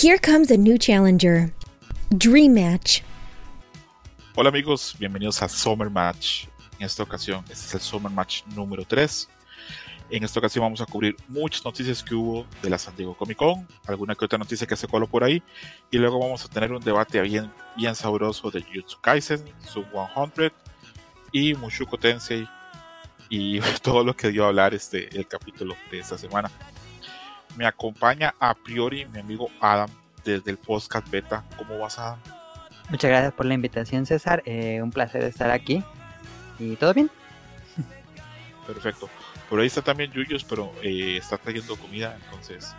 Here comes a new challenger. Dream Match. Hola amigos, bienvenidos a Summer Match. En esta ocasión, este es el Summer Match número 3. En esta ocasión vamos a cubrir muchas noticias que hubo de la San Diego Comic Con, alguna que otra noticia que se coló por ahí, y luego vamos a tener un debate bien sabroso de Jujutsu Kaisen, Sub 100 y Mushoku Tensei y todo lo que dio a hablar el capítulo de esta semana. Me acompaña a priori mi amigo Adam desde el podcast beta. ¿Cómo vas, Adam? Muchas gracias por la invitación, César. Un placer estar aquí. ¿Y todo bien? Perfecto. Por ahí está también Yuyos, pero está trayendo comida, entonces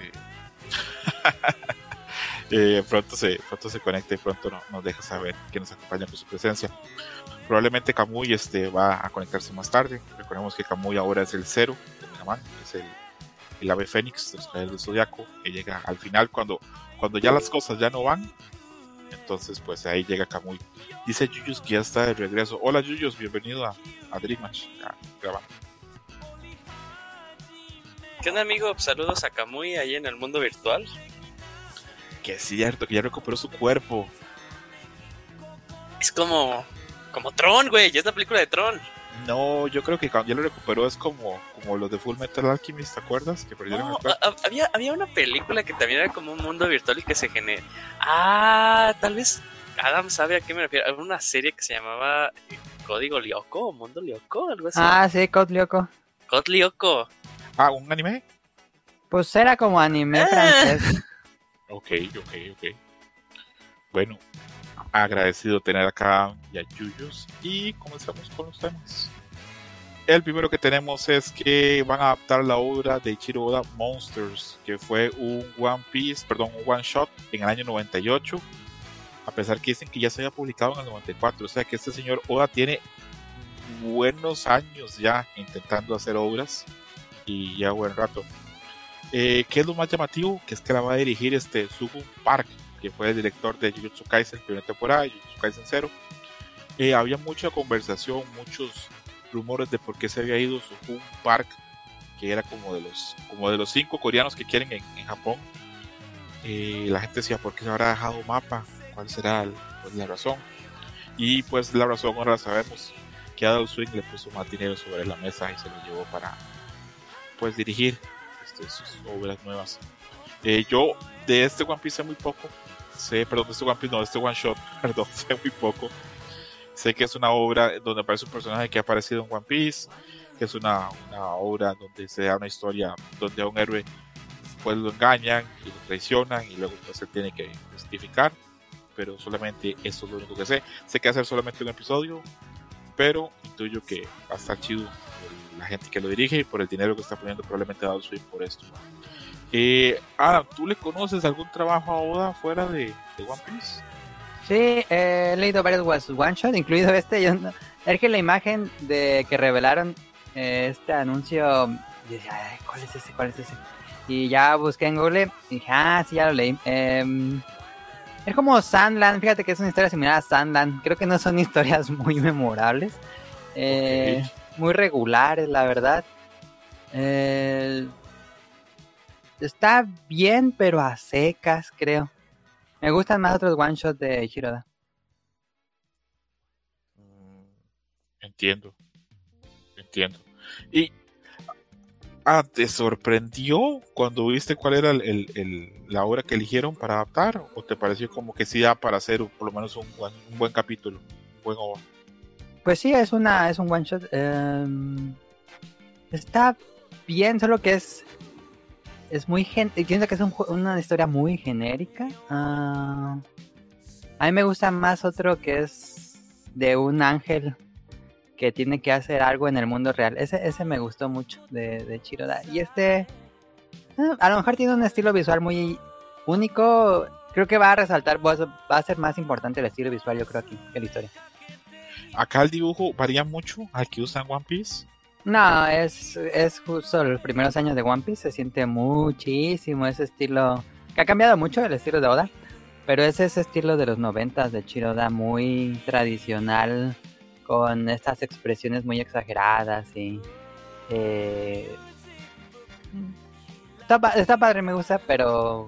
pronto se conecta y pronto nos deja saber que nos acompaña con su presencia. Probablemente Kamui va a conectarse más tarde. Recordemos que Kamui ahora es el Zero de Mega Man, es el ave fénix de los Caballeros del Zodiaco, que llega al final cuando ya las cosas ya no van. Entonces pues ahí llega Kamui. Dice Yuyos que ya está de regreso. Hola Yuyos, bienvenido a Dream Match. Grabando. ¿Qué onda, amigo? Saludos a Kamui ahí en el mundo virtual. Que es cierto, que ya recuperó su cuerpo. Es como Tron, güey. Ya es la película de Tron. No, yo creo que cuando ya lo recuperó es como los de Full Metal Alchemist, ¿te acuerdas? Que perdieron el cuerpo. Había una película que también era como un mundo virtual y que se genera. Tal vez Adam sabe a qué me refiero. Había una serie que se llamaba Código Lyoko o Mundo Lyoko, algo así. Sí, Code Lyoko. Code Lyoko. ¿Un anime? Pues era como anime francés. Ok. Bueno, agradecido tener acá a Yuyos y comenzamos con los temas. El primero que tenemos es que van a adaptar la obra de Eiichiro Oda, Monsters, que fue un one shot en el año 98, a pesar que dicen que ya se había publicado en el 94, o sea que este señor Oda tiene buenos años ya intentando hacer obras y ya buen rato. ¿Qué es lo más llamativo? Que es que la va a dirigir Sugun Park, que fue el director de Jujutsu Kaisen primera temporada, Jujutsu Kaisen 0. Había mucha conversación, muchos rumores de por qué se había ido Sugun Park, que era como de los 5 coreanos que quieren en Japón. La gente decía, ¿por qué se habrá dejado mapa? ¿Cuál será la razón? Y pues la razón ahora la sabemos, que Adult Swim le puso más dinero sobre la mesa y se lo llevó para pues dirigir sus obras nuevas. Yo de este One Piece sé muy poco. De este One Shot, sé muy poco. Sé que es una obra donde aparece un personaje que ha aparecido en One Piece, que es una obra donde se da una historia donde a un héroe pues lo engañan y lo traicionan y luego pues se tiene que justificar, pero solamente eso es lo único que sé. Sé que hacer solamente un episodio, pero intuyo que va a estar chido por la gente que lo dirige y por el dinero que está poniendo probablemente Adult Swim por esto. Adam, ¿tú le conoces algún trabajo a Oda fuera de One Piece? Sí, he leído varios one shot, incluido es que la imagen de que revelaron este anuncio, y decía, ¿cuál es ese? Y ya busqué en Google y dije, sí, ya lo leí. Es como Sandland, fíjate que es una historia similar a Sandland. Creo que no son historias muy memorables. Okay. Muy regulares, la verdad. Está bien, pero a secas, creo. Me gustan más otros one shots de Eiichiro Oda. Entiendo. Y ¿te sorprendió cuando viste cuál era la obra que eligieron para adaptar? ¿O te pareció como que sí da para hacer por lo menos un buen capítulo, un buen OVA? Pues sí, es un one shot. Está bien, solo que es muy pienso que es una historia muy genérica. A mí me gusta más otro que es de un ángel que tiene que hacer algo en el mundo real. Ese me gustó mucho de Chiroda. Y a lo mejor tiene un estilo visual muy único. Creo que va a resaltar, va a ser más importante el estilo visual, yo creo, aquí que la historia. ¿Acá el dibujo varía mucho al que usan One Piece? No, es justo los primeros años de One Piece. Se siente muchísimo ese estilo, que ha cambiado mucho el estilo de Oda, pero es ese estilo de los 90s de Chiroda, muy tradicional, con estas expresiones muy exageradas y está padre, me gusta, pero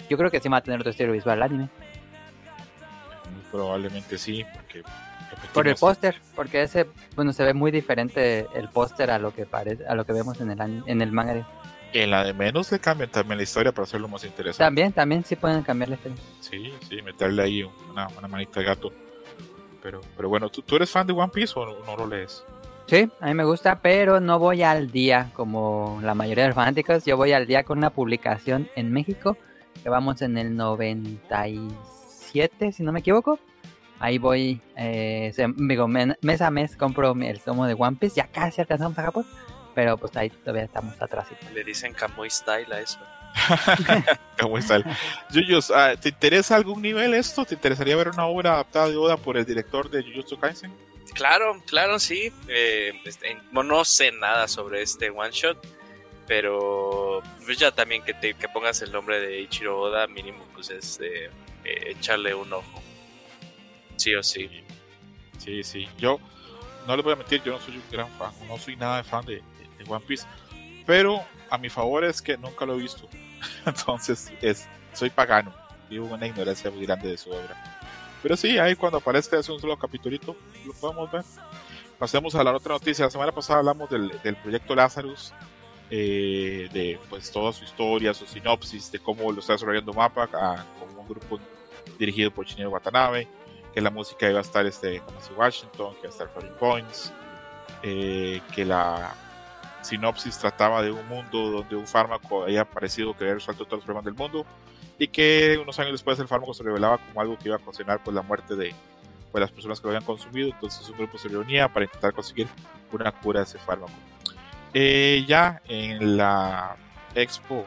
yo creo que sí va a tener otro estilo visual el anime. Muy probablemente sí, porque Por el repetimos, póster, porque ese, bueno, se ve muy diferente el póster a lo que parece, a lo que vemos en en el manga. en la de menos le cambian también la historia para hacerlo más interesante. También sí pueden cambiar la historia. Sí, meterle ahí una manita de gato. Pero bueno, ¿tú eres fan de One Piece o no lo lees? Sí, a mí me gusta, pero no voy al día como la mayoría de los fanáticos. Yo voy al día con una publicación en México, que vamos en el 97, si no me equivoco. Ahí voy, digo, mes a mes compro el tomo de One Piece. Ya casi alcanzamos a Japón, pero pues ahí todavía estamos atrás. Le dicen Kamui Style a eso. ¿Cómo está? Yuyos, ¿te interesa algún nivel esto? ¿Te interesaría ver una obra adaptada de Oda por el director de Jujutsu Kaisen? Claro, sí. No sé nada sobre este one shot, pero pues ya también que pongas el nombre de Ichiro Oda, mínimo pues es echarle un ojo. Sí o sí. Sí. Yo no les voy a mentir, yo no soy un gran fan, no soy nada de fan de One Piece, pero a mi favor es que nunca lo he visto. Entonces soy pagano, vivo una ignorancia muy grande de su obra. Pero sí, ahí cuando aparezca es un solo capitulito, lo podemos ver. Pasemos a la otra noticia. La semana pasada hablamos del proyecto Lazarus, de pues toda su historia, su sinopsis, de cómo lo está desarrollando Mapa como un grupo dirigido por Shinya Watanabe, que la música iba a estar Kamasi Washington, que iba a estar Floating Points, que la sinopsis trataba de un mundo donde un fármaco había parecido que había resuelto todos los problemas del mundo y que unos años después el fármaco se revelaba como algo que iba a ocasionar pues la muerte de pues, las personas que lo habían consumido. Entonces un grupo se reunía para intentar conseguir una cura de ese fármaco. Ya en la Expo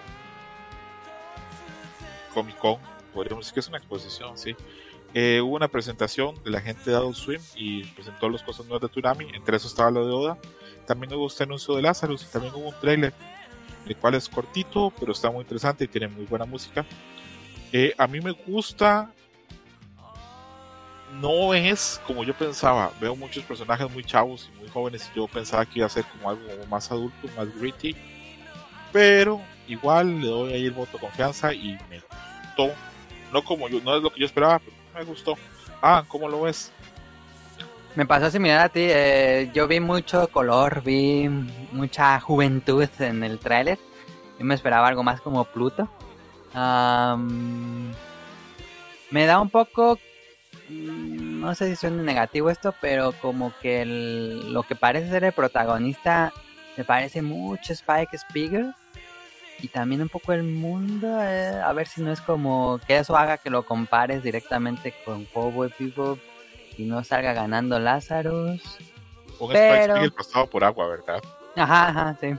Comic Con, podríamos decir que es una exposición, sí, hubo una presentación de la gente de Adult Swim y presentó las cosas nuevas de Toonami. Entre eso estaba lo de Oda. También hubo este anuncio de Lazarus y también hubo un trailer, el cual es cortito, pero está muy interesante y tiene muy buena música. A mí me gusta. No es como yo pensaba. Veo muchos personajes muy chavos y muy jóvenes y yo pensaba que iba a ser como algo más adulto, más gritty. Pero igual le doy ahí el voto de confianza y me gustó. No es lo que yo esperaba, pero me gustó. ¿Cómo lo ves? Me pasó similar a ti, yo vi mucho color, vi mucha juventud en el tráiler. Yo me esperaba algo más como Pluto. Me da un poco, no sé si suena negativo esto, pero como que lo que parece ser el protagonista me parece mucho Spike Spiegel. Y también un poco el mundo, a ver si no es como que eso haga que lo compares directamente con Cowboy Bebop y no salga ganando Lazarus. Un Spike Spiegel pasado por agua, ¿verdad? Ajá, sí.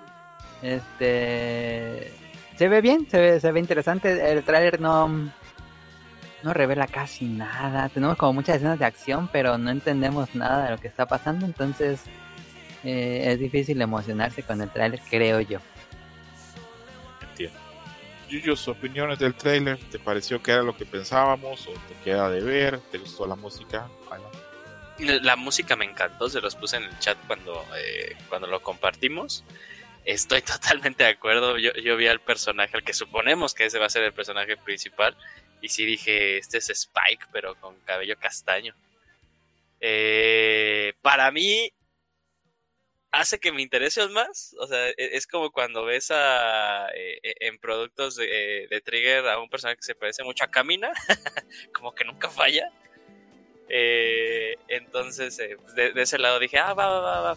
Se ve bien, se ve interesante. El tráiler no revela casi nada. Tenemos como muchas escenas de acción, pero no entendemos nada de lo que está pasando. Entonces es difícil emocionarse con el tráiler, creo yo. Entiendo. Yuyos, opiniones del trailer. ¿Te pareció que era lo que pensábamos o te queda de ver? ¿Te gustó la música? La música me encantó, se los puse en el chat cuando lo compartimos. Estoy totalmente de acuerdo. Yo vi al personaje, al que suponemos que ese va a ser el personaje principal, y sí dije, este es Spike, pero con cabello castaño. Para mí hace que me interese más. O sea, es como cuando ves en productos de Trigger a un personaje que se parece mucho a Kamina, como que nunca falla. Entonces de ese lado dije, va.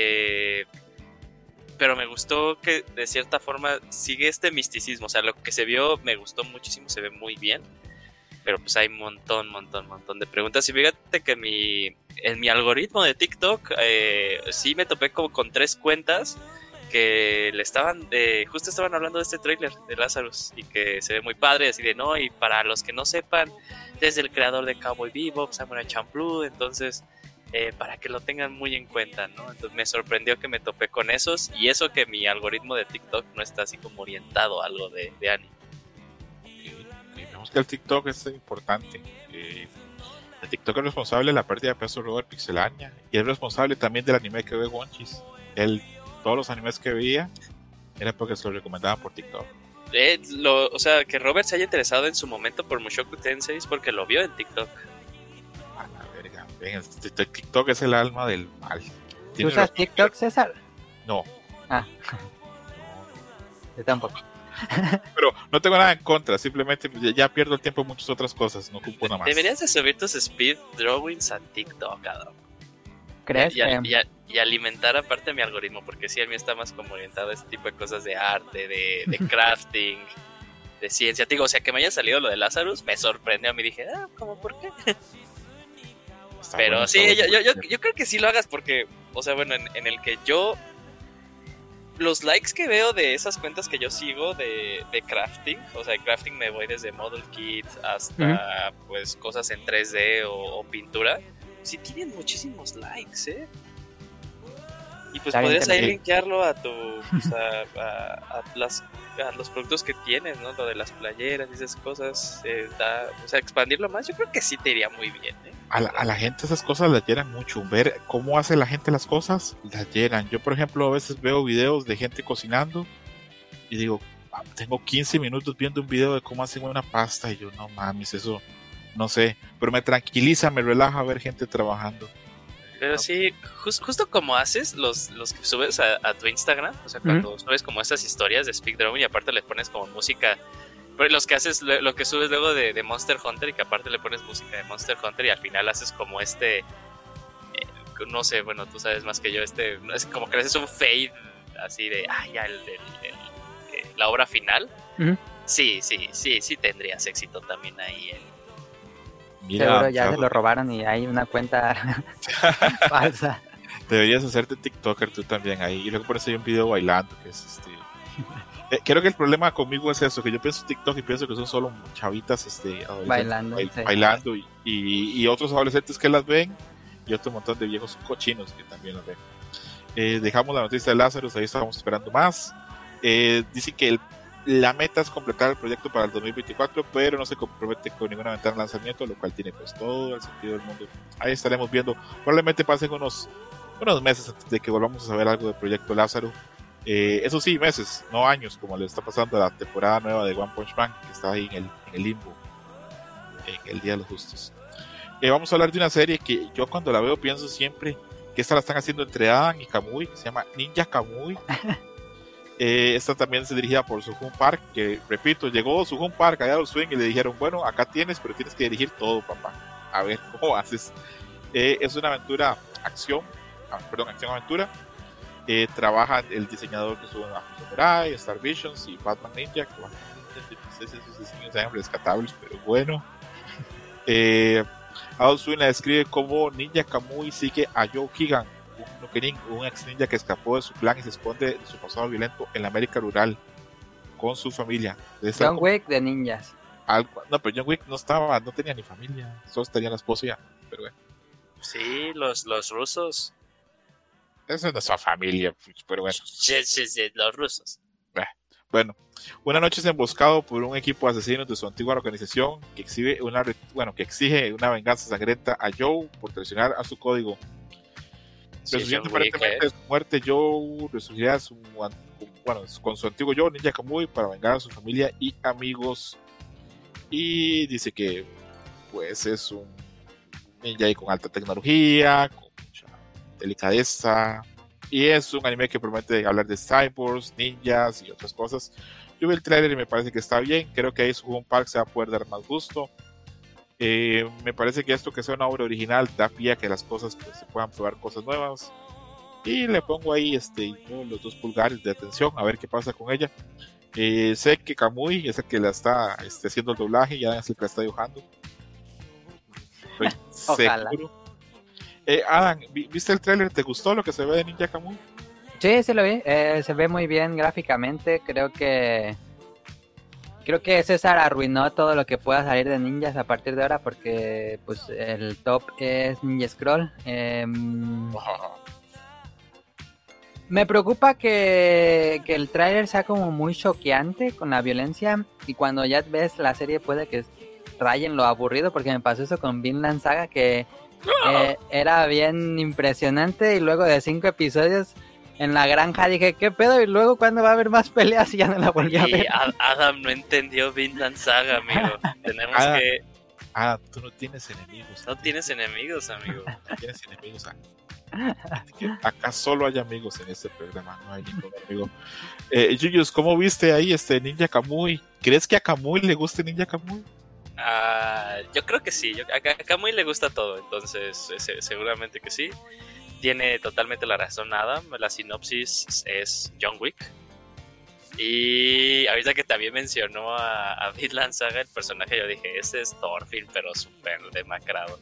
Pero me gustó que de cierta forma sigue este misticismo. O sea, lo que se vio me gustó muchísimo, se ve muy bien. Pero pues hay un montón de preguntas. Y fíjate que en mi algoritmo de TikTok sí me topé como con 3 cuentas que justo estaban hablando de este tráiler de Lazarus y que se ve muy padre, así de no, y para los que no sepan, es el creador de Cowboy Bebop, Samurai Champloo, entonces para que lo tengan muy en cuenta, ¿no? Entonces me sorprendió que me topé con esos, y eso que mi algoritmo de TikTok no está así como orientado a algo de anime. Vemos que el TikTok es importante. El TikTok es responsable de la pérdida de peso Robert Pixelania y es responsable también del anime que ve Wonchis. Todos los animes que veía era porque se lo recomendaban por TikTok. O sea, que Robert se haya interesado en su momento por Mushoku Tensei es porque lo vio en TikTok. A la verga. Ven, TikTok es el alma del mal. ¿Tú usas TikTok, César? No. Ah. Yo tampoco. Pero no tengo nada en contra, simplemente ya pierdo el tiempo en muchas otras cosas, no ocupo nada más. Deberías de subir tus speed drawings a TikTok, Adam. ¿Crees? Y alimentar aparte mi algoritmo, porque sí, el mío está más como orientado a este tipo de cosas de arte, de crafting, de ciencia. Digo, o sea, que me haya salido lo de Lazarus me sorprendió. A mí dije, ¿cómo por qué? Está pero bueno, sí, está bueno. yo creo que sí lo hagas porque, o sea, bueno, en el que yo... Los likes que veo de esas cuentas que yo sigo de crafting, o sea, de crafting me voy desde model kit hasta pues cosas en 3D o pintura, sí tienen muchísimos likes, y pues Está podrías ahí bien. linkearlo a tu pues, a los productos que tienes, ¿no? Lo de las playeras y esas cosas, o sea, expandirlo más, yo creo que sí te iría muy bien, A la gente esas cosas las llenan mucho. Ver cómo hace la gente las cosas, las llenan. Yo, por ejemplo, a veces veo videos de gente cocinando y digo, tengo 15 minutos viendo un video de cómo hacen una pasta y yo, no mames, eso, no sé. Pero me tranquiliza, me relaja ver gente trabajando. Pero sí, justo como haces los que subes a tu Instagram, o sea, cuando subes como estas historias de Speak Drawing y aparte le pones como música, pero los que haces, lo que subes luego de Monster Hunter y que aparte le pones música de Monster Hunter y al final haces como no sé, bueno, tú sabes más que yo, es como que le haces un fade así de, ya la obra final. Sí tendrías éxito también ahí. Mira, Seguro ya Chavo, se lo robaron y hay una cuenta falsa. deberías hacerte TikToker tú también ahí. Y luego pones ahí un video bailando, que es creo que el problema conmigo es eso, que yo pienso TikTok y pienso que son solo chavitas adolescentes Bailando, sí. bailando y otros adolescentes que las ven y otro montón de viejos cochinos que también las ven. Dejamos la noticia de Lazarus, ahí estábamos esperando más. Dice que la meta es completar el proyecto para el 2024, pero no se compromete con ninguna ventana de lanzamiento, lo cual tiene pues todo el sentido del mundo. Ahí estaremos viendo, probablemente pasen unos meses antes de que volvamos a saber algo del proyecto Lazarus. Eso sí, meses, no años, como le está pasando a la temporada nueva de One Punch Man, que está ahí en el limbo, en el Día de los Justos. Vamos a hablar de una serie que yo cuando la veo pienso siempre que esta la están haciendo entre Adam y Kamui, que se llama Ninja Kamui. Esta también es dirigida por Soo-Hoon Park, que repito, llegó Soo-Hoon Park allá a Swing y le dijeron, bueno, acá tienes, pero tienes que dirigir todo, papá, a ver cómo haces. Es una acción-aventura. Trabaja el diseñador que estuvo en Afro Samurai, Star Visions y Batman Ninja, que no sé si esos diseños sean rescatables, pero bueno. Adult Swim la describe como Ninja Kamui sigue a Joe Keegan, un Nukenin, un ex ninja que escapó de su clan y se esconde de su pasado violento en la América rural con su familia. John Wick de ninjas. No, pero John Wick no tenía ni familia, solo tenía la esposa ya, pero bueno. Sí, los rusos. Esa no es su familia, pero bueno. Sí, los rusos. Bueno, una noche es emboscado por un equipo de asesinos de su antigua organización que exige una venganza sangrienta a Joe por traicionar a su código. Resurgiendo aparentemente de su muerte, Joe resurgirá con su antiguo Joe, Ninja Kamui, para vengar a su familia y amigos. Y dice que pues es un ninja ahí con alta tecnología, con mucha delicadeza. Y es un anime que promete hablar de cyborgs, ninjas y otras cosas. Yo vi el trailer y me parece que está bien. Creo que ahí Soo-Hoon Park se va a poder dar más gusto. Me parece que esto que sea una obra original da pie a que las cosas pues, se puedan probar cosas nuevas. Y le pongo ahí los 2 pulgares de atención a ver qué pasa con ella. Sé que Kamui es el que la está haciendo el doblaje y Adam es el que la está dibujando. Estoy seguro. Adam, ¿viste el tráiler? ¿Te gustó lo que se ve de Ninja Kamui? Sí, lo vi. Se ve muy bien gráficamente. Creo que César arruinó todo lo que pueda salir de ninjas a partir de ahora porque pues el top es Ninja Scroll. Me preocupa que el tráiler sea como muy choqueante con la violencia y cuando ya ves la serie puede que rayen lo aburrido, porque me pasó eso con Vinland Saga, que era bien impresionante y luego de 5 episodios en la granja dije, ¿qué pedo? Y luego, ¿cuándo va a haber más peleas? Y ya no la volví a Y ver. Adam no entendió Vinland Saga, amigo. Tenemos Ah, que... tú no tienes enemigos. No tienes enemigos, amigo. No tienes enemigos. Acá solo hay amigos en este programa, no hay ningún amigo. Yuyus, ¿cómo viste ahí Ninja Kamui? ¿Crees que a Kamui le guste Ninja Kamui? Yo creo que sí. A Kamui le gusta todo, entonces seguramente que sí. Tiene totalmente la razón Adam. La sinopsis es John Wick. Y ahorita que también mencionó a Vinland Saga, el personaje, yo dije, ese es Thorfinn, pero súper demacrado.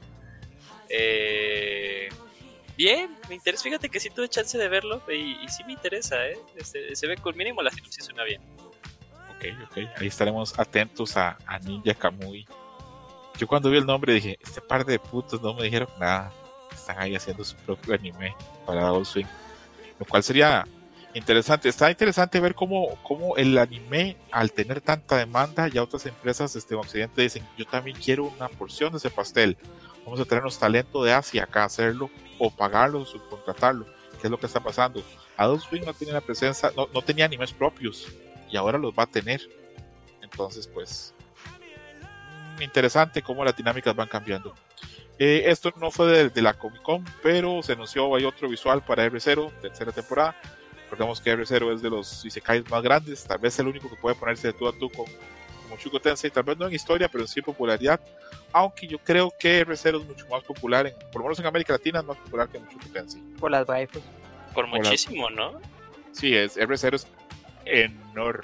Bien, me interesa. Fíjate que sí tuve chance de verlo y sí me interesa, se ve con mínimo la sinopsis suena bien. Ok. Ahí estaremos atentos a Ninja Kamui. Yo cuando vi el nombre dije, este par de putos no me dijeron nada. Están ahí haciendo su propio anime para Adult Swim. Lo cual sería interesante. Está interesante ver cómo el anime, al tener tanta demanda, ya otras empresas en Occidente dicen, yo también quiero una porción de ese pastel. Vamos a traernos talento de Asia acá a hacerlo, o pagarlo, o subcontratarlo. ¿Qué es lo que está pasando? Adult Swim no tenía la presencia, no tenía animes propios, y ahora los va a tener. Entonces, pues, interesante cómo las dinámicas van cambiando. Esto no fue de la Comic Con, pero se anunció, hay otro visual para R0, tercera temporada. Recordemos que R0 es de los isekais más grandes, tal vez el único que puede ponerse de tú a tú con Mushoku Tensei, tal vez no en historia, pero sí en popularidad. Aunque yo creo que R0 es mucho más popular, por lo menos en América Latina, es más popular que Mushoku Tensei. Por las waifus. Por muchísimo, ¿no? Sí, R0 es enorme.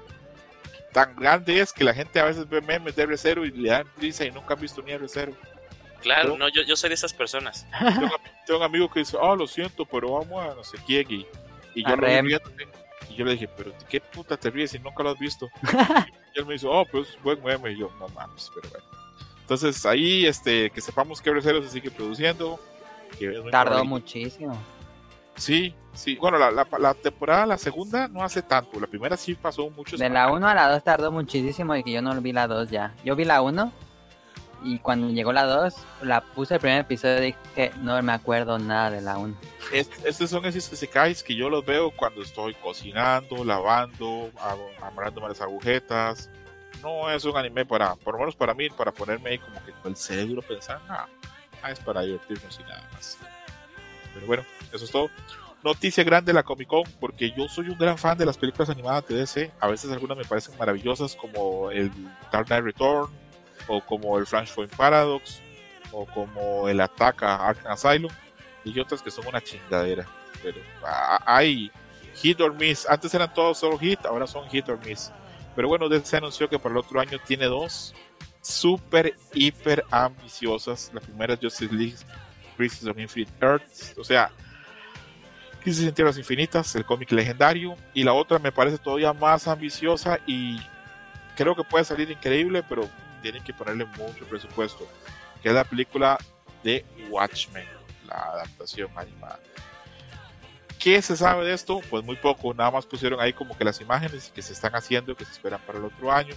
Tan grande es que la gente a veces ve memes de R0 y le dan risa y nunca han visto ni R0. Claro, ¿no? Yo soy de esas personas. Tengo un amigo que dice, lo siento, pero vamos a no sé quién. Y yo y yo le dije, pero ¿de qué puta te ríes si nunca lo has visto? Y él me dice, pues es buen meme. Y yo, no mames, pero bueno. Entonces ahí, que sepamos que R0 se sigue produciendo. Tardó muchísimo. Sí. Bueno, la temporada, la segunda no hace tanto. La primera sí pasó mucho. De la 1 a la 2 tardó muchísimo y que yo no vi la 2 ya. Yo vi la 1 y cuando llegó la 2, la puse el primer episodio y dije, no me acuerdo nada de la 1. Estos son esos isekais que yo los veo cuando estoy cocinando, lavando, amarrándome las agujetas. No es un anime por lo menos para mí, para ponerme ahí como que con el cerebro pensar, es para divertirnos y nada más. Pero bueno, eso es todo. Noticia grande de la Comic Con, porque yo soy un gran fan de las películas animadas de DC. A veces algunas me parecen maravillosas, como el Dark Knight Return, o como el Flashpoint Paradox, o como el Attack a Arkham Asylum, y otras que son una chingadera. Pero hay hit or miss. Antes eran todos solo hit, ahora son hit or miss. Pero bueno, DC anunció que para el otro año tiene 2 super, hiper ambiciosas. La primera es Justice League Crisis on Infinite Earths, o sea, Crisis en Tierras Infinitas, el cómic legendario. Y la otra me parece todavía más ambiciosa y creo que puede salir increíble, pero tienen que ponerle mucho presupuesto, que es la película de Watchmen, la adaptación animada. ¿Qué se sabe de esto? Pues muy poco, nada más pusieron ahí como que las imágenes que se están haciendo, que se esperan para el otro año.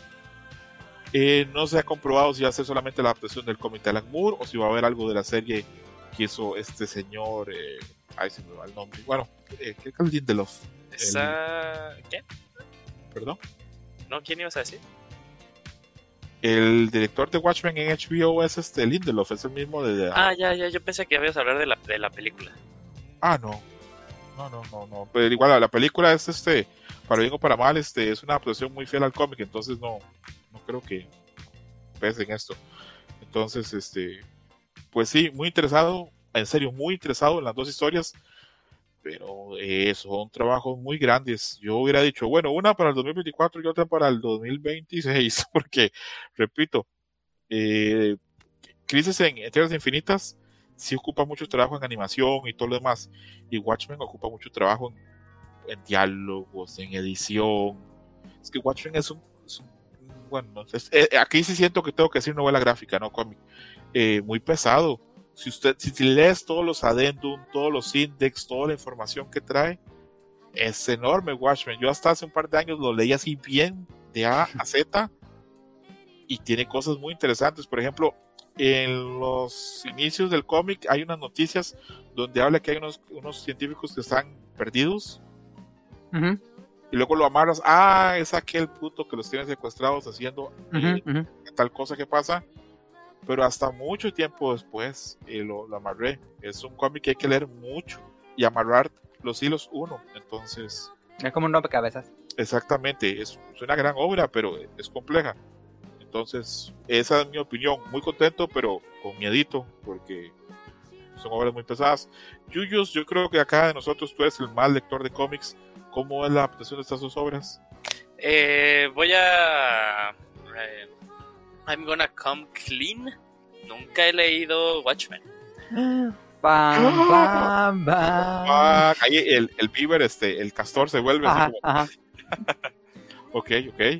No se ha comprobado si va a ser solamente la adaptación del cómic de Alan Moore o si va a haber algo de la serie que hizo este señor, se me va el nombre, bueno, ¿qué es el Lindelof? ¿Qué? ¿Perdón? No, ¿quién ibas a decir? El director de Watchmen en HBO es Lindelof, es el mismo de... Ya, yo pensé que ibas a hablar de la película. No, pero igual la película es para bien o para mal, es una adaptación muy fiel al cómic, entonces no creo que pese en esto. Entonces, pues sí, muy interesado, en serio, muy interesado en las 2 historias, pero son trabajos muy grandes. Yo hubiera dicho, bueno, una para el 2024 y otra para el 2026, porque, repito, Crisis en Tierras Infinitas sí ocupa mucho trabajo en animación y todo lo demás, y Watchmen ocupa mucho trabajo en diálogos, en edición. Es que Watchmen es un bueno, aquí sí siento que tengo que decir novela gráfica, no cómic, muy pesado. Si lees todos los addendum, todos los index, toda la información que trae, es enorme Watchmen. Yo hasta hace un par de años lo leí así bien de A a Z y tiene cosas muy interesantes. Por ejemplo, en los inicios del cómic hay unas noticias donde habla que hay unos científicos que están perdidos. Ujú, Y luego lo amarras, es aquel puto que los tiene secuestrados haciendo ujú. tal cosa que pasa. Pero hasta mucho tiempo después lo amarré. Es un cómic que hay que leer mucho y amarrar los hilos uno. Entonces, Es como un rompecabezas. exactamente, es una gran obra, pero es compleja. Entonces, esa es mi opinión. Muy contento, pero con miedito, porque son obras muy pesadas. Yuyos, yo creo que acá de nosotros tú eres el más lector de cómics. ¿Cómo es la adaptación de estas dos obras? Voy a... I'm gonna come clean. Nunca he leído Watchmen. Bam, bam, bam. Ahí el Beaver, el castor se vuelve Ajá, así como... ajá. Ok.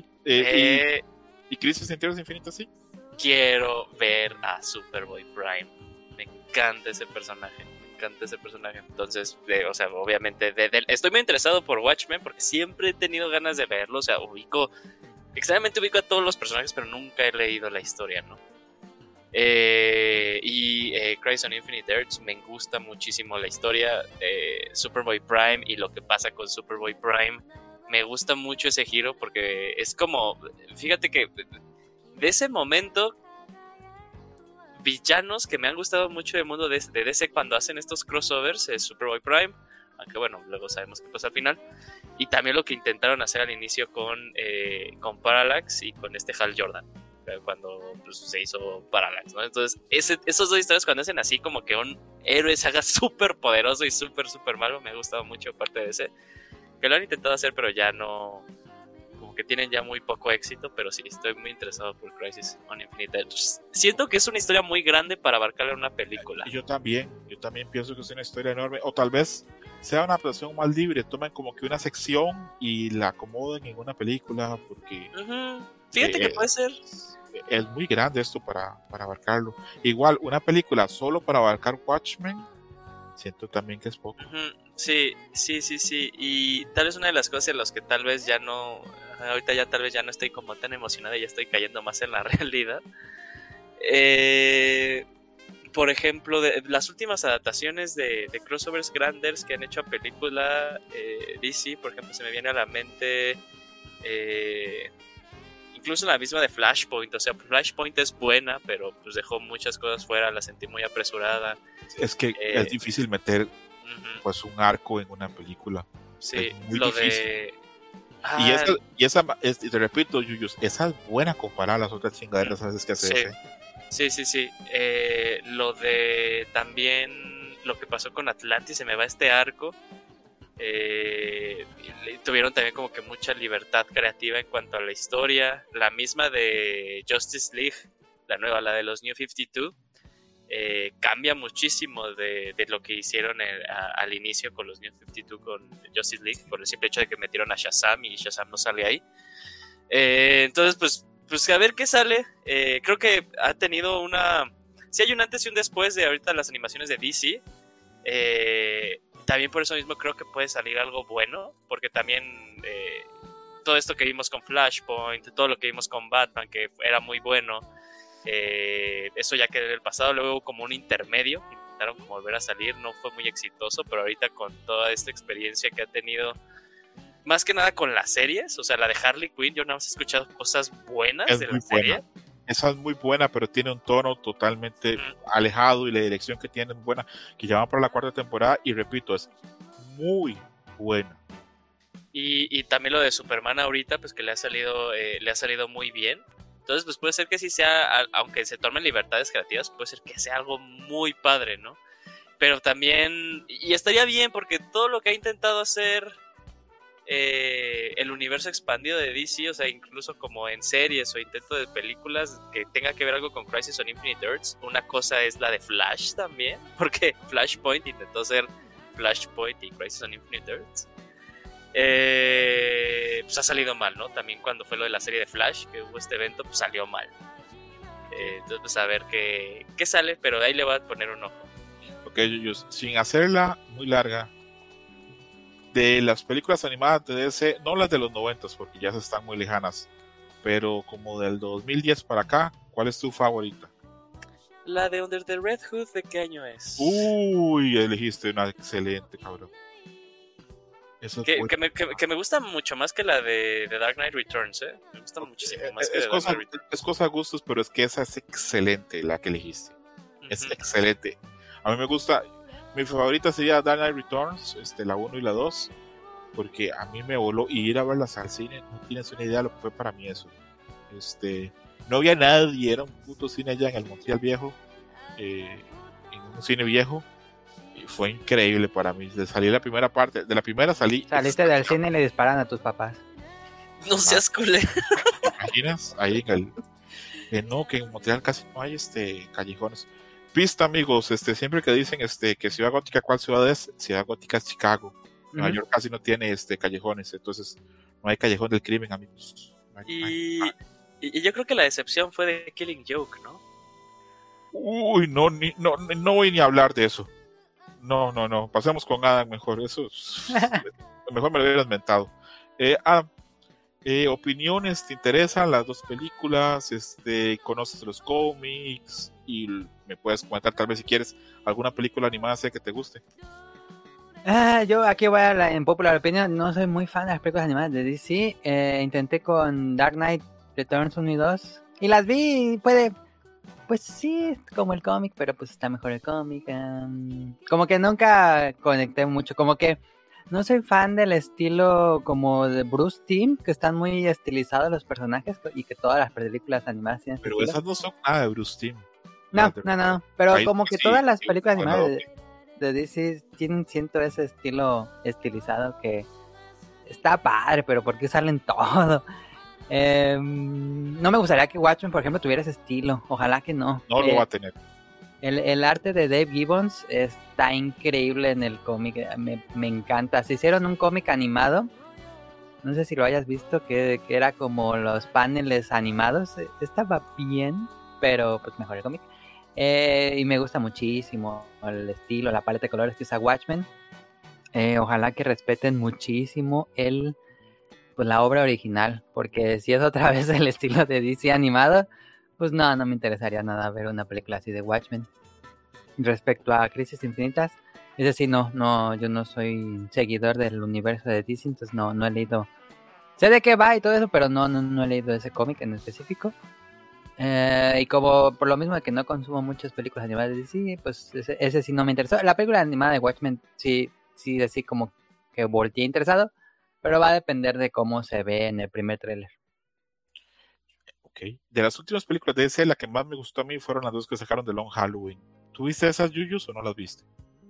¿Y Crisis en Tierras Infinitas sí? Quiero ver a Superboy Prime. Me encanta ese personaje. Entonces, o sea, obviamente estoy muy interesado por Watchmen porque siempre he tenido ganas de leerlo. O sea, extrañamente ubico a todos los personajes, pero nunca he leído la historia, ¿no? Crisis on Infinite Earths, me gusta muchísimo la historia. Superboy Prime y lo que pasa con Superboy Prime, me gusta mucho ese giro porque es como, fíjate que de ese momento, villanos que me han gustado mucho del mundo de DC cuando hacen estos crossovers es Superboy Prime, aunque bueno, luego sabemos qué pasa al final, y también lo que intentaron hacer al inicio con Parallax y con Hal Jordan cuando pues, se hizo Parallax, ¿no? Entonces esos dos historias cuando hacen así como que un héroe se haga súper poderoso y súper malo, me ha gustado mucho parte de ese, que lo han intentado hacer pero ya no, como que tienen ya muy poco éxito, pero sí, estoy muy interesado por Crisis on Infinite Earths. Siento que es una historia muy grande para abarcarla en una película. Yo también pienso que es una historia enorme, o tal vez sea una adaptación más libre, tomen como que una sección y la acomoden en una película, porque fíjate que puede ser. Es muy grande esto para abarcarlo. Igual, una película solo para abarcar Watchmen, siento también que es poco. Sí. Y tal vez una de las cosas en las que tal vez ya no, ahorita ya tal vez ya no estoy como tan emocionada, ya estoy cayendo más en la realidad. Por ejemplo, de las últimas adaptaciones de crossovers grandes que han hecho a película DC, por ejemplo, se me viene a la mente incluso la misma de Flashpoint. O sea, Flashpoint es buena, pero pues dejó muchas cosas fuera, la sentí muy apresurada. Es que es difícil meter pues un arco en una película. Sí, es muy lo difícil. de... Y esa te repito, Yuyos, esa es buena comparada a las otras chingaderas a veces que hace. Sí. Lo de también lo que pasó con Atlantis, se me va este arco. Tuvieron también como que mucha libertad creativa en cuanto a la historia. La misma de Justice League, la nueva, la de los New 52, cambia muchísimo de lo que hicieron al inicio con los New 52 con Justice League, por el simple hecho de que metieron a Shazam y Shazam no sale ahí. Entonces pues a ver qué sale. Creo que ha tenido sí hay un antes y un después de ahorita las animaciones de DC. También por eso mismo creo que puede salir algo bueno, porque también todo esto que vimos con Flashpoint, todo lo que vimos con Batman, que era muy bueno, eso ya quedó en el pasado. Luego como un intermedio, intentaron como volver a salir, no fue muy exitoso, pero ahorita con toda esta experiencia que ha tenido, más que nada con las series, o sea, la de Harley Quinn, yo nada más he escuchado cosas buenas de la serie. Esa es muy buena, pero tiene un tono totalmente alejado y la dirección que tiene es buena, que ya van para la 4ª temporada y repito, es muy buena. Y también lo de Superman ahorita, pues que le ha salido muy bien. Entonces, pues puede ser que sí sea, aunque se tomen libertades creativas, puede ser que sea algo muy padre, ¿no? Pero también, y estaría bien porque todo lo que ha intentado hacer el universo expandido de DC, o sea, incluso como en series o intento de películas que tenga que ver algo con Crisis on Infinite Earths, una cosa es la de Flash también, porque Flashpoint intentó ser Flashpoint y Crisis on Infinite Earths. Pues ha salido mal, ¿no? También cuando fue lo de la serie de Flash, que hubo este evento, pues salió mal. Entonces, pues a ver qué sale, pero ahí le voy a poner un ojo. Ok, Yuyos, sin hacerla muy larga, de las películas animadas de DC, no las de los 90, porque ya se están muy lejanas, pero como del 2010 para acá, ¿cuál es tu favorita? La de Under the Red Hood, ¿de qué año es? Uy, elegiste una excelente, cabrón. Eso Que, fue- que, me, que me gusta mucho más que la de Dark Knight Returns, ¿eh? Me gusta muchísimo más que es, de Dark cosa, Knight Returns. es cosa de gustos, pero es que esa es excelente, la que elegiste. Es Ujú. excelente. A mí me gusta. Mi favorita sería Dark Knight Returns, la 1 y la 2, porque a mí me voló. Y ir a verlas al cine, no tienes una idea de lo que fue para mí eso. No había nadie, era un puto cine allá en el Montreal Viejo, en un cine viejo. Y fue increíble para mí. Salí la primera parte, de la primera salí. Saliste del cine y le disparan a tus papás. No seas culero. ¿Te imaginas? Ahí en el. No, que en Montreal casi no hay callejones. Pista, amigos, siempre que dicen que Ciudad Gótica, ¿cuál ciudad es? Ciudad Gótica es Chicago. Nueva Ujú. York casi no tiene callejones, entonces no hay callejón del crimen, amigos. Y yo creo que la decepción fue de Killing Joke, ¿no? Uy, no voy ni a hablar de eso. No, pasemos con Adam mejor. Eso mejor me lo hubieras mentado. Adam, opiniones, ¿te interesan las dos películas? ¿Conoces los cómics? Y me puedes comentar tal vez si quieres alguna película animada sea que te guste. Yo aquí voy a en popular opinion, no soy muy fan de las películas animadas de DC. Intenté con Dark Knight Returns 1 y 2 y las vi y pues sí, es como el cómic, pero pues está mejor el cómic. Como que nunca conecté mucho, como que no soy fan del estilo como de Bruce Timm, que están muy estilizados los personajes y que todas las películas animadas tienen este Pero estilo. esas no son nada de Bruce Timm. No, pero Ahí como que sí, todas las sí, películas bueno, animadas de DC siento ese estilo estilizado que está padre, pero ¿por qué salen todo? No me gustaría que Watchmen, por ejemplo, tuviera ese estilo. Ojalá que no. no lo va a tener. El arte de Dave Gibbons está increíble en el cómic. Me encanta. Se hicieron un cómic animado. No sé si lo hayas visto, que era como los paneles animados. Estaba bien, pero pues mejor el cómic. Y me gusta muchísimo el estilo, la paleta de colores que usa Watchmen. Ojalá que respeten muchísimo pues la obra original, porque si es otra vez el estilo de DC animado, pues no me interesaría nada ver una película así de Watchmen. Respecto a Crisis Infinitas, es decir, no, yo no soy seguidor del universo de DC, entonces no he leído, sé de qué va y todo eso, pero no he leído ese cómic en específico. Y como por lo mismo de que no consumo muchas películas animadas de DC, pues ese sí no me interesó. La película animada de Watchmen sí así como que volteé interesado, pero va a depender de cómo se ve en el primer tráiler. Ok. De las últimas películas de DC, la que más me gustó a mí fueron las dos que sacaron de Long Halloween. ¿Tuviste esas, Yuyus, o no las viste?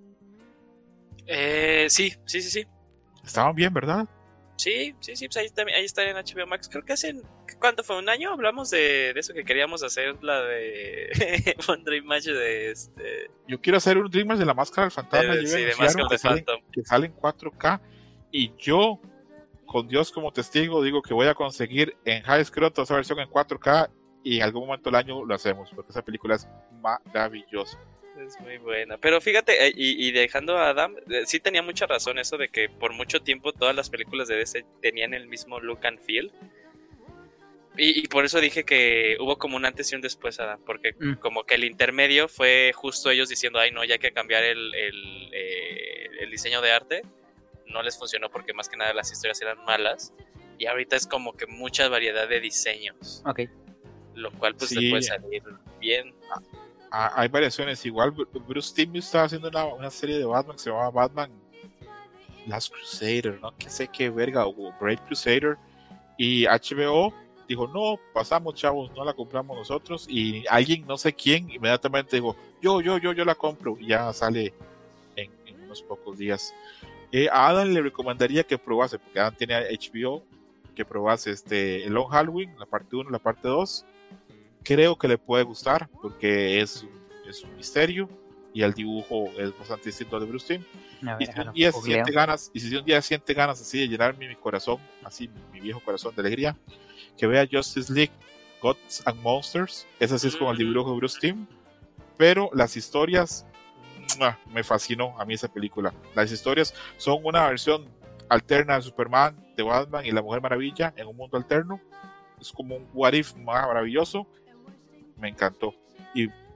Sí. Estaban bien, ¿verdad? Sí, pues ahí está en HBO Max. Creo que ¿cuánto fue? ¿Un año? Hablamos de eso que queríamos hacer, la de Wonder Image de Yo quiero hacer un Dreamers de la Máscara del Fantasma. sí, de Máscara de Phantom. Que sale en 4K. Y yo, con Dios como testigo, digo que voy a conseguir en High Screen esa versión en 4K. Y en algún momento del año lo hacemos, porque esa película es maravillosa. Es muy buena. Pero fíjate, y dejando a Adam, sí tenía mucha razón eso de que por mucho tiempo todas las películas de DC tenían el mismo look and feel. Y por eso dije que hubo como un antes y un después, Adam, porque como que el intermedio fue justo ellos diciendo, ay no, ya hay que cambiar el diseño de arte. No les funcionó porque más que nada las historias eran malas. Y ahorita es como que mucha variedad de diseños. Ok. Lo cual pues Sí. le puede salir bien. Hay variaciones. Igual Bruce Timm estaba haciendo una serie de Batman que se llamaba Batman Last Crusader, ¿no? Que sé qué verga, o Brave Crusader. Y HBO dijo, no, pasamos, chavos, no la compramos nosotros. Y alguien, no sé quién, inmediatamente dijo, yo la compro. Y ya sale en unos pocos días. A Adam le recomendaría que probase, porque Adam tiene HBO, que probase el Long Halloween, la parte 1, la parte 2. Creo que le puede gustar porque es un misterio y el dibujo es bastante distinto al de Bruce Timm. Y si un día siente ganas así de llenarme mi corazón, así mi viejo corazón de alegría, que vea Justice League Gods and Monsters. Ese sí es como el dibujo de Bruce Timm, pero las historias me fascinó a mí esa película. Las historias son una versión alterna de Superman, de Batman y la Mujer Maravilla en un mundo alterno. Es como un what if maravilloso. Me encantó. Y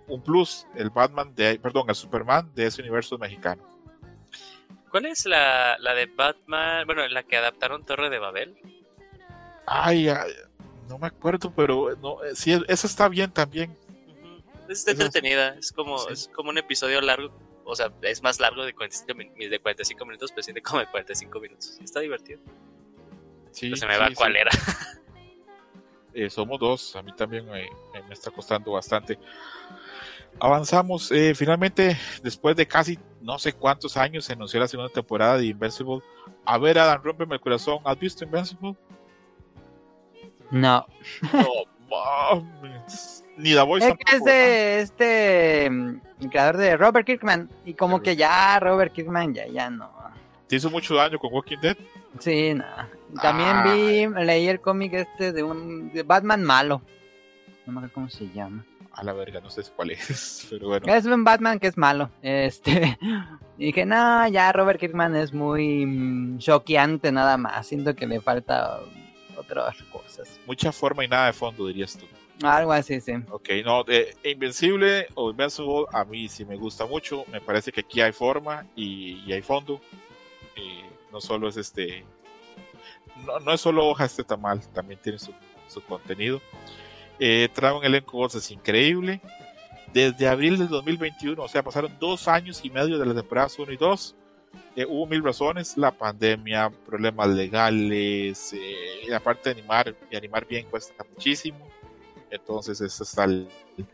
un plus, el Superman de ese universo mexicano. ¿Cuál es la de Batman? Bueno, la que adaptaron Torre de Babel. Ay, no me acuerdo, pero no, sí, esa está bien también. Está entretenida, es como un episodio largo, o sea, es más largo de 45 minutos, pero siente como de 45 minutos. Está divertido. Sí, pero se me va cuál era. Somos dos, a mí también me está costando bastante. Avanzamos, finalmente, después de casi no sé cuántos años, se anunció la segunda temporada de Invincible. A ver, Adam, rómpeme el corazón, ¿has visto Invincible? No. No mames. Ni la voz es que es de el creador de Robert Kirkman. Y como que ya Robert Kirkman ya no. ¿Te hizo mucho daño con Walking Dead? Sí, no. También leí el cómic de Batman malo. No me acuerdo cómo se llama. A la verga, no sé cuál es, pero bueno. Es un Batman que es malo. Y dije, no, ya Robert Kirkman es muy choqueante nada más. Siento que le falta otras cosas. Mucha forma y nada de fondo, dirías tú. Algo así, sí. Ok, no, Invencible o Invincible a mí sí me gusta mucho. Me parece que aquí hay forma y hay fondo. No solo es no es solo hoja tamal, también tiene su contenido. Trae un elenco de voces increíble. Desde abril del 2021, o sea, pasaron 2 años y medio de las temporadas 1 y 2. Hubo 1000 razones, la pandemia, problemas legales, la parte de animar bien cuesta muchísimo. Entonces es hasta el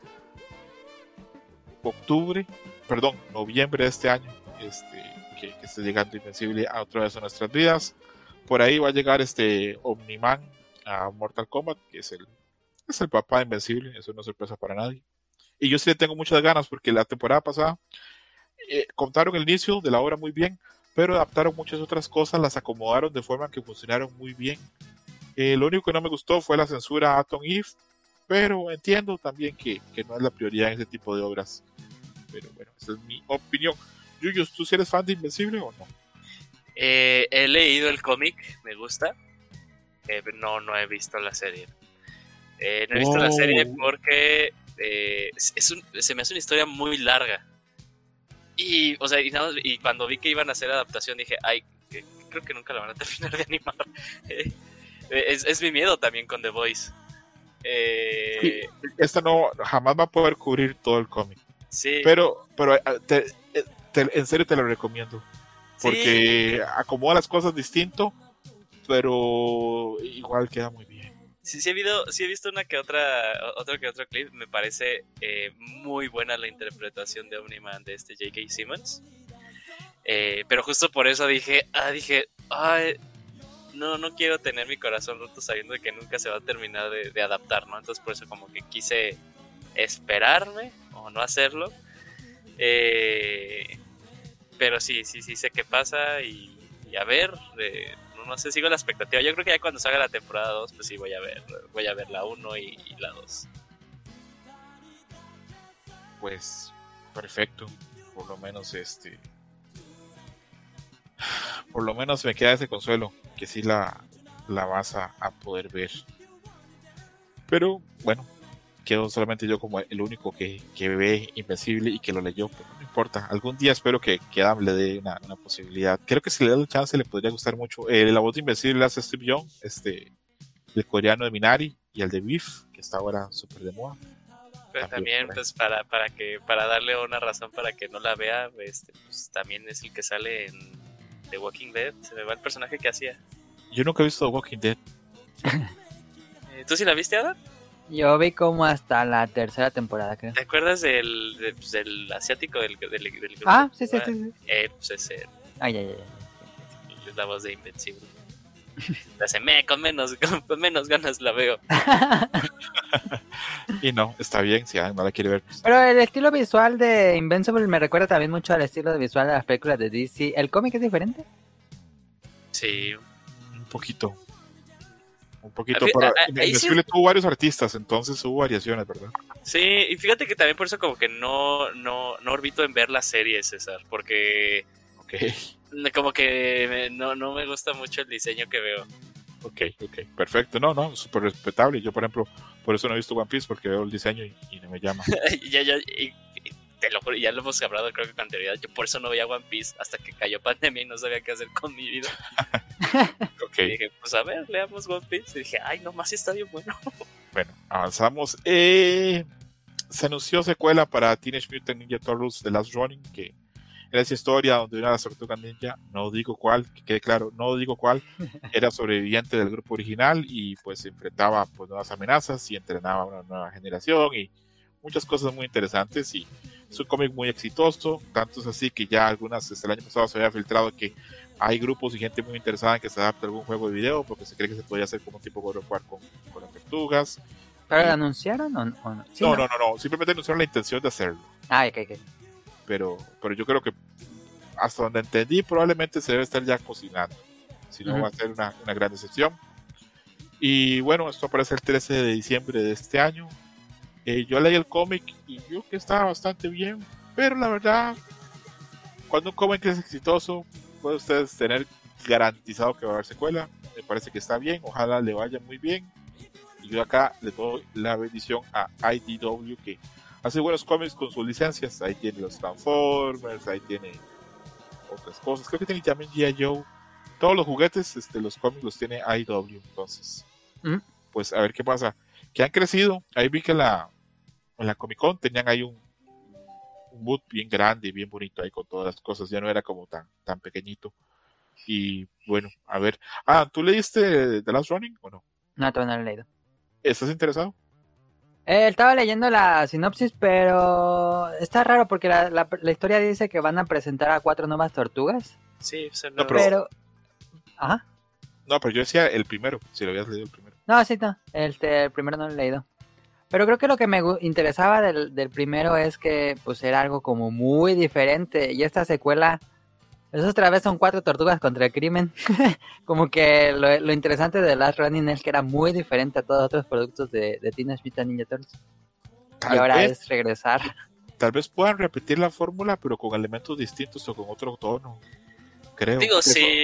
noviembre de este año que esté llegando Invencible a otra vez a nuestras vidas. Por ahí va a llegar Omni-Man a Mortal Kombat, que es el papá de Invencible, eso no es sorpresa para nadie. Y yo sí le tengo muchas ganas porque la temporada pasada contaron el inicio de la obra muy bien, pero adaptaron muchas otras cosas, las acomodaron de forma que funcionaron muy bien. Lo único que no me gustó fue la censura a Atom Eve, pero entiendo también que no es la prioridad en ese tipo de obras. Pero bueno, esa es mi opinión. Yuyos, ¿tú sí eres fan de Invencible o no? He leído el cómic, me gusta. No he visto la serie. No he visto la serie porque se me hace una historia muy larga. Y cuando vi que iban a hacer adaptación dije, creo que nunca la van a terminar de animar. Es mi miedo también con The Voice. Esta no jamás va a poder cubrir todo el cómic. Sí. Pero en serio te lo recomiendo. Porque acomoda las cosas distinto, pero igual queda muy bien. Sí he visto otro clip. Me parece muy buena la interpretación de Omni-Man de J.K. Simmons. Pero justo por eso dije, ay, no quiero tener mi corazón roto sabiendo que nunca se va a terminar de adaptar, ¿no? Entonces por eso como que quise esperarme o no hacerlo. Pero sí sé qué pasa y a ver, no sé, sigo la expectativa. Yo creo que ya cuando salga la temporada 2, pues sí voy a ver la 1 y la 2. Pues perfecto, por lo menos me queda ese consuelo, que sí la vas a poder ver. Pero bueno, quedo solamente yo como el único que ve Invencible y que lo leyó, pero no importa. Algún día espero que Adam le dé una posibilidad. Creo que si le da la chance le podría gustar mucho. La voz de Invencible la hace Steve Young, el coreano de Minari, y el de Beef, que está ahora súper de moda. Pero también pues para darle una razón para que no la vea, pues también es el que sale en The Walking Dead. Se me va el personaje que hacía. Yo nunca he visto The Walking Dead. ¿Tú sí la viste, Adam? Yo vi como hasta la 3ª temporada, creo. ¿Te acuerdas del asiático del sí. Pues ese. Ay. Es la voz de Invencible. Con menos ganas la veo. Y no, está bien, si no la quiere ver. Pues. Pero el estilo visual de Invincible me recuerda también mucho al estilo visual de las películas de DC. ¿El cómic es diferente? Sí. Un poquito, pero Invencible tuvo varios artistas, entonces hubo variaciones, ¿verdad? Sí, y fíjate que también por eso como que no orbito en ver la serie, César, porque como que no me gusta mucho el diseño que veo. Ok, perfecto. No, súper respetable. Yo, por ejemplo, por eso no he visto One Piece, porque veo el diseño y no me llama. y te lo juro, ya lo hemos hablado creo que con anterioridad. Yo por eso no veía One Piece hasta que cayó pandemia y no sabía qué hacer con mi vida. Ok. Y dije, pues a ver, leamos One Piece. Y dije, ay, no más, está bien bueno. Bueno, avanzamos. Se anunció secuela para Teenage Mutant Ninja Turtles The Last Running, que era esa historia donde una de las tortugas ninja, no digo cuál, que quede claro, no digo cuál, era sobreviviente del grupo original y pues se enfrentaba pues nuevas amenazas y entrenaba a una nueva generación y muchas cosas muy interesantes. Y es un cómic muy exitoso, tanto es así que ya el año pasado se había filtrado que hay grupos y gente muy interesada en que se adapte a algún juego de video porque se cree que se podría hacer como un tipo God of War con las tortugas. ¿Pero lo anunciaron o no? Sí, No, simplemente anunciaron la intención de hacerlo. Ah, ok. Pero yo creo que hasta donde entendí probablemente se debe estar ya cocinando, si no va a ser una gran decepción. Y bueno, esto aparece el 13 de diciembre de este año. Yo leí el cómic y yo que estaba bastante bien, pero la verdad, cuando un cómic es exitoso, puede ustedes tener garantizado que va a haber secuela. Me parece que está bien, ojalá le vaya muy bien. Y yo acá le doy la bendición a IDW, que hace buenos cómics con sus licencias. Ahí tiene los Transformers, ahí tiene otras cosas. Creo que tiene también G.I. Joe. Todos los juguetes, los cómics los tiene IDW. Entonces, pues a ver qué pasa. Que han crecido. Ahí vi que en la Comic Con tenían ahí un boot bien grande y bien bonito ahí con todas las cosas. Ya no era como tan pequeñito. Y bueno, a ver. ¿Tú leíste The Last Running o no? No, todavía no lo he leído. ¿Estás interesado? Estaba leyendo la sinopsis, pero está raro porque la historia dice que van a presentar a 4 nuevas tortugas. Sí, no, pero... Ajá. No, pero yo decía el primero, si lo habías leído el primero. No, sí, no. El primero no lo he leído. Pero creo que lo que me interesaba del primero es que pues era algo como muy diferente. Y esta secuela, pues otra vez son 4 tortugas contra el crimen. Como que lo interesante de Last Running es que era muy diferente a todos los otros productos de Teenage Mutant Ninja Turtles. Y ahora es regresar. Tal vez puedan repetir la fórmula, pero con elementos distintos o con otro tono. Creo. Digo,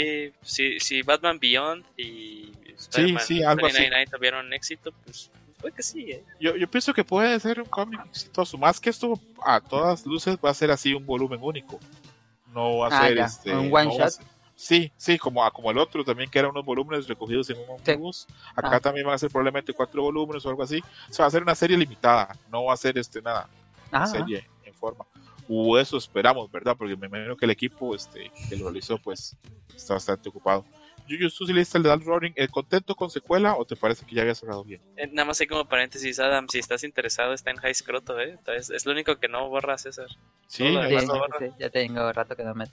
si Batman Beyond y sí, algo así. tuvieron éxito, pues puede que sí. Yo pienso que puede ser un cómic exitoso. Más que esto, a todas luces va a ser así un volumen único. No va a ser un one shot. Sí, como el otro también, que eran unos volúmenes recogidos en un omnibus. Acá también van a ser probablemente 4 volúmenes o algo así. O sea, va a ser una serie limitada, no va a ser una serie en forma. O eso esperamos, ¿verdad? Porque me imagino que el equipo que lo realizó, pues, está bastante ocupado. ¿Tú sí leíste el de Last Running contento con secuela o te parece que ya había cerrado bien? Nada más hay como paréntesis, Adam, si estás interesado está en High Scroto, Entonces, es lo único que no borra, César. Sí, ya tengo rato que no meto.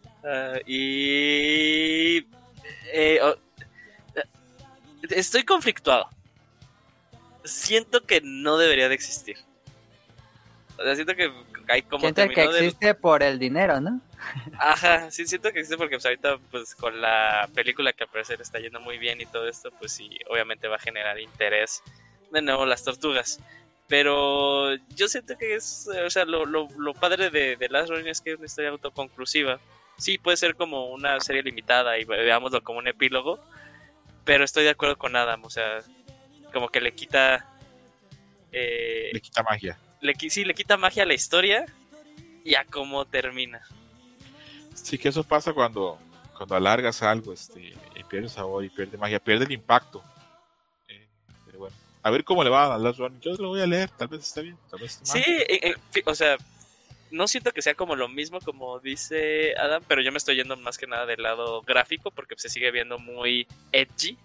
Estoy conflictuado. Siento que no debería de existir. O sea, siento que hay como... Siento que existe por el dinero, ¿no? Ajá, sí, siento que existe porque pues ahorita pues con la película que al parecer está yendo muy bien y todo esto, pues sí, obviamente va a generar interés de nuevo las tortugas. Pero yo siento que es, o sea, lo padre de Last Running es que es una historia autoconclusiva. Sí, puede ser como una serie limitada y veámoslo como un epílogo, pero estoy de acuerdo con Adam, o sea, como que le quita... le quita magia. Le quita magia a la historia y a cómo termina. Sí, que eso pasa cuando alargas algo, y pierde sabor y pierde magia, pierde el impacto. Pero bueno, a ver cómo le va a Last Running. Yo lo voy a leer, tal vez está bien, tal vez está mal. Sí, o sea, no siento que sea como lo mismo como dice Adam, pero yo me estoy yendo más que nada del lado gráfico porque se sigue viendo muy edgy.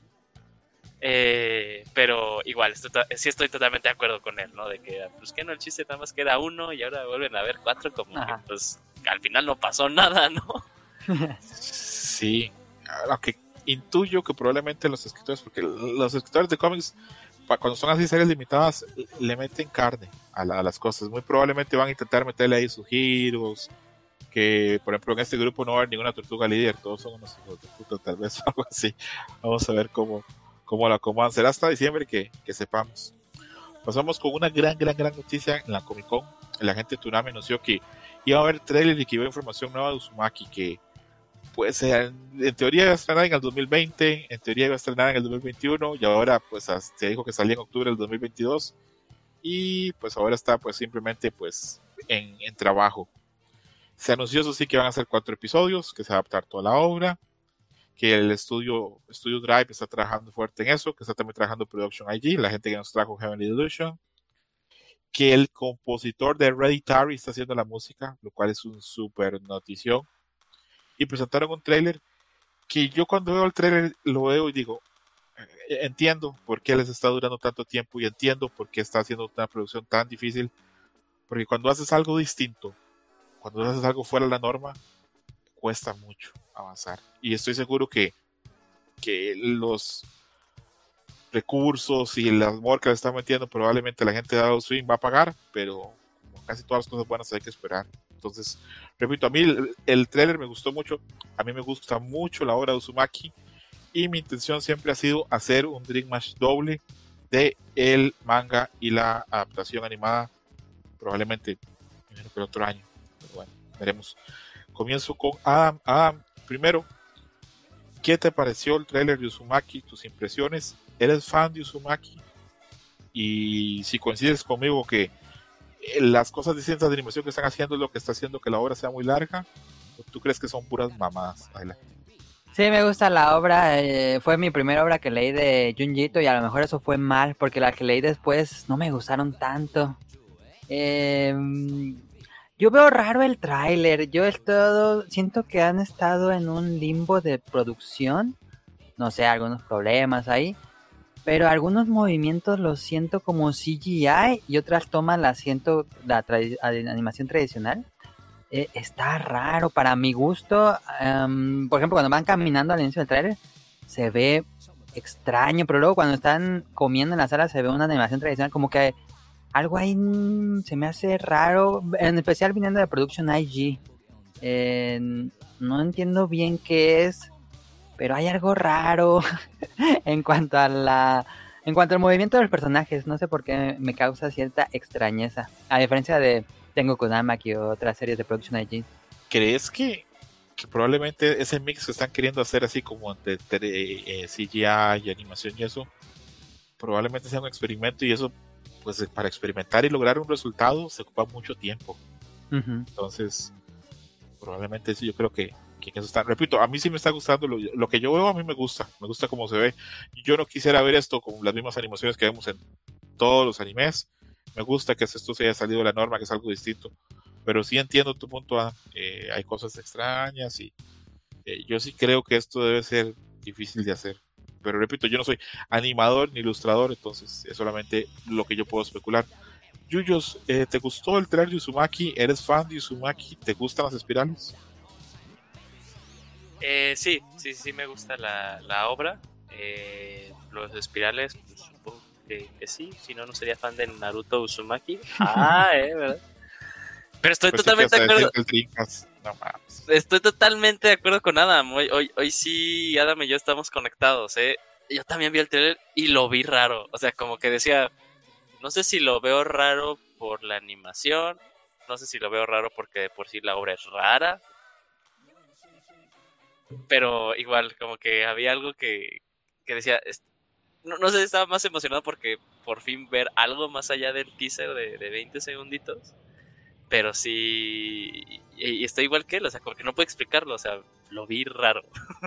Pero igual, sí estoy totalmente de acuerdo con él, ¿no? De que, pues que no, el chiste nada más que era 1 y ahora vuelven a haber 4, como que, pues, al final no pasó nada, ¿no? Sí, aunque intuyo que probablemente los escritores, porque los escritores de cómics, cuando son así series limitadas, le meten carne a las cosas. Muy probablemente van a intentar meterle ahí sus giros, que por ejemplo en este grupo no va a haber ninguna tortuga líder, todos son unos hijos de puta, tal vez algo así. Vamos a ver cómo la acomodan. Será hasta diciembre que sepamos. Pasamos con una gran noticia en la Comic Con. El agente Toonami anunció que iba a haber trailer y que iba a haber información nueva de Uzumaki, que pues en teoría iba a estrenar en el 2020, en teoría iba a estrenar en el 2021 y ahora pues se dijo que salía en octubre del 2022 y pues ahora está pues simplemente pues en trabajo. Se anunció eso sí que van a ser 4 episodios, que se va a adaptar toda la obra, que el estudio Drive está trabajando fuerte en eso, que está también trabajando Production IG, la gente que nos trajo Heavenly Delusion, que el compositor de Hereditary está haciendo la música, lo cual es un super notición. Y presentaron un tráiler que yo cuando veo el tráiler lo veo y digo, entiendo por qué les está durando tanto tiempo y entiendo por qué está haciendo una producción tan difícil, porque cuando haces algo distinto, cuando haces algo fuera de la norma, cuesta mucho avanzar. Y estoy seguro que los recursos y el amor que le están metiendo, probablemente la gente de Adult Swim va a pagar, pero como casi todas las cosas buenas hay que esperar. Entonces, repito, a mí el tráiler me gustó mucho, a mí me gusta mucho la obra de Uzumaki y mi intención siempre ha sido hacer un Dream Match doble de el manga y la adaptación animada, probablemente el otro año, pero bueno, veremos. Comienzo con Adam. Adam, primero, ¿qué te pareció el tráiler de Uzumaki? Tus impresiones. ¿Eres fan de Uzumaki? Y si coincides conmigo que las cosas distintas de animación que están haciendo es lo que está haciendo que la obra sea muy larga, ¿o tú crees que son puras mamadas? Adelante. Sí, me gusta la obra. Fue mi primera obra que leí de Junji Ito y a lo mejor eso fue mal porque las que leí después no me gustaron tanto. Yo veo raro el tráiler. Siento que han estado en un limbo de producción. No sé, algunos problemas ahí. Pero algunos movimientos los siento como CGI y otras tomas las siento la animación tradicional. Está raro para mi gusto. Por ejemplo, cuando van caminando al inicio del tráiler se ve extraño, pero luego cuando están comiendo en la sala se ve una animación tradicional, como que algo ahí se me hace raro, en especial viniendo de Production IG. No entiendo bien qué es, pero hay algo raro en cuanto al movimiento de los personajes. No sé por qué me causa cierta extrañeza, a diferencia de Tengoku Udamaki o otras series de Production IG. ¿Crees que probablemente ese mix que están queriendo hacer así como entre CGI y animación y eso, probablemente sea un experimento y eso, pues para experimentar y lograr un resultado se ocupa mucho tiempo? Entonces, probablemente sí, yo creo que en eso está. Repito, a mí sí me está gustando lo que yo veo, a mí me gusta cómo se ve. Yo no quisiera ver esto con las mismas animaciones que vemos en todos los animes. Me gusta que esto se haya salido de la norma, que es algo distinto, pero sí entiendo tu punto. Hay cosas extrañas y yo sí creo que esto debe ser difícil de hacer, pero repito, yo no soy animador ni ilustrador, entonces es solamente lo que yo puedo especular. Yuyos, ¿te gustó el trailer de Uzumaki? ¿Eres fan de Uzumaki? ¿Te gustan las espirales? Sí, me gusta la obra. Los espirales, pues, supongo que sí, si no, no sería fan de Naruto Uzumaki. ¿Verdad? Pero estoy Pues totalmente de acuerdo. No mames. Estoy totalmente de acuerdo con Adam. Hoy sí, Adam y yo estamos conectados, Yo también vi el trailer y lo vi raro. O sea, como que decía, no sé si lo veo raro por la animación, no sé si lo veo raro porque de por sí la obra es rara. Pero igual, como que había algo que decía, no sé, estaba más emocionado porque por fin ver algo más allá del teaser de 20 segunditos. Pero sí, y estoy igual que él, o sea, como que no puedo explicarlo, o sea, lo vi raro.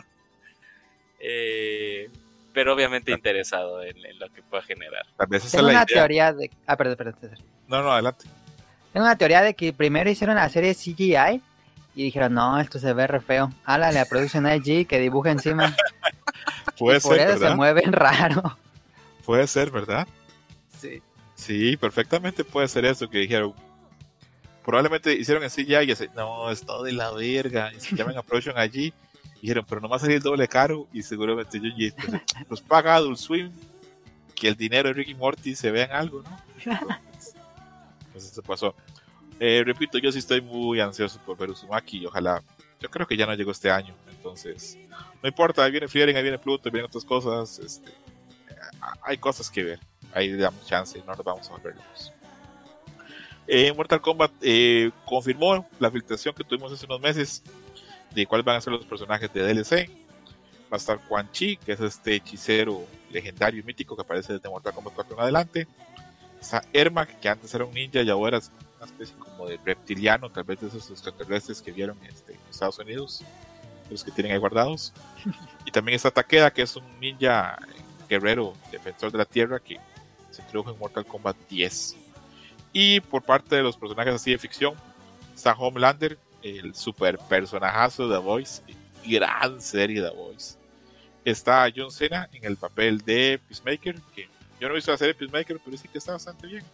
Pero obviamente interesado en lo que pueda generar. Tengo una teoría de... perdón. No, adelante. Tengo una teoría de que primero hicieron la serie CGI y dijeron, no, esto se ve re feo. Háblale a Production IG que dibuje encima. Puede ser, por eso ¿verdad? Se mueven raro. Puede ser, ¿verdad? Sí. Sí, perfectamente puede ser eso que dijeron. Probablemente hicieron en CGI y así, no, es todo de la verga. Y se llaman a Production allí. Dijeron, pero no va a salir el doble caro. Y seguramente Junji nos paga Adult Swim. Que el dinero de Ricky Morty se vea en algo, ¿no? Entonces eso pasó. Repito, yo sí estoy muy ansioso por ver Uzumaki. Y ojalá, yo creo que ya no llegó este año. Entonces, no importa, ahí viene Frieren, ahí viene Pluto, ahí vienen otras cosas. Hay cosas que ver. Ahí le damos chance, no nos vamos a volver locos. Mortal Kombat confirmó la filtración que tuvimos hace unos meses de cuáles van a ser los personajes de DLC. Va a estar Quan Chi, que es este hechicero legendario y mítico que aparece desde Mortal Kombat 4 en adelante. Está Ermac, que antes era un ninja y ahora es una especie como de reptiliano, tal vez de esos extraterrestres que vieron en Estados Unidos, los que tienen ahí guardados. Y también está Takeda, que es un ninja guerrero, defensor de la tierra, que se introdujo en Mortal Kombat 10. Y por parte de los personajes así de ficción, está Homelander, el super personajazo de The Voice, gran serie de The Voice. Está John Cena en el papel de Peacemaker, que yo no he visto la serie Peacemaker, pero sí que está bastante bien.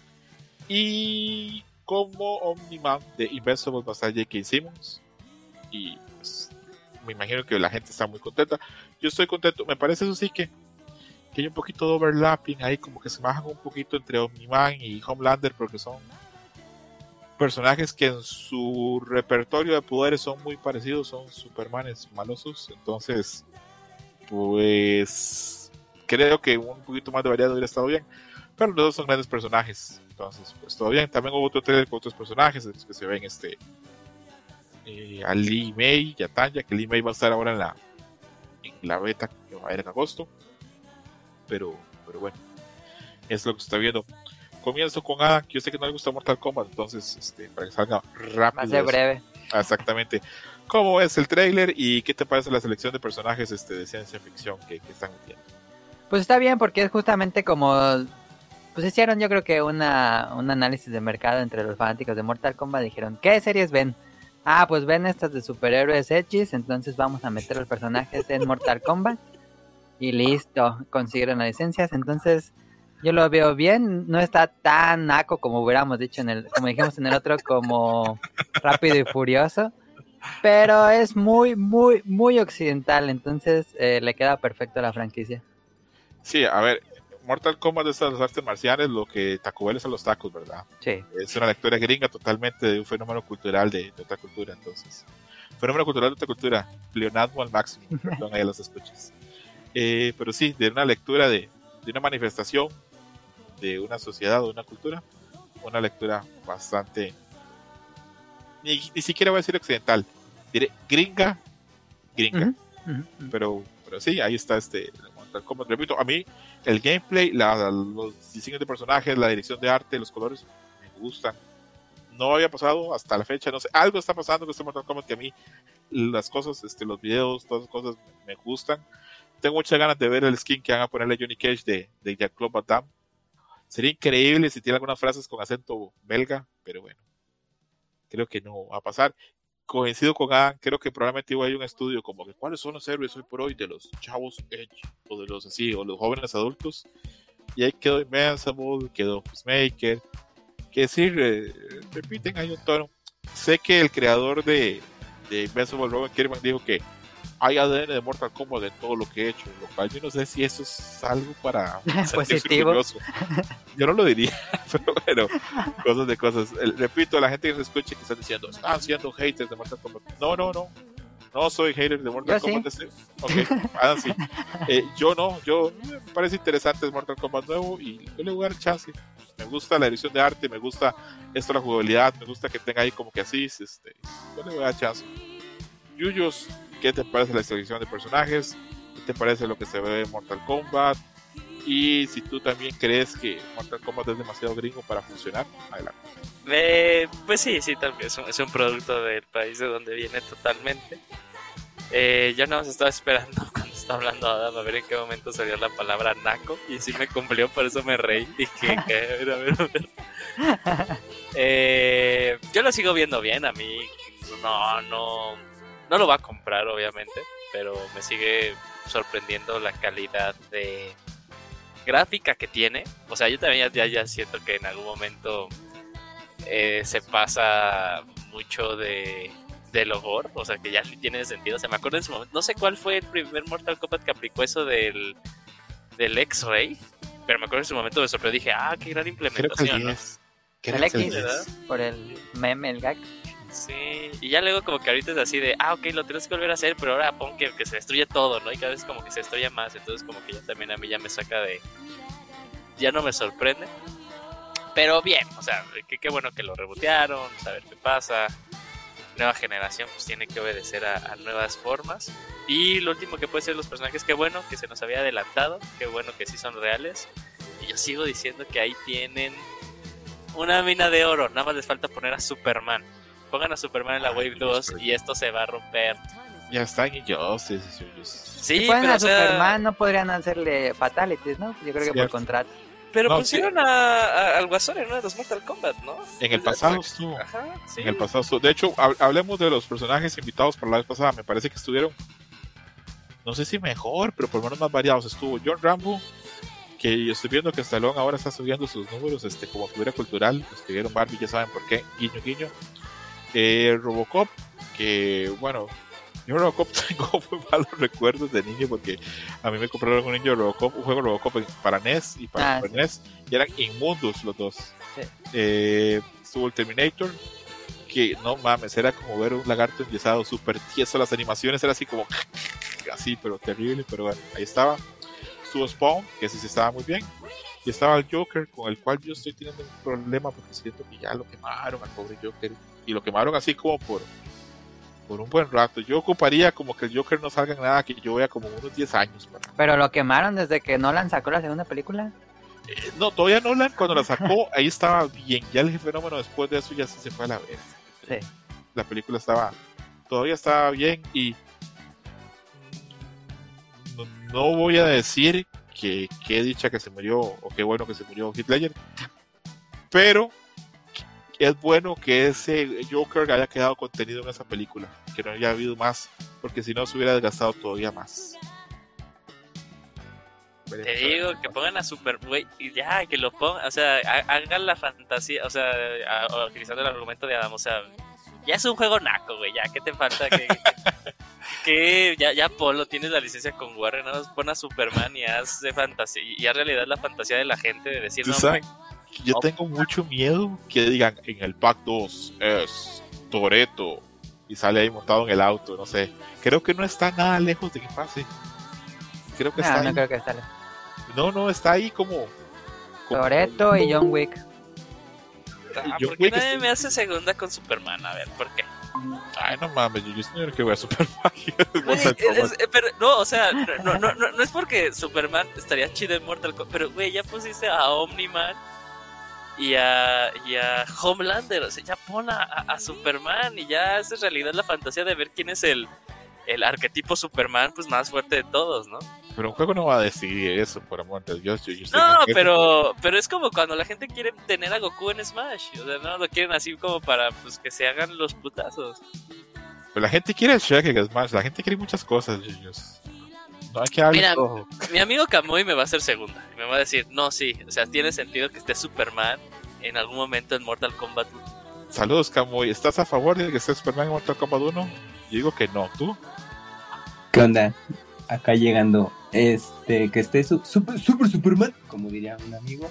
Y como Omni-Man de Invincible va a estar J.K. Simmons. Y pues, me imagino que la gente está muy contenta. Yo estoy contento. Me parece eso sí que hay un poquito de overlapping ahí, como que se bajan un poquito entre Omni-Man y Homelander, porque son personajes que en su repertorio de poderes son muy parecidos, son Supermanes malosos. Entonces, pues creo que un poquito más de variedad hubiera estado bien, pero los dos son grandes personajes, entonces pues todo bien. También hubo otro trailer con otros personajes que se ven a Lee May y a Tanya, que Lee May va a estar ahora en la beta que va a haber en agosto, pero bueno, es lo que se está viendo. Comienzo con Adam, que yo sé que no le gusta Mortal Kombat, entonces para que salga rápido. Más de breve. Exactamente. ¿Cómo es el trailer y qué te parece la selección de personajes de ciencia ficción que están metiendo? Pues está bien, porque es justamente como... Pues hicieron yo creo que un análisis de mercado entre los fanáticos de Mortal Kombat. Dijeron, ¿qué series ven? Ah, pues ven estas de superhéroes edgys, entonces vamos a meter los personajes en Mortal Kombat. Y listo, consiguieron las licencias. Entonces yo lo veo bien, no está tan naco como hubiéramos dicho como dijimos en el otro, como Rápido y Furioso. Pero es muy, muy, muy occidental, entonces le queda perfecto a la franquicia. Sí, a ver, Mortal Kombat es a los artes marciales lo que Taco Bell es a los tacos, ¿verdad? Sí. Es una lectura gringa totalmente de un fenómeno cultural de otra cultura, entonces. Fenómeno cultural de otra cultura, pleonasmo al máximo, perdón, ahí a los escuchas. Pero sí, de una lectura de una manifestación de una sociedad o una cultura, una lectura bastante, ni siquiera voy a decir occidental, diré gringa. Pero sí, ahí está Mortal Kombat. Repito, a mí el gameplay, los diseños de personajes, la dirección de arte, los colores me gustan. No había pasado hasta la fecha, no sé, algo está pasando con este Mortal Kombat que a mí las cosas, los videos, todas las cosas me gustan. Tengo muchas ganas de ver el skin que van a ponerle a Johnny Cage de Jean-Claude Van Damme. Sería increíble si tiene algunas frases con acento belga, pero bueno, creo que no va a pasar. Coincido con Adam, creo que probablemente hay un estudio como que cuáles son los héroes hoy por hoy de los chavos Edge, o de los así, o los jóvenes adultos, y ahí quedó Invincible, quedó Peacemaker, que sí, repiten, hay un tono. Sé que el creador de Invincible, Robin Kirkman, dijo que hay ADN de Mortal Kombat en todo lo que he hecho, lo cual yo no sé si eso es algo para positivo. Orgulloso. Yo no lo diría, pero bueno, cosas de cosas. Repito, la gente que se escuche que están diciendo, están siendo haters de Mortal Kombat. No soy hater de Mortal Kombat. Sí. Ok, sí. Yo me parece interesante el Mortal Kombat nuevo y yo le voy a dar chance. Me gusta la edición de arte, me gusta la jugabilidad, me gusta que tenga ahí como que así, yo le voy a dar chance. Yuyos, ¿qué te parece la selección de personajes? ¿Qué te parece lo que se ve en Mortal Kombat? Y si tú también crees que Mortal Kombat es demasiado gringo para funcionar, adelante. Pues sí, tal vez es un producto del país de donde viene totalmente. Yo nada más estaba esperando cuando estaba hablando Adam a ver en qué momento salió la palabra naco, y sí me cumplió, por eso me reí. Dije, a ver. Yo lo sigo viendo bien, a mí no lo va a comprar obviamente, pero me sigue sorprendiendo la calidad de gráfica que tiene. O sea, yo también ya siento que en algún momento se pasa mucho del horror, o sea que ya sí tiene sentido. O sea, me acuerdo en su momento, no sé cuál fue el primer Mortal Kombat que aplicó eso del X-Ray, pero me acuerdo en su momento me sorprendió, dije, qué gran implementación. Creo que el X, ¿verdad? Por el meme, el gag. Sí, y ya luego como que ahorita es así de, ok, lo tienes que volver a hacer, pero ahora pon que se destruye todo, ¿no? Y cada vez como que se destruye más, entonces como que ya también a mí ya me saca de... Ya no me sorprende. Pero bien, o sea, qué bueno que lo rebotearon, a ver qué pasa. nueva generación pues tiene que obedecer a nuevas formas. Y lo último que puede ser los personajes, qué bueno que se nos había adelantado, qué bueno que sí son reales. Y yo sigo diciendo que ahí tienen una mina de oro, nada más les falta poner a Superman. Pongan a Superman en la Wave 2 y esto se va a romper. Ya está en Injustice. Sí, Si ponen pero a o sea, Superman, no podrían hacerle fatalities, ¿no? Yo creo que por contrato. pero No, pusieron al Guasón en uno de los Mortal Kombat, ¿no? En el pasado estuvo. Ajá, sí. En el pasado estuvo. De hecho, hablemos de los personajes invitados para la vez pasada. Me parece que estuvieron, no sé si mejor, pero por lo menos más variados. Estuvo John Rambo, que yo estoy viendo que Stallone ahora está subiendo sus números como figura cultural. Los que vieron Barbie ya saben por qué. Guiño, guiño. Robocop, que bueno, yo Robocop tengo muy malos recuerdos de niño porque a mí me compraron un juego Robocop para NES y para Super NES y eran inmundos los dos. Sí. Estuvo el Terminator, que no mames, era como ver un lagarto enyesado súper tieso, las animaciones eran así como así, pero terrible, pero bueno, ahí estaba. Estuvo Spawn, que ese sí estaba muy bien. Y estaba el Joker, con el cual yo estoy teniendo un problema porque siento que ya lo quemaron al pobre Joker. Y lo quemaron así como por un buen rato. Yo ocuparía como que el Joker no salga en nada, que yo vea como unos 10 años. Pero lo quemaron desde que Nolan sacó la segunda película. No, todavía Nolan cuando la sacó, ahí estaba bien. Ya el fenómeno después de eso ya se fue a la vez. Sí. La película todavía estaba bien y no voy a decir que qué dicha que se murió o qué bueno que se murió Heath Ledger, pero es bueno que ese Joker haya quedado contenido en esa película, que no haya habido más, porque si no se hubiera desgastado todavía más. Te digo que pongan a Superman y ya, que lo pongan, o sea, hagan la fantasía, o sea, utilizando el argumento de Adam, o sea, ya es un juego naco, güey, ya, ¿qué te falta? Que ya Polo, tienes la licencia con Warner, ¿no? Pon a Superman y haz de fantasía, y haz realidad la fantasía de la gente de decir, no, ¿saben? Yo tengo mucho miedo que digan en el Pack 2 es Toretto y sale ahí montado en el auto, no sé. Creo que no está nada lejos de que pase. Creo que está ahí. No creo que está lejos. No, está ahí como Toretto y John Wick. ¿por qué nadie me hace segunda con Superman? A ver, ¿por qué? Ay, no mames, yo no que voy a Superman. Pero no, o sea, no es porque Superman estaría chido en Mortal Kombat, pero güey, ya pusiste a Omni-Man y a Homelander, o sea, ya pon a Superman y ya haces realidad la fantasía de ver quién es el arquetipo Superman pues más fuerte de todos, ¿no? Pero un juego no va a decidir eso, por amor de Dios. No, pero es como cuando la gente quiere tener a Goku en Smash, o sea, no lo quieren así como para pues que se hagan los putazos. Pero la gente quiere el Shrek en Smash, la gente quiere muchas cosas, ellos. No hay que hablar. Mira, mi amigo Kamui me va a hacer segunda. Y me va a decir, no, sí, o sea, tiene sentido que esté Superman en algún momento en Mortal Kombat 1. Saludos, Kamui. ¿Estás a favor de que esté Superman en Mortal Kombat 1? Yo digo que no, ¿tú? ¿Qué onda? Acá llegando, que esté Superman, como diría un amigo.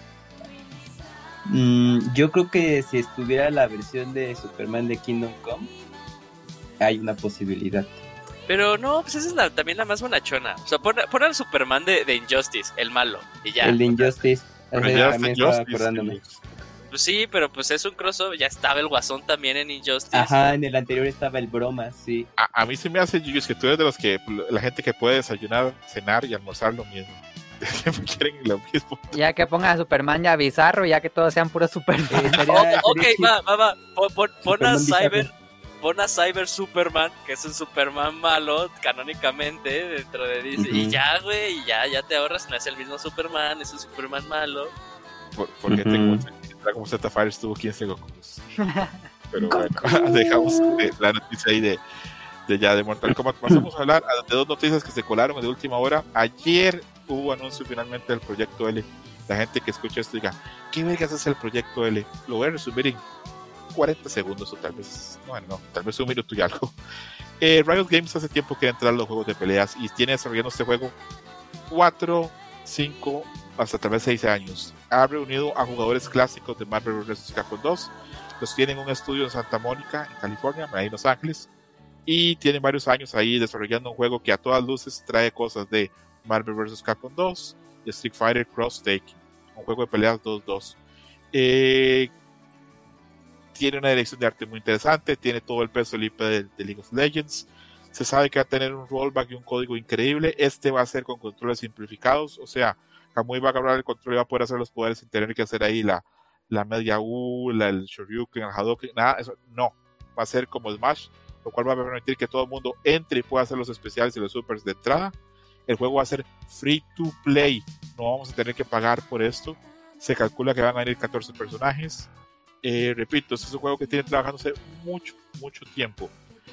Yo creo que si estuviera la versión de Superman de Kingdom Come, hay una posibilidad. Pero no, pues esa es también la más bonachona. O sea, pon al Superman de Injustice, el malo, y ya. El de Injustice, Pero también estaba acordándome. Pues sí, pero pues es un crossover, ya estaba el Guasón también en Injustice. Ajá, en el anterior estaba el Broma, sí. A mí se me hace, Yuyos, que tú eres de los que la gente que puede desayunar, cenar y almorzar lo mismo. Siempre quieren lo mismo. Ya que ponga a Superman y a Bizarro, ya que todos sean puros Superman. Ok, va. Pon a Cyber Superman, que es un Superman malo, canónicamente, dentro de DC. Y ya, güey, ya te ahorras, no es el mismo Superman, es un Superman malo. Porque como Zephyr estuvo 15 Gokus. Pero bueno, dejamos la noticia ahí de Mortal Kombat. Pasamos a hablar de dos noticias que se colaron de última hora. Ayer hubo anuncio finalmente del Proyecto L. La gente que escucha esto diga, ¿qué vergas es el Proyecto L? Lo voy a resumir en 40 segundos o tal vez un minuto y algo. Riot Games hace tiempo quiere entrar a los juegos de peleas y tiene desarrollando este juego 4, 5, hasta tal vez 6 años. Ha reunido a jugadores clásicos de Marvel vs. Capcom 2. Los tienen en un estudio en Santa Mónica, en California, ahí en Los Ángeles. Y tienen varios años ahí desarrollando un juego que a todas luces trae cosas de Marvel vs. Capcom 2 y Street Fighter Cross Take, un juego de peleas 2-2. tiene una dirección de arte muy interesante, tiene todo el peso del IP de League of Legends, se sabe que va a tener un rollback y un código increíble. Este va a ser con controles simplificados, o sea, Kamui va a agarrar el control y va a poder hacer los poderes sin tener que hacer ahí la media U, el Shoryuken, el Hadouken, nada, eso no, va a ser como Smash, lo cual va a permitir que todo el mundo entre y pueda hacer los especiales y los supers de entrada. El juego va a ser free to play, no vamos a tener que pagar por esto. Se calcula que van a venir 14 personajes. Repito, este es un juego que tiene trabajándose mucho tiempo.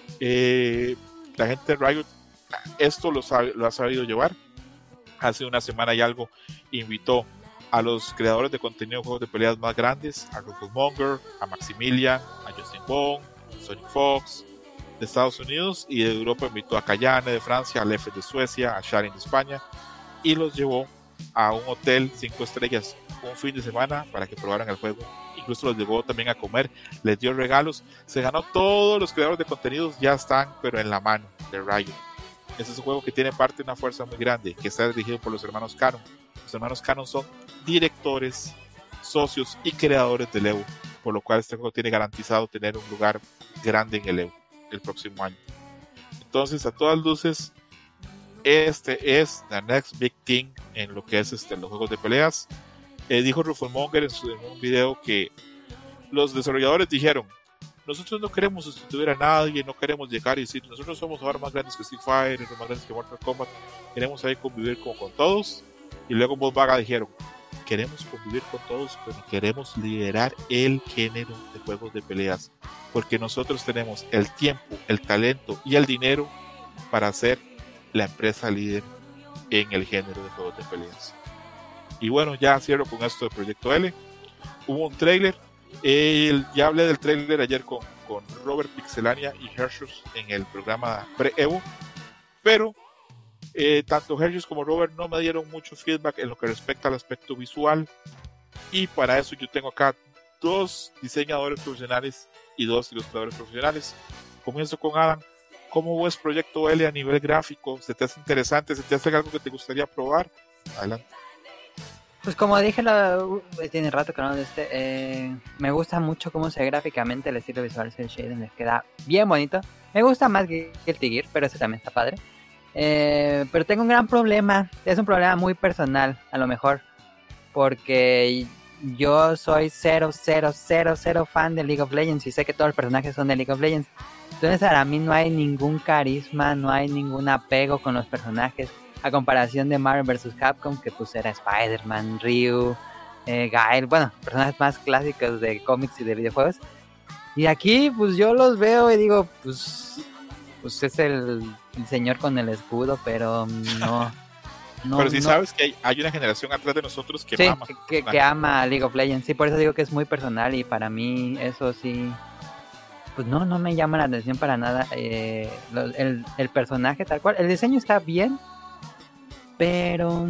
La gente de Riot esto lo ha sabido llevar. Hace una semana y algo invitó a los creadores de contenido de juegos de peleas más grandes, a Rufus Monger, a Maximilian, a Justin Wong, a Sonic Fox de Estados Unidos, y de Europa invitó a Kayane de Francia, a Leffe de Suecia, a Sharin de España, y los llevó a un hotel 5 estrellas un fin de semana para que probaran el juego. Incluso los llevó también a comer, les dio regalos, se ganó. Todos los creadores de contenidos ya están pero en la mano de Riot. Este es un juego que tiene parte de una fuerza muy grande, que está dirigido por los hermanos Cannon. Los hermanos Cannon son directores, socios y creadores del EVO, por lo cual este juego tiene garantizado tener un lugar grande en el EVO el próximo año. Entonces, a todas luces, este es the next big thing en lo que es los juegos de peleas. Dijo Rufus Monger en un video que los desarrolladores dijeron: nosotros no queremos sustituir a nadie, no queremos llegar y decir nosotros somos ahora más grandes que Street Fighter, más grandes que Mortal Kombat, queremos ahí convivir con todos. Y luego Volkswagen dijeron: queremos convivir con todos, pero queremos liderar el género de juegos de peleas, porque nosotros tenemos el tiempo, el talento y el dinero para ser la empresa líder en el género de juegos de peleas. Y bueno, ya cierro con esto de Proyecto L. Hubo un trailer, ya hablé del trailer ayer con Robert Pixelania y Hershus en el programa pre-Evo, pero tanto Hershus como Robert no me dieron mucho feedback en lo que respecta al aspecto visual, y para eso yo tengo acá 2 diseñadores profesionales y 2 ilustradores profesionales. Comienzo con Adam. ¿Cómo ves Proyecto L a nivel gráfico? ¿Se te hace interesante? ¿Se te hace algo que te gustaría probar? Adelante. Pues como dije, tiene rato que no me gusta mucho cómo se ve gráficamente, el estilo visual del shading, les queda bien bonito. Me gusta más Guilty Gear, pero ese también está padre. Pero tengo un gran problema, es un problema muy personal, a lo mejor, porque yo soy cero fan de League of Legends y sé que todos los personajes son de League of Legends. Entonces para mí no hay ningún carisma, no hay ningún apego con los personajes, a comparación de Marvel vs. Capcom, que pues era Spider-Man, Ryu, Gael, bueno, personajes más clásicos de cómics y de videojuegos. Y aquí pues yo los veo y digo, pues es el señor con el escudo, pero no. Pero si sabes que hay una generación atrás de nosotros que ama. Que ama League of Legends, sí, por eso digo que es muy personal, y para mí eso sí, pues no me llama la atención para nada. El personaje tal cual, el diseño está bien, pero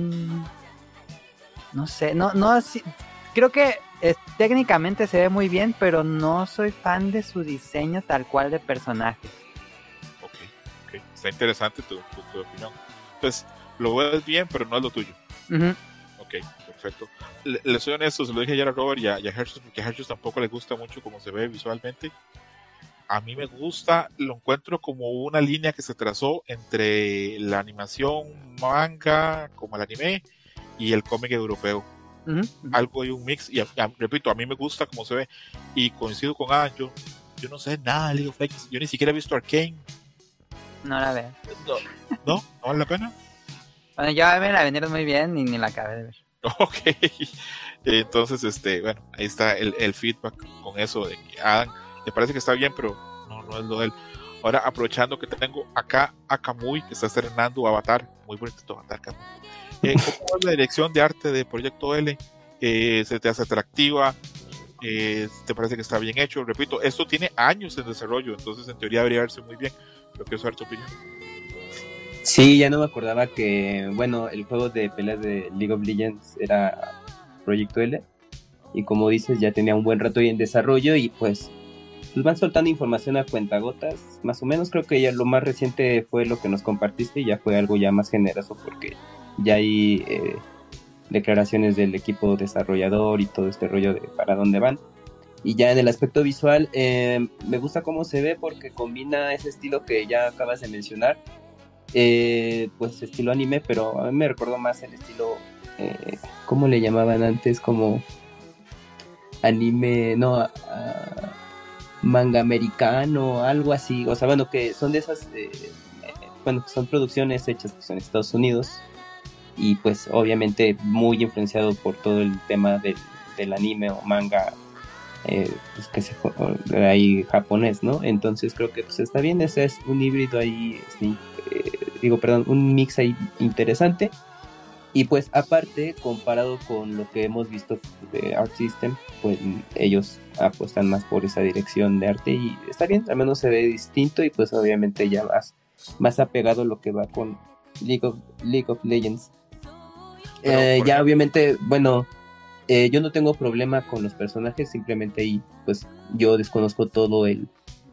no sé, sí, creo que técnicamente se ve muy bien, pero no soy fan de su diseño tal cual de personajes. Ok, está interesante tu opinión. Entonces, lo ves bien, pero no es lo tuyo. Uh-huh. Ok, perfecto. Le soy honesto, se lo dije ayer a Robert y a Hershus, porque a Hershus tampoco le gusta mucho cómo se ve visualmente. A mí me gusta, lo encuentro como una línea que se trazó entre la animación manga, como el anime, y el cómic europeo. Uh-huh. Algo de un mix, y repito, a mí me gusta cómo se ve, y coincido con Adam, yo no sé nada de League of Legends, yo ni siquiera he visto Arcane. No la veo. ¿No vale la pena? Bueno, ya me la vendieron muy bien y ni la acabé de ver. Ok, entonces, bueno, ahí está el feedback con eso de que Adam le parece que está bien, pero no es lo de él. Ahora, aprovechando que tengo acá a Kamui, que está estrenando Avatar, muy bonito Avatar, Kamui. ¿Cómo es la dirección de arte de Proyecto L? ¿Se te hace atractiva? ¿Te parece que está bien hecho? Repito, esto tiene años en desarrollo, entonces en teoría debería verse muy bien, pero quiero saber tu opinión. Sí, ya no me acordaba que, bueno, el juego de peleas de League of Legends era Proyecto L, y como dices, ya tenía un buen rato ahí en desarrollo, y pues van soltando información a cuentagotas, más o menos. Creo que ya lo más reciente fue lo que nos compartiste, y ya fue algo ya más generoso, porque ya hay declaraciones del equipo desarrollador y todo este rollo de para dónde van. Y ya en el aspecto visual, me gusta cómo se ve porque combina ese estilo que ya acabas de mencionar, pues estilo anime, pero a mí me recordó más el estilo, ¿cómo le llamaban antes? Como anime, no, manga americano, algo así. O sea, bueno, que son de esas, bueno, son producciones hechas pues, en Estados Unidos y pues obviamente muy influenciado por todo el tema del anime o manga, pues que se ahí japonés, ¿no? Entonces creo que pues está bien, ese es un híbrido ahí, un mix ahí interesante. Y pues aparte, comparado con lo que hemos visto de Art System, pues ellos apuestan más por esa dirección de arte y está bien, al menos se ve distinto y pues obviamente ya más apegado a lo que va con League of Legends. Ya obviamente, bueno, yo no tengo problema con los personajes, simplemente ahí pues yo desconozco todo el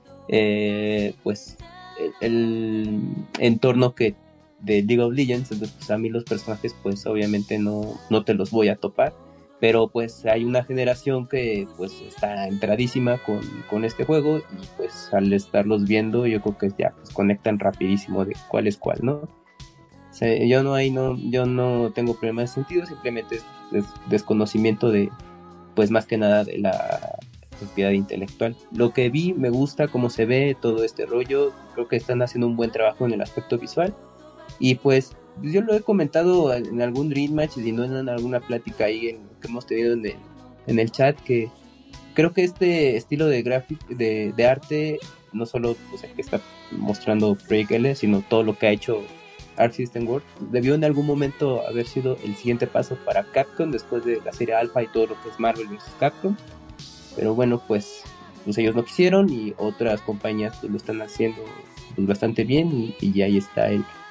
entorno que de League of Legends, entonces pues a mí los personajes pues obviamente no te los voy a topar, pero pues hay una generación que pues está entradísima con este juego y pues al estarlos viendo yo creo que ya pues conectan rapidísimo de cuál es cuál, ¿no? O sea, yo no tengo problema en ese sentido, simplemente es desconocimiento de pues más que nada de la propiedad intelectual. Lo que vi, me gusta cómo se ve todo este rollo, creo que están haciendo un buen trabajo en el aspecto visual. Y pues yo lo he comentado en algún Dream Match y no en alguna plática ahí que hemos tenido en el chat, que creo que este estilo de arte, no solo pues, el que está mostrando Project L, sino todo lo que ha hecho Arc System Works, debió en algún momento haber sido el siguiente paso para Capcom después de la serie Alpha y todo lo que es Marvel vs. Capcom. Pero bueno, pues ellos no quisieron y otras compañías pues, lo están haciendo pues, bastante bien y ahí está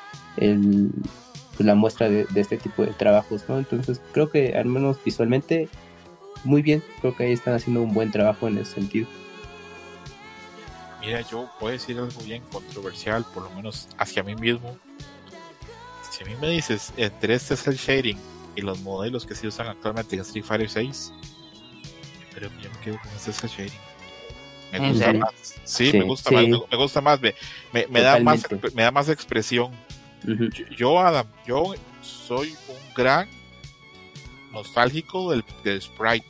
pues, la muestra de este tipo de trabajos, ¿no? Entonces creo que al menos visualmente muy bien, creo que ahí están haciendo un buen trabajo en ese sentido. Mira, yo puedo decir algo bien controversial, por lo menos hacia mí mismo. Si a mí me dices entre este cel shading y los modelos que se usan actualmente en Street Fighter 6, pero yo me quedo con este cel shading. Me gusta más. Sí, me gusta más. Me gusta más. Me da más expresión. Uh-huh. Yo, Adam, yo soy un gran nostálgico del sprite.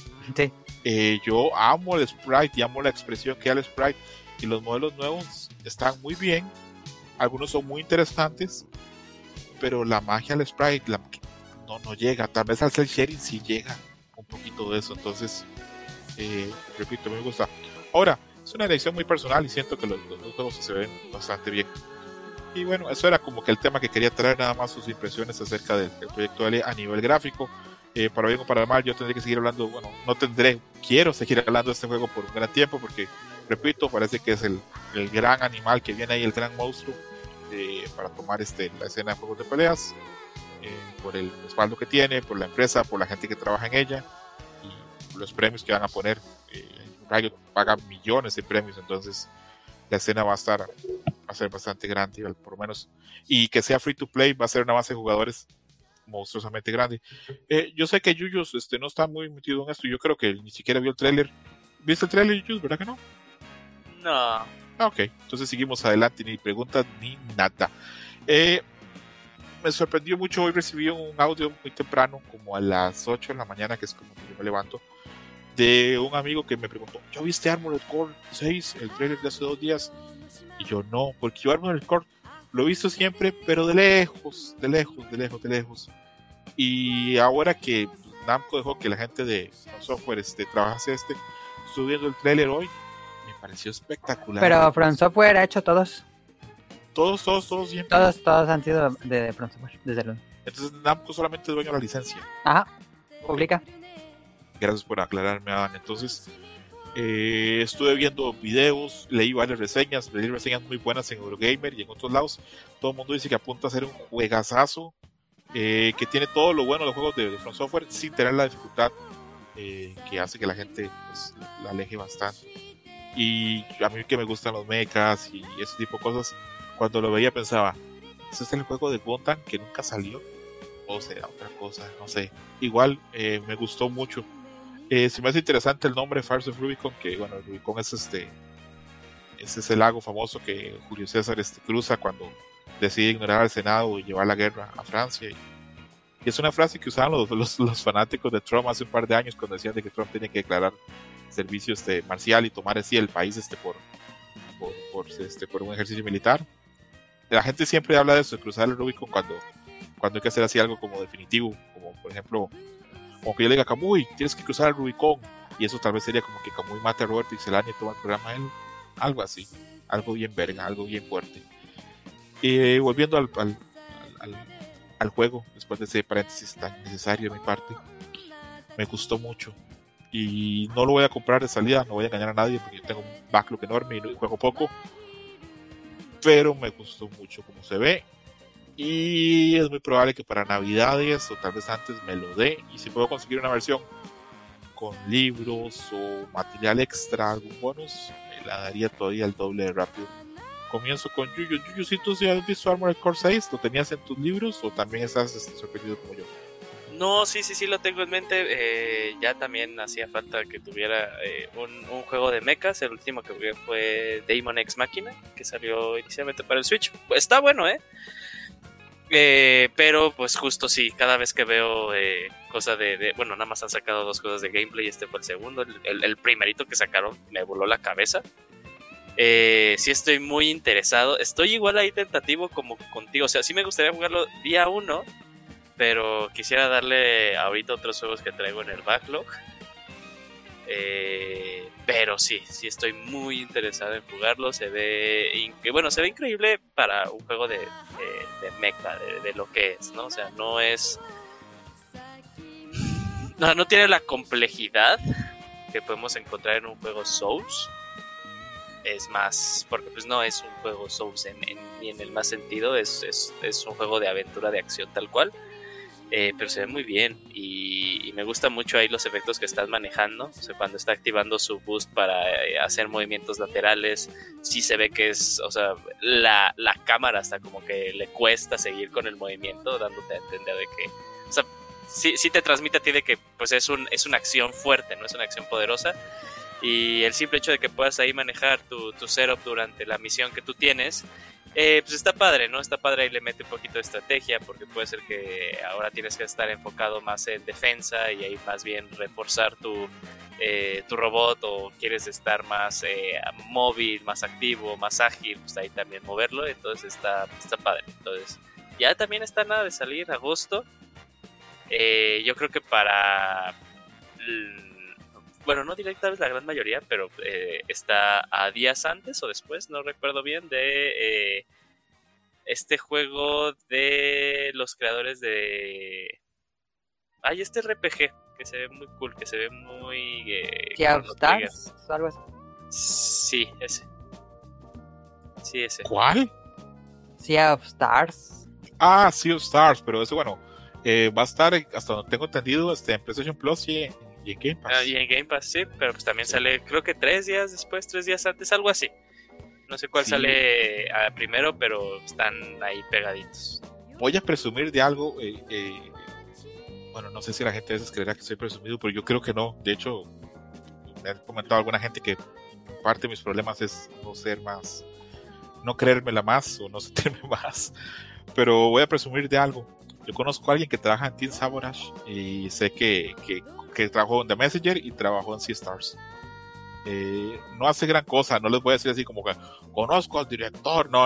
Sí. Yo amo el sprite y amo la expresión que da el sprite. Y los modelos nuevos están muy bien. Algunos son muy interesantes. Pero la magia del sprite no llega. Tal vez al cel shading sí llega un poquito de eso. Entonces, repito, me gusta. Ahora, es una elección muy personal y siento que los juegos se ven bastante bien. Y bueno, eso era como que el tema que quería traer, nada más sus impresiones acerca del proyecto L a nivel gráfico. Para bien o para mal, yo tendré que seguir hablando, bueno, quiero seguir hablando de este juego por un gran tiempo, porque, repito, parece que es el gran animal que viene ahí, el gran monstruo, para tomar la escena de juegos de peleas, por el respaldo que tiene, por la empresa, por la gente que trabaja en ella, y por los premios que van a poner. Riot paga millones de premios, entonces la escena va a ser bastante grande, por lo menos, y que sea free to play va a ser una base de jugadores monstruosamente grande. Yo sé que Yuyos no está muy metido en esto, yo creo que ni siquiera vio el tráiler. ¿Viste el tráiler, Yuyos? ¿Verdad que no? No. Ok, entonces seguimos adelante, ni preguntas ni nada. Me sorprendió mucho, hoy recibí un audio muy temprano, como a las 8 de la mañana, que es como que yo me levanto, de un amigo que me preguntó, ¿ya viste Armored Core 6, el trailer de hace 2 días? Y yo no, porque yo Armored Core lo he visto siempre, pero de lejos. Y ahora que Namco dejó que la gente de Software trabajase estuve viendo el trailer hoy, me pareció espectacular. Pero From Software ha hecho todos. Todos siempre. Todos han sido de From Software, desde el 1. Entonces Namco solamente es dueño de la licencia. Ajá, publica. Gracias por aclararme, Adam. Entonces, estuve viendo videos, leí varias reseñas muy buenas en Eurogamer y en otros lados. Todo el mundo dice que apunta a ser un juegazazo, que tiene todo lo bueno de los juegos de From Software sin tener la dificultad que hace que la gente pues, la aleje bastante. Y a mí que me gustan los mechas y ese tipo de cosas, cuando lo veía pensaba, ¿ese es el juego de Gundam que nunca salió? ¿O será otra cosa? No sé. Igual me gustó mucho. Se me hace interesante el nombre Fires of Rubicon, que bueno, el Rubicon es ese lago famoso que Julio César cruza cuando decide ignorar al Senado y llevar la guerra a Francia. Y es una frase que usaban los fanáticos de Trump hace un par de años cuando decían de que Trump tenía que declarar servicio marcial y tomar así el país por un ejercicio militar. La gente siempre habla de eso, de cruzar el Rubicon cuando hay que hacer así algo como definitivo, como por ejemplo, como que yo le diga a Kamui, tienes que cruzar el Rubicon, y eso tal vez sería como que Kamui mate a Robert Pixelania y toma el programa a él, algo así, algo bien verga, algo bien fuerte. Y volviendo al juego, después de ese paréntesis tan necesario de mi parte, me gustó mucho. Y no lo voy a comprar de salida, no voy a engañar a nadie porque yo tengo un backlog enorme y juego poco. Pero me gustó mucho como se ve. Y es muy probable que para Navidades o tal vez antes me lo dé. Y si puedo conseguir una versión con libros o material extra, algún bonus, me la daría todavía el doble de rápido. Comienzo con Yuyo. Yuyo, si tú has visto Armored Core 6, ¿lo tenías en tus libros o también estás sorprendido como yo? No, sí, lo tengo en mente. Ya también hacía falta que tuviera un juego de mechas. El último que jugué fue Daemon X Machina, que salió inicialmente para el Switch. Pues está bueno, pero pues justo sí, cada vez que veo cosas bueno, nada más han sacado 2 cosas de gameplay. Este fue el segundo. El primerito que sacaron me voló la cabeza. Sí estoy muy interesado. Estoy igual ahí tentativo como contigo. O sea, sí me gustaría jugarlo día 1, pero quisiera darle ahorita otros juegos que traigo en el backlog. Pero sí estoy muy interesado en jugarlo. Se ve increíble para un juego de mecha, de lo que es, ¿no? O sea, no es... No tiene la complejidad que podemos encontrar en un juego Souls. Es más, porque pues no es un juego Souls ni en el más sentido, es un juego de aventura, de acción tal cual. Pero se ve muy bien y me gusta mucho ahí los efectos que estás manejando. O sea, cuando está activando su boost para hacer movimientos laterales, sí se ve que es, o sea, la cámara hasta como que le cuesta seguir con el movimiento, dándote a entender de que, o sea, sí te transmite a ti de que pues es una acción fuerte, no es una acción poderosa. Y el simple hecho de que puedas ahí manejar tu setup durante la misión que tú tienes, pues está padre, ¿no? Está padre, y le mete un poquito de estrategia, porque puede ser que ahora tienes que estar enfocado más en defensa y ahí más bien reforzar tu robot, o quieres estar más móvil, más activo, más ágil, pues ahí también moverlo. Entonces está padre. Entonces ya también está nada de salir agosto. Yo creo que para... Bueno, no directamente la gran mayoría, pero está a días antes o después, no recuerdo bien, de este juego de los creadores de... este RPG, que se ve muy cool, que se ve muy... Sea of Stars, algo así. Sí, ese. ¿Cuál? Sea of Stars. Sea of Stars, pero eso bueno, va a estar, hasta donde tengo entendido, en PlayStation Plus y en Game Pass. Y en Game Pass, sí, pero pues también sale, creo que 3 días después, 3 días antes, algo así. No sé cuál sale primero, pero están ahí pegaditos. Voy a presumir de algo. Bueno, no sé si la gente a veces creerá que soy presumido, pero yo creo que no. De hecho, me ha comentado alguna gente que parte de mis problemas es no creérmela más o no sentirme más. Pero voy a presumir de algo. Yo conozco a alguien que trabaja en Team Sabotage y sé que trabajó en The Messenger y trabajó en Sea Stars. No hace gran cosa, no les voy a decir así como que conozco al director, no.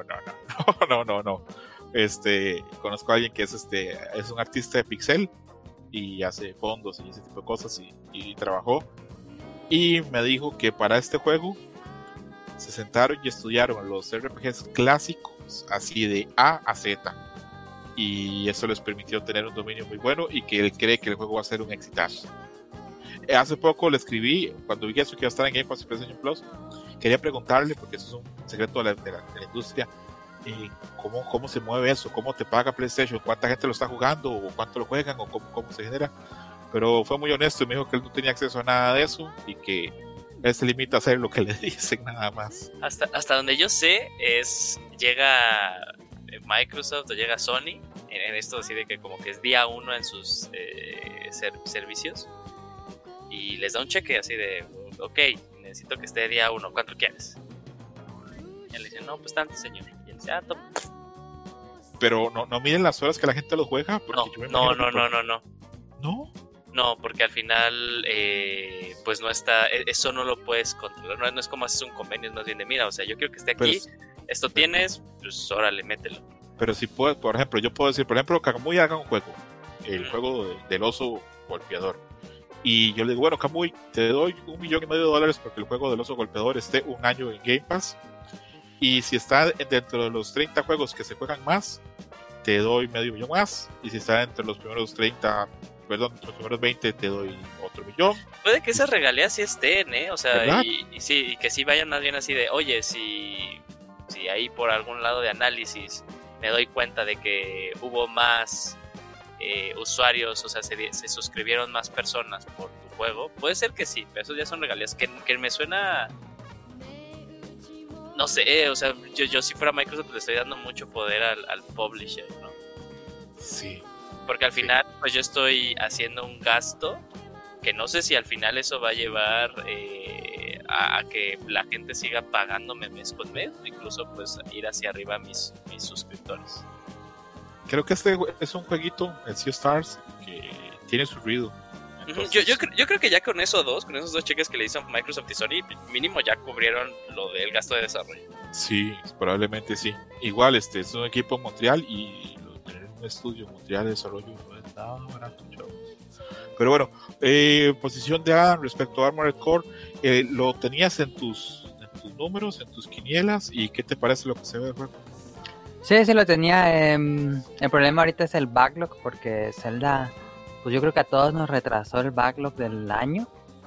Conozco a alguien que es un artista de pixel y hace fondos y ese tipo de cosas y trabajó, y me dijo que para este juego se sentaron y estudiaron los RPGs clásicos así de A a Z, y eso les permitió tener un dominio muy bueno y que él cree que el juego va a ser un exitazo. Hace poco le escribí, cuando vi eso que iba a estar en Game Pass y PlayStation Plus, quería preguntarle, porque eso es un secreto de la industria, ¿cómo se mueve eso? ¿Cómo te paga PlayStation? ¿Cuánta gente lo está jugando? ¿O cuánto lo juegan? ¿O cómo se genera? Pero fue muy honesto y me dijo que él no tenía acceso a nada de eso y que él se limita a hacer lo que le dicen, nada más. Hasta donde yo sé, llega Microsoft o llega Sony en esto, así de que como que es día 1 en sus servicios, y les da un cheque así de, ok, necesito que esté día 1, ¿cuánto quieres? Y él le dice, no, pues tanto, señor. Y él dice, toma. Pero no miden las horas que la gente lo juega. Porque yo me imagino No. ¿No? No, porque al final, pues no está, eso no lo puedes controlar, no es como haces un convenio, es más bien de, mira, o sea, yo quiero que esté aquí, esto tienes, pues órale, mételo. Pero si puedo, por ejemplo, yo puedo decir, por ejemplo, Kamui haga un juego, el juego del oso golpeador, y yo le digo, bueno, Kamui, te doy $1.500.000 porque el juego del oso golpeador esté un año en Game Pass, y si está dentro de los 30 juegos que se juegan más, te doy $500,000 más, y si está entre los primeros 20 te doy otro $1,000,000. Puede que esas regalías sí estén, o sea, y que sí vayan más bien así de, oye, si ahí por algún lado de análisis me doy cuenta de que hubo más usuarios, o sea, se suscribieron más personas por tu juego, puede ser que sí, pero esos ya son regalías que me suena, no sé, o sea, yo si fuera Microsoft le estoy dando mucho poder al publisher, ¿no? Sí. Porque al final, pues yo estoy haciendo un gasto que no sé si al final eso va a llevar a que la gente siga pagándome mes con mes, o incluso pues ir hacia arriba mis suscriptores. Creo que este es un jueguito, el Sea Stars, que tiene su ruido. Entonces, yo creo que ya con esos dos cheques que le hizo Microsoft y Sony, mínimo ya cubrieron lo del gasto de desarrollo. Sí, probablemente sí. Igual, es un equipo en Montreal y tener un estudio en Montreal de desarrollo no es nada barato, chavos. Pero bueno, posición de Adam respecto a Armored Core, ¿lo tenías en tus números, en tus quinielas? ¿Y qué te parece lo que se ve del juego? Sí, lo tenía. El problema ahorita es el backlog, porque Zelda, pues yo creo que a todos nos retrasó el backlog del año.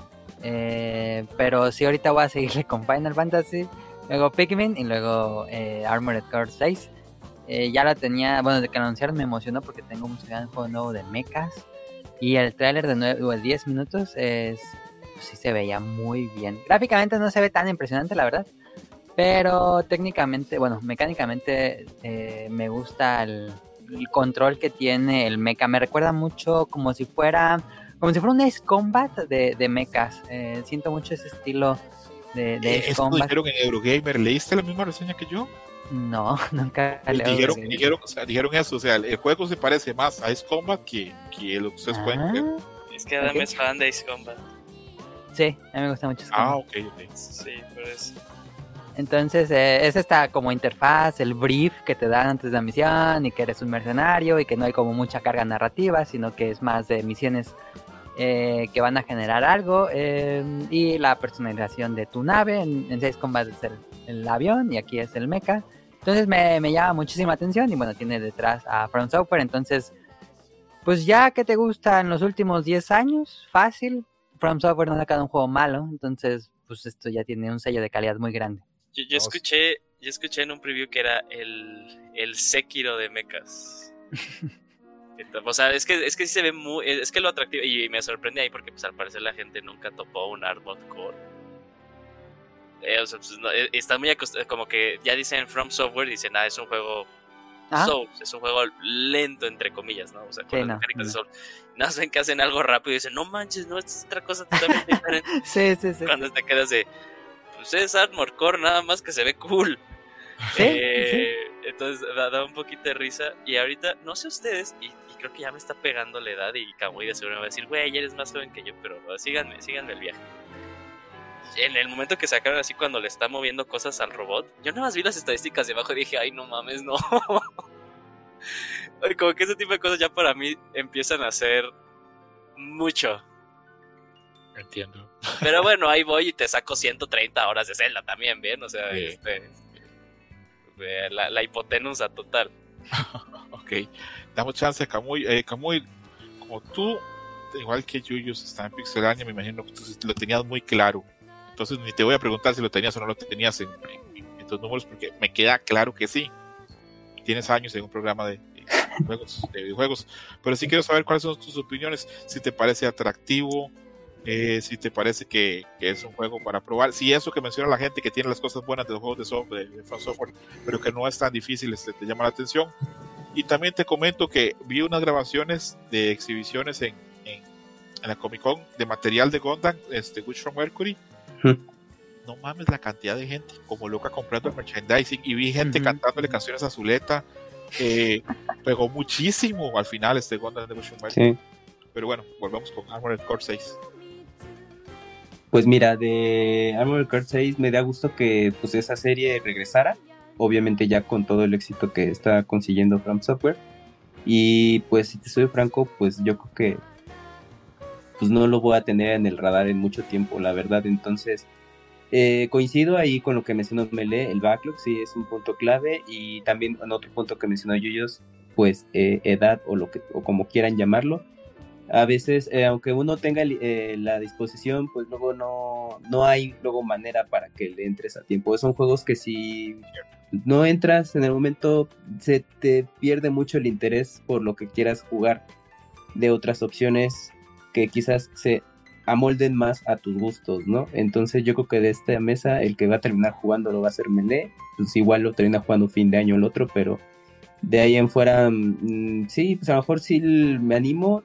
Pero sí, ahorita voy a seguirle con Final Fantasy, luego Pikmin y luego Armored Core 6. Ya la tenía, bueno, desde que lo anunciaron me emocionó porque tengo un juego nuevo de mechas. Y el tráiler de 9 o 10 minutos sí se veía muy bien. Gráficamente no se ve tan impresionante, la verdad. Pero técnicamente, bueno, mecánicamente me gusta el control que tiene el mecha. Me recuerda mucho como si fuera un Ace Combat de mechas. Siento mucho ese estilo de Ace Combat. Esto dijeron en Eurogamer. ¿Leíste la misma reseña que yo? No, nunca dijeron eso, o sea, el juego se parece más a Ace Combat que lo que ustedes pueden ver. Es que Adam es fan de Ace Combat. Sí, a mí me gusta mucho Ace Combat. Ok. Sí, por eso. Entonces, es esta como interfaz, el brief que te dan antes de la misión, y que eres un mercenario, y que no hay como mucha carga narrativa, sino que es más de misiones que van a generar algo, y la personalización de tu nave. En Ace Combat es el avión, y aquí es el mecha. Entonces me llama muchísima atención, y bueno, tiene detrás a From Software. Entonces, pues ya que te gusta en los últimos 10 años, fácil, From Software no ha sacado un juego malo, entonces pues esto ya tiene un sello de calidad muy grande. Yo escuché en un preview que era el Sekiro de mechas. O sea, es que sí se ve muy, es que lo atractivo, y me sorprende ahí porque pues al parecer la gente nunca topó un Armored Core. O sea, pues, no, está muy como que ya dicen From Software, dicen, es un juego Souls, es un juego lento entre comillas, ¿no? O sea, con las mecánicas de Souls. Nada más ven que hacen algo rápido y dicen, no manches, no, es otra cosa totalmente diferente. Sí. Cuando te quedas de, pues es Armored Core, nada más que se ve cool. Sí. Entonces da un poquito de risa. Y ahorita, no sé ustedes, y creo que ya me está pegando la edad, y Kamui de seguro me va a decir, güey, eres más joven que yo, pero síganme el viaje. En el momento que sacaron así cuando le está moviendo cosas al robot, yo nada más vi las estadísticas debajo y dije, ay, no mames, no. Como que ese tipo de cosas ya para mí empiezan a ser mucho. Entiendo. Pero bueno, ahí voy y te saco 130 horas de Zelda también, ¿bien? O sea, sí. La hipotenusa total. Ok, damos chance a Kamui. Kamui, como tú, igual que Yuyos, está en Pixelania, me imagino que tú lo tenías muy claro. Entonces ni te voy a preguntar si lo tenías o no lo tenías en tus números, porque me queda claro que sí. Tienes años en un programa de videojuegos, pero sí quiero saber cuáles son tus opiniones, si te parece atractivo, si te parece que es un juego para probar, si eso que menciona la gente que tiene las cosas buenas de los juegos de From Software, pero que no es tan difícil, te llama la atención. Y también te comento que vi unas grabaciones de exhibiciones en en la Comic Con de material de Gundam, Witch from Mercury. No mames la cantidad de gente como loca comprando el merchandising, y vi gente cantándole canciones a Zuleta. Pegó muchísimo al final Gundam de Witch from Mercury. Sí. Pero bueno, volvamos con Armored Core 6. Pues mira, de Armored Core 6 me da gusto que pues esa serie regresara, obviamente ya con todo el éxito que está consiguiendo From Software. Y pues si te soy franco, pues yo creo que pues no lo voy a tener en el radar en mucho tiempo, la verdad. Entonces coincido ahí con lo que mencionó Mele, el backlog sí es un punto clave, y también en otro punto que mencionó Yuyos, pues edad o como quieran llamarlo. A veces, aunque uno tenga la disposición, pues luego no hay luego manera para que le entres a tiempo. Son juegos que si no entras en el momento, se te pierde mucho el interés por lo que quieras jugar de otras opciones que quizás se amolden más a tus gustos, ¿no? Entonces yo creo que de esta mesa el que va a terminar jugando lo va a ser Melee, pues igual lo termina jugando fin de año el otro, pero de ahí en fuera, sí, pues a lo mejor sí me animo.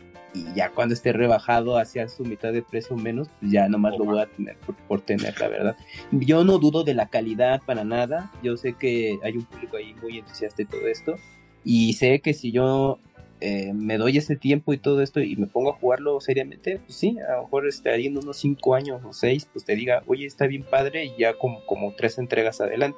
Y ya cuando esté rebajado hacia su mitad de precio o menos, pues ya nomás lo voy a tener por tener, la verdad. Yo no dudo de la calidad para nada. Yo sé que hay un público ahí muy entusiasta de todo esto. Y sé que si yo me doy ese tiempo y todo esto y me pongo a jugarlo seriamente, pues sí, a lo mejor ahí en unos 5 años o 6, pues te diga, oye, está bien padre, y ya como 3 entregas adelante.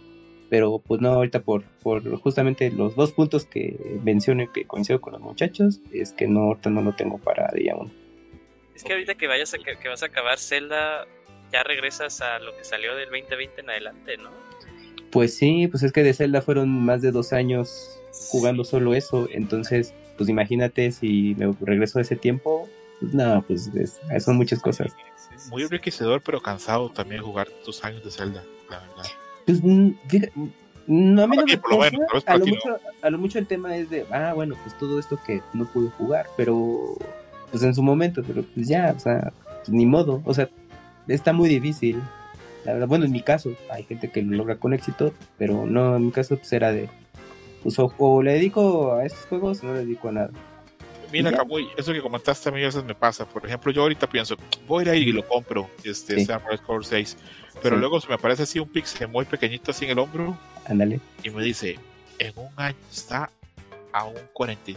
Pero pues no, ahorita por justamente los 2 puntos que mencioné que coincido con los muchachos, es que no, ahorita no lo tengo para día 1. Es que ahorita que vas a acabar Zelda, ya regresas a lo que salió del 2020 en adelante, ¿no? Pues sí, pues es que de Zelda fueron más de 2 años jugando solo eso, entonces pues imagínate si me regreso a ese tiempo, pues nada, pues son muchas cosas. Muy enriquecedor, pero cansado también jugar 2 años de Zelda, la verdad. Pues fíjate, no, a mí no me pasa, a lo mucho el tema es de, bueno, pues todo esto que no pude jugar, pero pues en su momento, pero pues ya, o sea, pues ni modo, o sea, está muy difícil, la verdad. Bueno, en mi caso, hay gente que lo logra con éxito, pero no, en mi caso pues era de, pues o le dedico a estos juegos o no le dedico a nada. Mira, Camuy, eso que comentaste a mí a veces me pasa. Por ejemplo, yo ahorita pienso, voy a ir y lo compro, Armored Core 6, pero luego se me aparece así un pixel muy pequeñito así en el hombro. Ándale. Y me dice, en un año está a un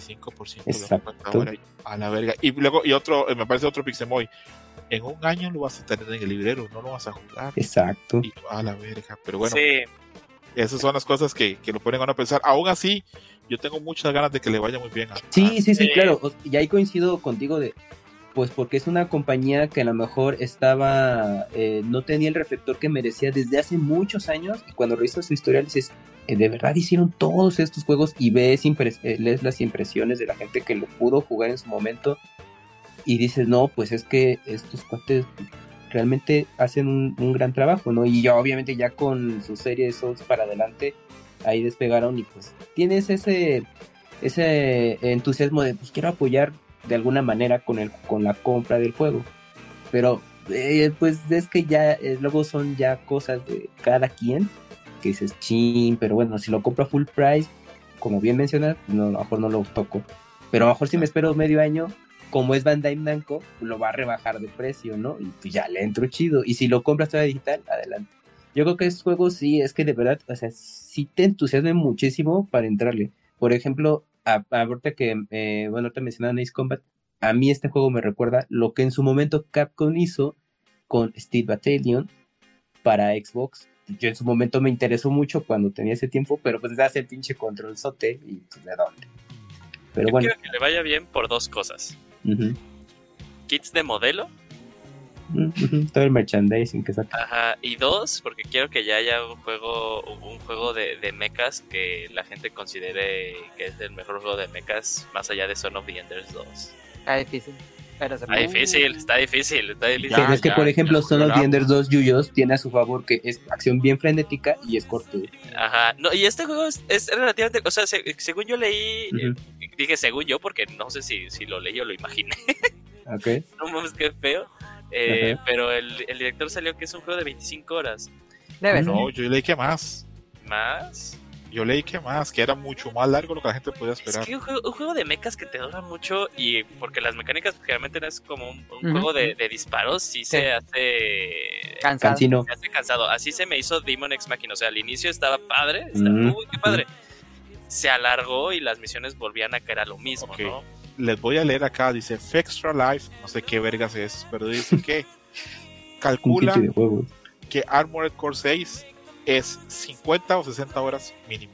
45% Exacto. de la ahora, a la verga. Y luego, me aparece otro Pixemoy, en un año lo vas a tener en el librero, no lo vas a jugar. Exacto. Y a la verga, pero bueno. Sí. Esas son las cosas que lo ponen a uno a pensar. Aún así, yo tengo muchas ganas de que le vaya muy bien. Sí, claro. Y ahí coincido contigo pues porque es una compañía que a lo mejor no tenía el reflector que merecía desde hace muchos años, y cuando revisas su historial dices, de verdad hicieron todos estos juegos, y lees las impresiones de la gente que lo pudo jugar en su momento, y dices, no, pues es que estos cuates realmente hacen un gran trabajo, ¿no? Y ya obviamente ya con su serie de Souls para adelante, ahí despegaron, y pues tienes ese entusiasmo de, pues quiero apoyar de alguna manera con la compra del juego, pero pues es que ya luego son ya cosas de cada quien, que dices, pero bueno, si lo compro a full price, como bien mencionas, no, a lo mejor no lo toco, pero a lo mejor si me espero medio año, como es Bandai Namco, lo va a rebajar de precio, ¿no? Y pues ya le entro chido. Y si lo compras todavía digital, adelante. Yo creo que estos juegos sí, es que de verdad, o sea, sí te entusiasman muchísimo para entrarle. Por ejemplo, ahorita que, ahorita mencionaban Ace Combat, a mí este juego me recuerda lo que en su momento Capcom hizo con Steel Battalion para Xbox. Yo en su momento me interesó mucho cuando tenía ese tiempo, pero pues hace el pinche controlzote y pues de dónde. Pero yo bueno. quiero que le vaya bien por 2 cosas. Uh-huh. Kits de modelo. Todo el merchandising que saca. Ajá, y 2, porque quiero que ya haya un juego de mechas que la gente considere que es el mejor juego de mechas más allá de Son of the Enders 2. Está difícil. Pero Está difícil. Pero es que, por ejemplo, Son of the Enders 2 Yuyos tiene a su favor que es acción bien frenética y es corto. Ajá, no, y este juego es relativamente, o sea, según yo leí, dije según yo porque no sé si lo leí o lo imaginé. Okay. No mames, qué feo. Pero el director salió que es un juego de 25 horas. Debe ser. No, yo leí que más. ¿Más? Yo leí que era mucho más largo de lo que la gente podía Es esperar. que un juego de mechas que te dura mucho y porque las mecánicas generalmente no es como un Ujú. juego de disparos, sí se hace Cansado. Cansino. se hace cansado. Así se me hizo Demon X Machina. O sea, al inicio estaba padre, uy, qué padre. Se alargó y las misiones volvían a caer a lo mismo, Ok. ¿no? Les voy a leer acá, dice Fextra Life, no sé qué vergas es, pero dice que Un calcula kit de juegos. que Armored Core 6 es 50 o 60 horas mínimo.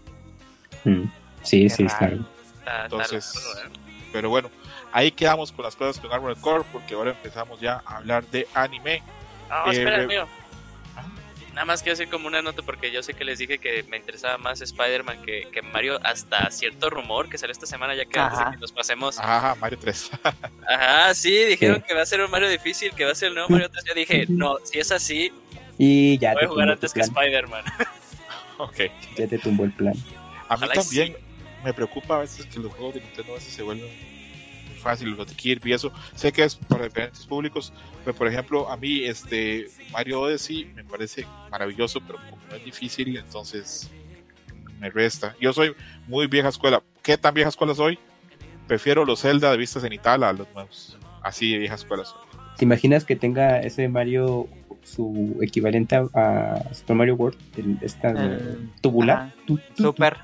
Sí, Qué sí, raro. claro. Está Entonces, loco, ¿eh? pero bueno, ahí quedamos con las cosas con Armored Core porque ahora empezamos ya a hablar de anime. No, espera, re- amigo. Nada más quiero hacer como una nota porque yo sé que les dije que me interesaba más Spider-Man que Mario, hasta cierto rumor que salió esta semana, ya que antes de Ajá. que nos pasemos. Ajá, Mario 3. Ajá, sí, dijeron Sí. que va a ser un Mario difícil, que va a ser el nuevo Mario 3. Yo dije, no, si es así, Y ya voy te a jugar tumbó tu antes que plan. Spider-Man. Ok. Ya te tumbó el plan. A mí Ojalá y también me preocupa a veces que los juegos de Nintendo a veces se vuelven muy fáciles, los de Kirby y eso. Sé que es para diferentes públicos, pero por ejemplo, a mí Mario Odyssey me parece maravilloso, pero como no es difícil, entonces me resta. Yo soy muy vieja escuela. ¿Qué tan vieja escuela soy? Prefiero los Zelda de vista cenital a los nuevos. Así de vieja escuela soy. ¿Te imaginas que tenga ese Mario su equivalente a Super Mario World? El- tubular. ajá. Super.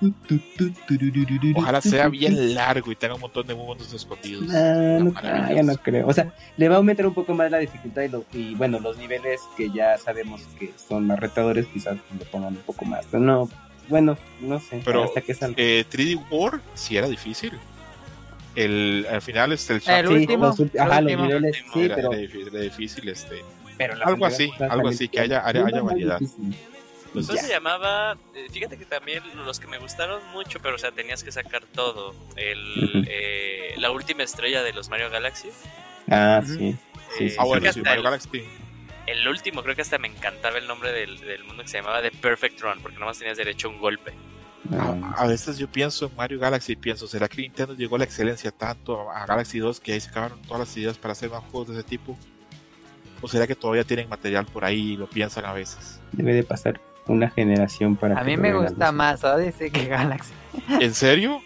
Ojalá sea bien largo y tenga un montón de mundos escondidos. No, Maravilloso. ya no creo. O sea, le va a aumentar un poco más la dificultad y bueno, los niveles que ya sabemos que son más retadores, quizás le pongan un poco más. Pero no, bueno, no sé. Pero hasta que salga. 3D World sí era difícil. Al final el El chapter último. los el ajá, los último. niveles, sí, era, pero, era difícil, pero las algo entregas así, van a algo salir así, que haya más variedad. difícil. Pues Entonces Ya. se llamaba, fíjate que también los que me gustaron mucho, pero o sea, tenías que sacar todo. Ujú. La última estrella de los Mario Galaxy. Ah, Ujú. sí. Sí, sí, Ah, sí. bueno, creo sí, que Mario hasta Galaxy. el último, creo que hasta me encantaba el nombre del mundo, que se llamaba The Perfect Run, porque nomás tenías derecho a un golpe. Ah, A veces yo pienso en Mario Galaxy y pienso, ¿será que Nintendo llegó a la excelencia tanto a Galaxy 2 que ahí se acabaron todas las ideas para hacer más juegos de ese tipo? ¿O será que todavía tienen material por ahí y lo piensan a veces? debe de pasar una generación para A que mí lo me vean gusta así. más Odyssey que Galaxy. ¿En serio?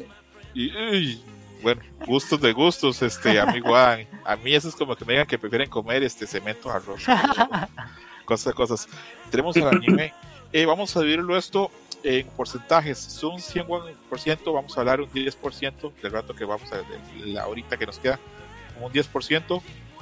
Uy, bueno, gustos de gustos, amigo Adam. A mí eso es como que me digan que prefieren comer cemento a arroz. Cosas. Tenemos el anime. Vamos a dividirlo esto en porcentajes. Son 100%, vamos a hablar un 10% del rato que vamos a de la horita que nos queda, como un 10%.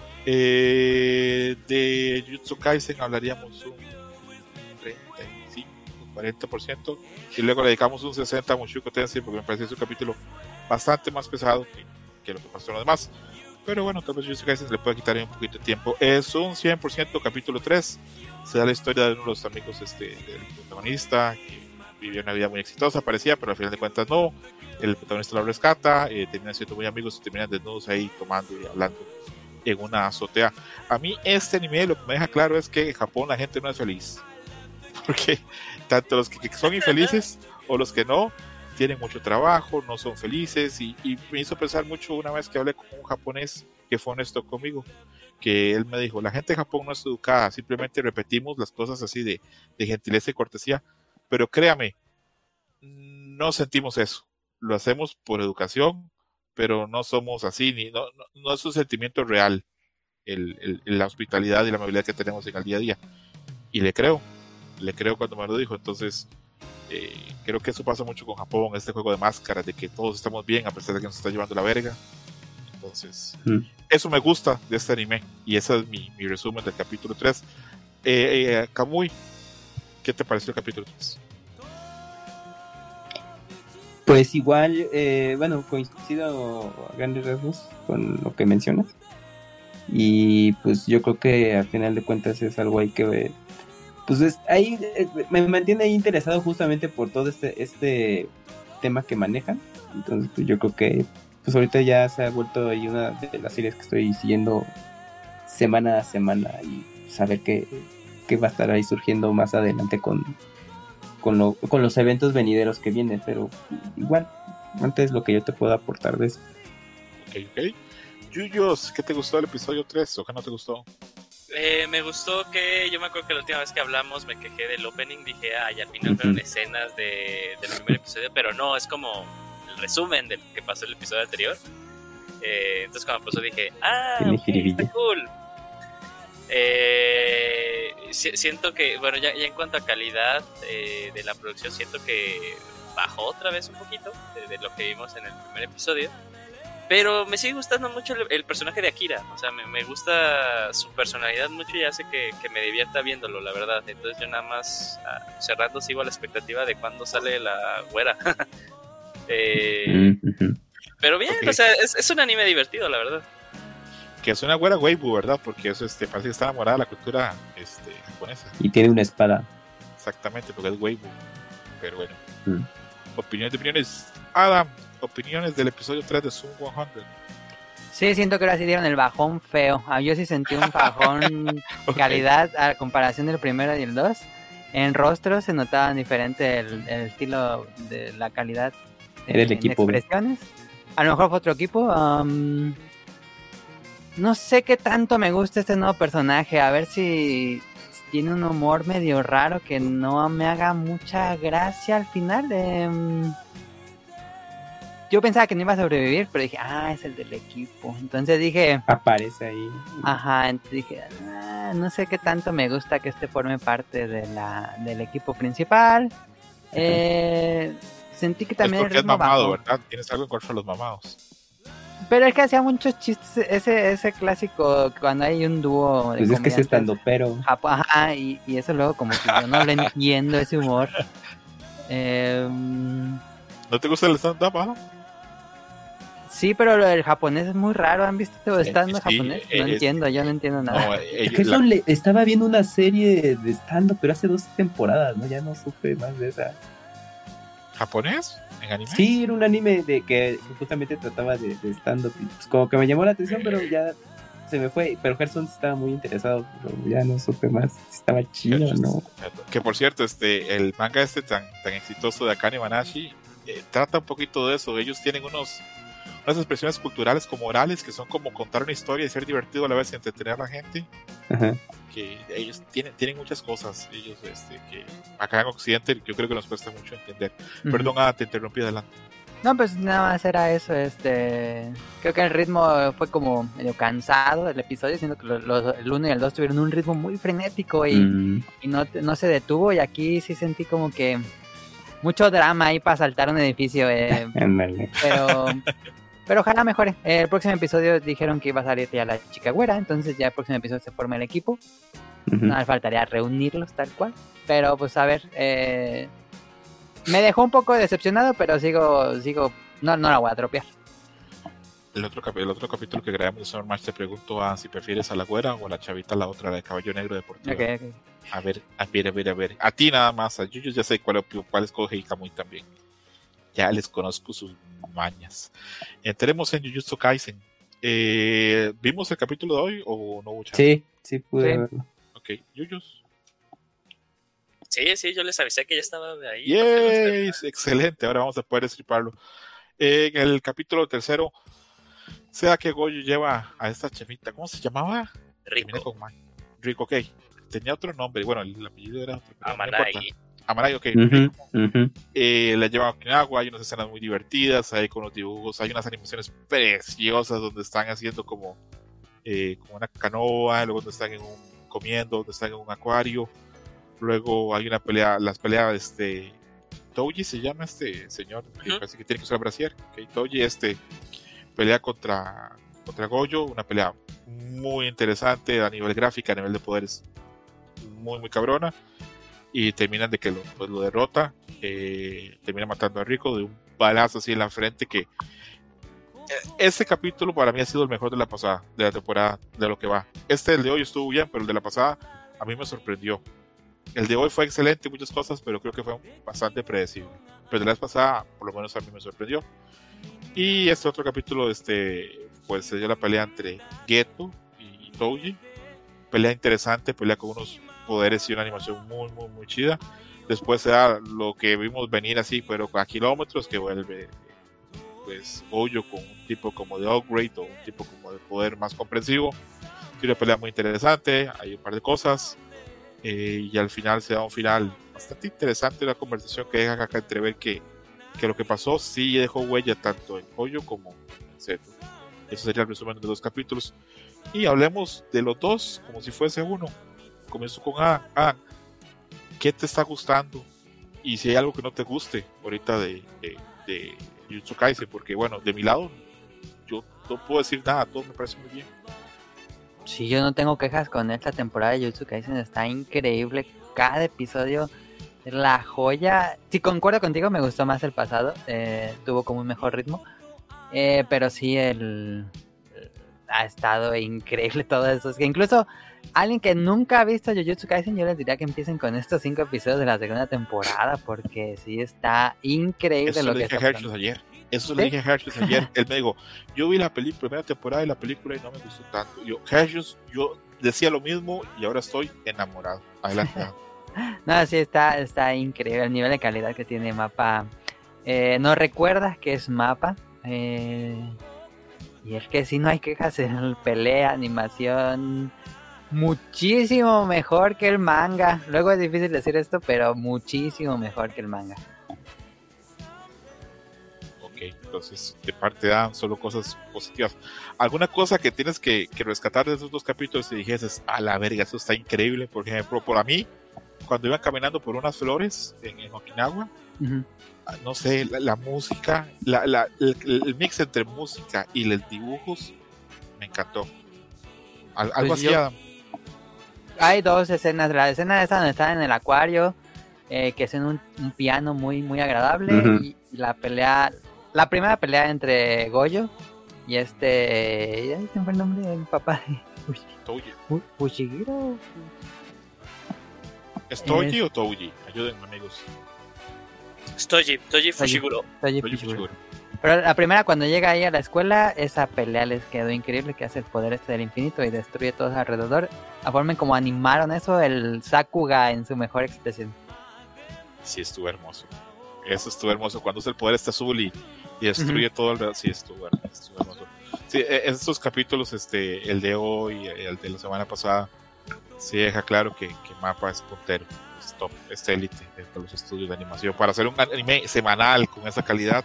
De Jujutsu Kaisen hablaríamos un 35, un 40%, y luego le dedicamos un 60% a Mushoku Tensei porque me parece un capítulo bastante más pesado que lo que pasó en los demás. Pero bueno, tal vez Jujutsu Kaisen se le puede quitar ahí un poquito de tiempo. Es un 100% capítulo 3. Se da la historia de uno de los amigos del protagonista, que vivió una vida muy exitosa, parecía, pero al final de cuentas no. El protagonista lo rescata, terminan siendo muy amigos y terminan desnudos ahí tomando y hablando en una azotea. A mí este anime lo que me deja claro es que en Japón la gente no es feliz. Porque tanto los que son infelices o los que no, tienen mucho trabajo, no son felices, y me hizo pensar mucho una vez que hablé con un japonés que fue honesto conmigo, que él me dijo, la gente de Japón no es educada, simplemente repetimos las cosas así de gentileza y cortesía, pero créame, no sentimos eso, lo hacemos por educación, pero no somos así, no es un sentimiento real, la hospitalidad y la amabilidad que tenemos en el día a día, y le creo cuando me lo dijo. Entonces creo que eso pasa mucho con Japón, este juego de máscaras, de que todos estamos bien a pesar de que nos está llevando la verga. Entonces eso me gusta de este anime, y ese es mi resumen del capítulo 3. Kamui, ¿qué te pareció el capítulo 3? Pues igual, bueno, coincido a grandes rasgos con lo que mencionas. Y pues yo creo que al final de cuentas es algo ahí que pues ahí me mantiene ahí interesado justamente por todo este tema que manejan. Entonces pues yo creo que pues ahorita ya se ha vuelto ahí una de las series que estoy siguiendo semana a semana, y saber qué va a estar ahí surgiendo más adelante con los eventos venideros que vienen. Pero igual, antes lo que yo te puedo aportar de eso. Ok. Yuyos, ¿qué te gustó del episodio 3 o qué no te gustó? Me gustó que yo me acuerdo que la última vez que hablamos me quejé del opening, dije, ay, al final fueron escenas del primer episodio, pero no, es como el resumen de lo que pasó en el episodio anterior. Entonces cuando pasó dije, okay, está cool. Siento que, bueno, ya en cuanto a calidad de la producción, siento que bajó otra vez un poquito de lo que vimos en el primer episodio. Pero me sigue gustando mucho el personaje de Akira. O sea, me gusta su personalidad mucho y hace que me divierta viéndolo, la verdad. Entonces yo nada más cerrando sigo a la expectativa de cuándo sale la güera. Pero bien, okay. O sea, es un anime divertido, la verdad. Que es una güera waifu, ¿verdad? Porque eso parece que está enamorada de la cultura japonesa. Y tiene una espada. Exactamente, porque es waifu. Pero bueno. Opiniones. Adam, opiniones del episodio 3 de Zoom 100. Sí, siento que ahora sí dieron el bajón feo. Yo sí sentí un bajón calidad a comparación del primero y el 2. En rostros se notaba diferente el estilo de la calidad el equipo, expresiones. A lo mejor fue otro equipo. No sé qué tanto me gusta este nuevo personaje. A ver si tiene un humor medio raro que no me haga mucha gracia al final. Yo pensaba que no iba a sobrevivir, pero dije, es el del equipo. Entonces dije... Aparece ahí. Ajá, entonces dije, no sé qué tanto me gusta que forme parte del equipo principal. Sentí que también... Es porque es mamado, ¿verdad? Tienes algo en contra de los mamados. Pero es que hacía muchos chistes, ese clásico cuando hay un dúo de pues es que es estandopero. Ajá, y eso luego como que yo no lo entiendo, ese humor. ¿No te gusta el stand-up, no? Sí, pero el japonés es muy raro. ¿Han visto stand-up japonés? No entiendo, yo no entiendo nada. No, estaba viendo una serie de stand-up, pero hace 2 temporadas, ¿no? Ya no supe más de esa. ¿Japonés? ¿En anime? Sí, era un anime de que justamente trataba de stand-up. Y pues como que me llamó la atención, pero ya se me fue. Pero Gerson estaba muy interesado, pero ya no supe más si estaba chido o no. Que por cierto, el manga tan exitoso de Akane Banashi trata un poquito de eso. Ellos tienen unas expresiones culturales como orales que son como contar una historia y ser divertido a la vez y entretener a la gente. Ajá. Que ellos tienen muchas cosas, ellos que acá en Occidente yo creo que nos cuesta mucho entender. Perdón, te interrumpí, adelante. No, pues nada más era eso. Creo que el ritmo fue como medio cansado del episodio, siendo que el 1 y el 2 tuvieron un ritmo muy frenético y no se detuvo. Y aquí sí sentí como que mucho drama ahí para saltar un edificio. Pero ojalá mejore. El próximo episodio dijeron que iba a salir ya la chica güera, entonces ya el próximo episodio se forma el equipo. No me faltaría reunirlos tal cual. Pero pues a ver, me dejó un poco decepcionado, pero sigo, no la voy a tropear. El otro capítulo que grabamos de Summer Match te pregunto si prefieres a la güera o a la chavita, la otra, la de Caballo Negro Deportivo. Okay. A ver. A ti nada más, a Yuyu ya sé cuál escoge y Kamui también. Ya les conozco sus mañas. Entremos en Jujutsu Kaisen. ¿Vimos el capítulo de hoy o no hubo chance? Sí, pude verlo. Ok, Yuyus. Sí, yo les avisé que ya estaba de ahí. ¡Yay! Excelente, ahora vamos a poder destriparlo. En el capítulo 3, sea que Goyo lleva a esta chemita, ¿cómo se llamaba? Rico, ok. Tenía otro nombre, bueno, el apellido era otro. Amarai, ok. La lleva a Okinawa, hay unas escenas muy divertidas, hay con los dibujos, hay unas animaciones preciosas donde están haciendo como una canoa, luego donde están comiendo, donde están en un acuario, luego hay una pelea, las peleas, Touji se llama este señor, que parece que tiene que usar brasier, okay. Touji pelea contra Goyo, una pelea muy interesante a nivel gráfico, a nivel de poderes muy muy cabrona. Y terminan de que lo derrota, termina matando a Rico de un balazo así en la frente. Que ese capítulo para mí ha sido el mejor de la pasada, de la temporada, de lo que va. El de hoy estuvo bien, pero el de la pasada a mí me sorprendió. El de hoy fue excelente, muchas cosas, pero creo que fue bastante predecible. Pero de la vez pasada, por lo menos a mí me sorprendió. Y este otro capítulo, pues se dio la pelea entre Geto y Touji. Pelea interesante, pelea con unos poderes y una animación muy muy muy chida. Después se da lo que vimos venir así, pero a kilómetros, que vuelve pues Goyo con un tipo como de upgrade o un tipo como de poder más comprensivo, Y una pelea muy interesante, hay un par de cosas, y al final se da un final bastante interesante, una conversación que deja acá entrever que lo que pasó sí dejó huella tanto en Hoyo como en Seto. Eso sería el resumen de los capítulos. Y hablemos de los dos como si fuese uno. Comienzo con Adam. ¿Qué te está gustando? Y si hay algo que no te guste ahorita de Jujutsu Kaisen, porque bueno, de mi lado yo no puedo decir nada, todo me parece muy bien. Sí, yo no tengo quejas con esta temporada de Jujutsu Kaisen, está increíble, cada episodio es la joya. Sí, concuerdo contigo, me gustó más el pasado, tuvo como un mejor ritmo, pero sí, ha estado increíble todo eso. Es que incluso alguien que nunca ha visto Jujutsu Kaisen, yo les diría que empiecen con estos 5 episodios de la segunda temporada, porque sí está increíble. Eso lo le que dije está a Hershey ayer. Eso le ¿Sí? dije a Hershey ayer. Él me dijo, yo vi la primera temporada de la película y no me gustó tanto. Yo decía lo mismo y ahora estoy enamorado. Adelante. No, sí, está increíble el nivel de calidad que tiene Mapa. No recuerdas que es Mapa. Y es que sí, no hay quejas en pelea, animación. Muchísimo mejor que el manga. Luego es difícil decir esto, pero muchísimo mejor que el manga. Ok, entonces de parte de Adam solo cosas positivas. ¿Alguna cosa que tienes que rescatar de esos dos capítulos y dijeses, a la verga, eso está increíble? Por ejemplo, por mí, cuando iban caminando por unas flores en Okinawa, Uh-huh. no sé, la música, el mix entre música y los dibujos, me encantó. Algo Pues así, yo- Adam. Hay dos escenas. La escena esa donde están en el acuario, que es en un piano muy, muy agradable. Ujú. Y la pelea, la primera pelea entre Goyo y ay, se me fue el nombre del papá de Touji. Fushiguro. ¿Es Touji Es- o Touji? Ayúdenme, amigos. Toji Fushiguro. Toji Touji Fushiguro. Fushiguro. Pero la primera, cuando llega ahí a la escuela, esa pelea les quedó increíble, que hace el poder del infinito y destruye todo alrededor. La forma en como animaron eso, el Sakuga en su mejor expresión. Sí, estuvo hermoso. Eso estuvo hermoso. Cuando usa el poder este azul y destruye todo alrededor. Sí, estuvo hermoso. Sí, estos capítulos, el de hoy, el de la semana pasada, sí deja claro que Mappa es puntero, es top, es élite de los estudios de animación. Para hacer un anime semanal con esa calidad,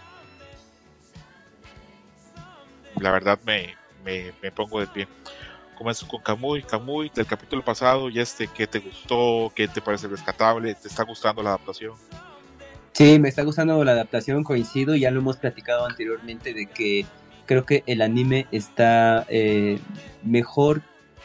la verdad me pongo de pie. Comienzo con Kamui, del capítulo pasado, y ¿qué te gustó? ¿Qué te parece rescatable? ¿Te está gustando la adaptación? Sí, me está gustando la adaptación, coincido, ya lo hemos platicado anteriormente de que creo que el anime está mejor,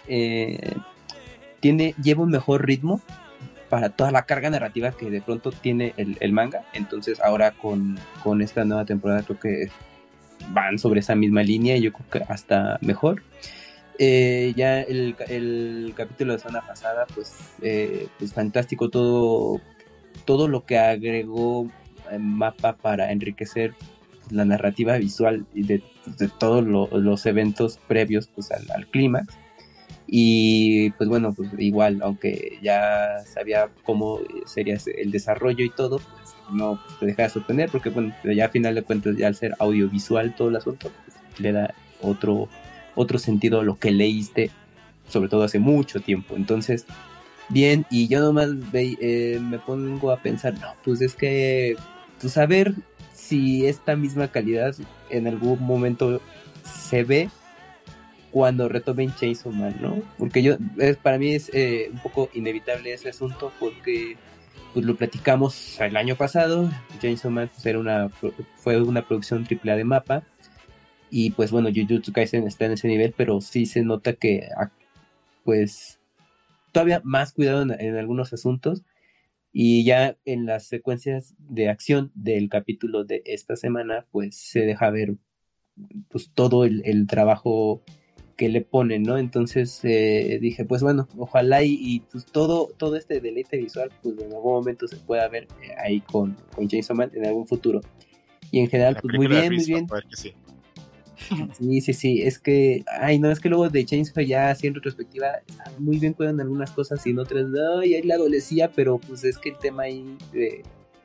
lleva un mejor ritmo para toda la carga narrativa que de pronto tiene el manga. Entonces ahora con esta nueva temporada creo que van sobre esa misma línea y yo creo que hasta mejor. Ya el capítulo de la semana pasada, pues fantástico todo lo que agregó Mappa para enriquecer la narrativa visual y de todos los eventos previos pues al clímax. Y pues bueno, pues igual, aunque ya sabía cómo sería el desarrollo y todo, pues no pues, te deja de sorprender, porque bueno, ya a final de cuentas, ya al ser audiovisual todo el asunto, pues, le da otro sentido a lo que leíste, sobre todo hace mucho tiempo. Entonces, bien, y yo nomás me pongo a pensar, no, pues es que, pues a ver si esta misma calidad en algún momento se ve cuando retomen Chainsaw Man, ¿no? Porque para mí es un poco inevitable ese asunto, porque pues lo platicamos el año pasado. Chainsaw Man pues, fue una producción AAA de Mappa, y pues bueno, Jujutsu Kaisen está en ese nivel, pero sí se nota que pues todavía más cuidado en algunos asuntos, y ya en las secuencias de acción del capítulo de esta semana pues se deja ver pues todo el trabajo que le ponen, ¿no? Entonces dije, pues bueno, ojalá y pues todo este deleite visual pues en algún momento se pueda ver ahí con Chainsaw Man en algún futuro. Y en general, pues muy bien, muy bien. Sí. Sí, es que, no, es que luego de Chainsaw ya así en retrospectiva, está muy bien cuidando algunas cosas y en otras, ahí la adolecía, pero pues es que el tema ahí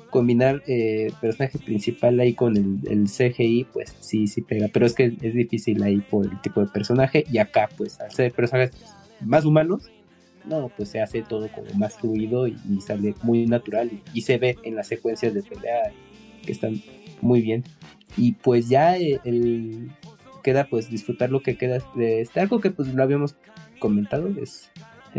combinar personaje principal ahí con el CGI, pues sí pega, pero es que es difícil ahí por el tipo de personaje, y acá pues al ser personajes más humanos, no, pues se hace todo como más fluido y sale muy natural, y se ve en las secuencias de pelea que están muy bien. Y pues ya queda pues disfrutar lo que queda de este arco, que pues lo habíamos comentado, es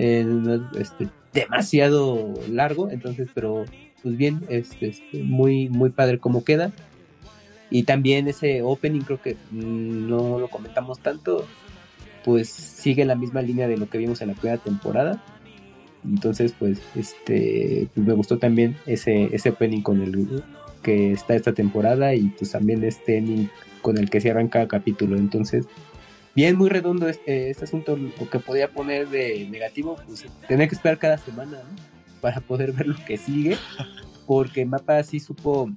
demasiado largo, entonces, pero pues bien, muy, muy padre como queda. Y también ese opening, creo que no lo comentamos tanto, pues sigue la misma línea de lo que vimos en la primera temporada. Entonces, pues me gustó también ese opening con el que está esta temporada, y pues también este ending con el que cierran cada capítulo. Entonces, bien, muy redondo este asunto. Lo que podía poner de negativo, pues tener que esperar cada semana, ¿no?, para poder ver lo que sigue, porque Mappa sí supo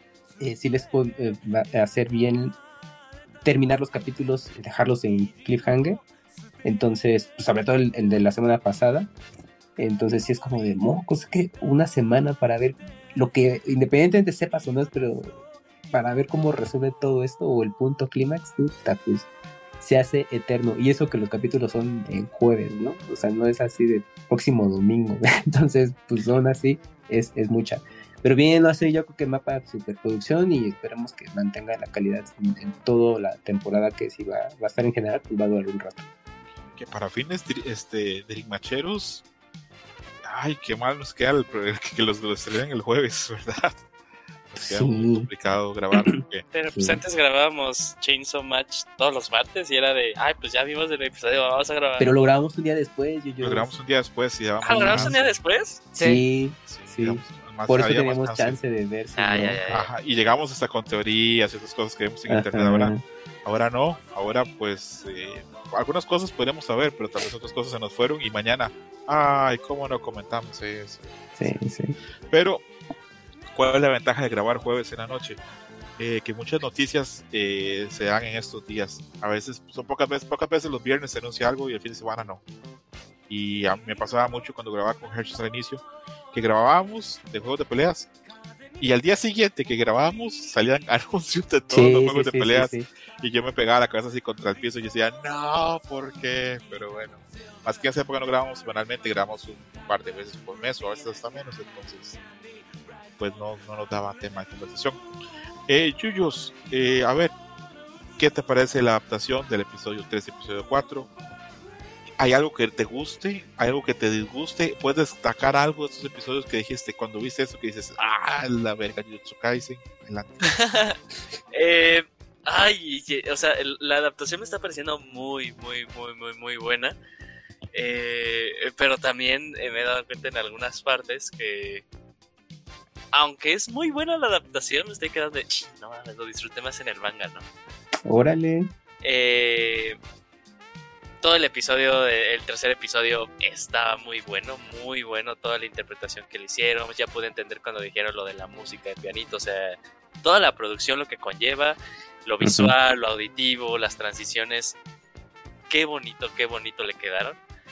hacer bien, terminar los capítulos, dejarlos en cliffhanger. Entonces, pues, sobre todo el de la semana pasada. Entonces sí es como de mocos, que una semana para ver lo que, independientemente sepas o no, pero para ver cómo resuelve todo esto, o el punto clímax, pues se hace eterno. Y eso que los capítulos son en jueves, ¿no? O sea, no es así de próximo domingo. Entonces, pues aún así es mucha. Pero bien, no sé, yo creo que Mappa superproducción, y esperemos que mantenga la calidad en toda la temporada, que si va a estar en general, pues va a durar un rato. Que para fines Dreammacheros, ay, qué mal nos queda que los estrenen el jueves, ¿verdad? Nos queda muy complicado grabar. Pero pues antes grabábamos Chainsaw Match todos los martes y era de, ay, pues ya vimos el episodio, vamos a grabar. Pero lo grabamos un día después. Lo grabamos un día después y ¿lo grabamos un día después? Sí. Por eso teníamos chance de ver. Ajá, y llegamos hasta con teorías y otras cosas que vemos en internet. Ahora no, ahora pues algunas cosas podríamos saber, pero tal vez otras cosas se nos fueron, y mañana, ay, cómo no comentamos eso. Sí. Pero ¿cuál es la ventaja de grabar jueves en la noche? Que muchas noticias se dan en estos días. A veces son pocas veces los viernes se anuncia algo y el fin de semana no. Y a mí me pasaba mucho cuando grababa con Hershey al inicio, que grabábamos de juegos de peleas, y al día siguiente que grabábamos salían anuncios de todos los juegos de peleas. Y yo me pegaba la cabeza así contra el piso y decía, no, ¿por qué? Pero bueno, más que hace época no grabamos semanalmente, grabamos un par de veces por mes, o a veces hasta menos, entonces pues no nos daba tema de conversación. Yuyos, a ver, ¿qué te parece la adaptación del episodio 3 y episodio 4? ¿Hay algo que te guste? ¿Hay algo que te disguste? ¿Puedes destacar algo de estos episodios que dijiste cuando viste eso, que dices, la verga, Jujutsu Kaisen? Adelante. O sea, la adaptación me está pareciendo muy, muy, muy, muy, muy buena. Pero también me he dado cuenta en algunas partes que, aunque es muy buena la adaptación, me estoy quedando de, no, lo disfruté más en el manga, ¿no? Órale. Todo el episodio, el tercer episodio está muy bueno, toda la interpretación que le hicieron. Ya pude entender cuando dijeron lo de la música de pianito, o sea, toda la producción, lo que conlleva, lo visual, lo auditivo, las transiciones, qué bonito le quedaron.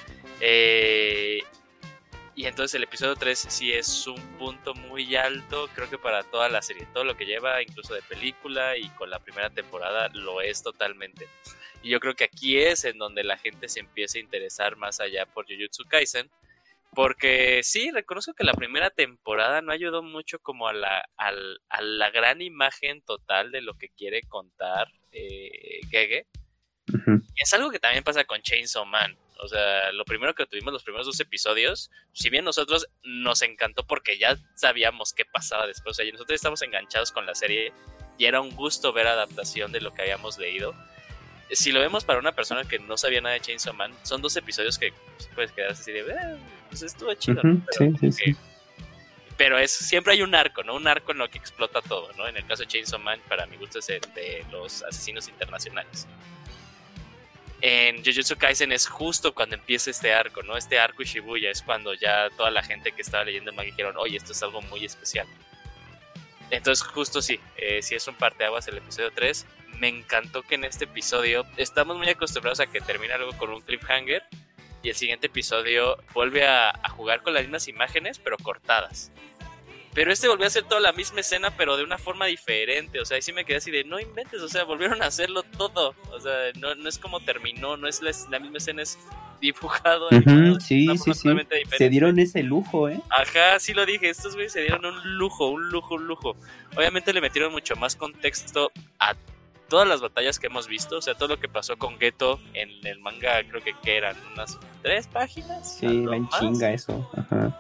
Y entonces el episodio 3 sí es un punto muy alto, creo que para toda la serie, todo lo que lleva, incluso de película, y con la primera temporada lo es totalmente. Y yo creo que aquí es en donde la gente se empieza a interesar más allá por Jujutsu Kaisen, porque sí, reconozco que la primera temporada no ayudó mucho como a la gran imagen total de lo que quiere contar Gege. Es algo que también pasa con Chainsaw Man. O sea, lo primero que tuvimos, los primeros 2 episodios, si bien nosotros nos encantó porque ya sabíamos qué pasaba después, o sea, nosotros estamos enganchados con la serie y era un gusto ver adaptación de lo que habíamos leído. Si lo vemos para una persona que no sabía nada de Chainsaw Man, son 2 episodios que puedes quedarse así de, pues estuvo chido, ¿no? Pero, sí. Pero siempre hay un arco, ¿no? Un arco en lo que explota todo, ¿no? En el caso de Chainsaw Man, para mi gusto es el de los asesinos internacionales. En Jujutsu Kaisen es justo cuando empieza este arco, ¿no? Este arco y Shibuya es cuando ya toda la gente que estaba leyendo el manga dijeron, oye, esto es algo muy especial. Entonces justo sí es un parteaguas el episodio 3. Me encantó que en este episodio estamos muy acostumbrados a que termina luego con un cliffhanger y el siguiente episodio vuelve a jugar con las mismas imágenes pero cortadas. Pero volvió a hacer toda la misma escena, pero de una forma diferente. O sea, ahí sí me quedé así de, no inventes, o sea, volvieron a hacerlo todo. O sea, no es como terminó, no es la misma escena, es dibujado. Uh-huh, sí. Diferente. Se dieron ese lujo, ¿eh? Ajá, sí lo dije, estos güeyes se dieron un lujo. Obviamente le metieron mucho más contexto a todas las batallas que hemos visto. O sea, todo lo que pasó con Geto en el manga, creo que eran unas 3 páginas. Sí, va en chinga eso, ajá.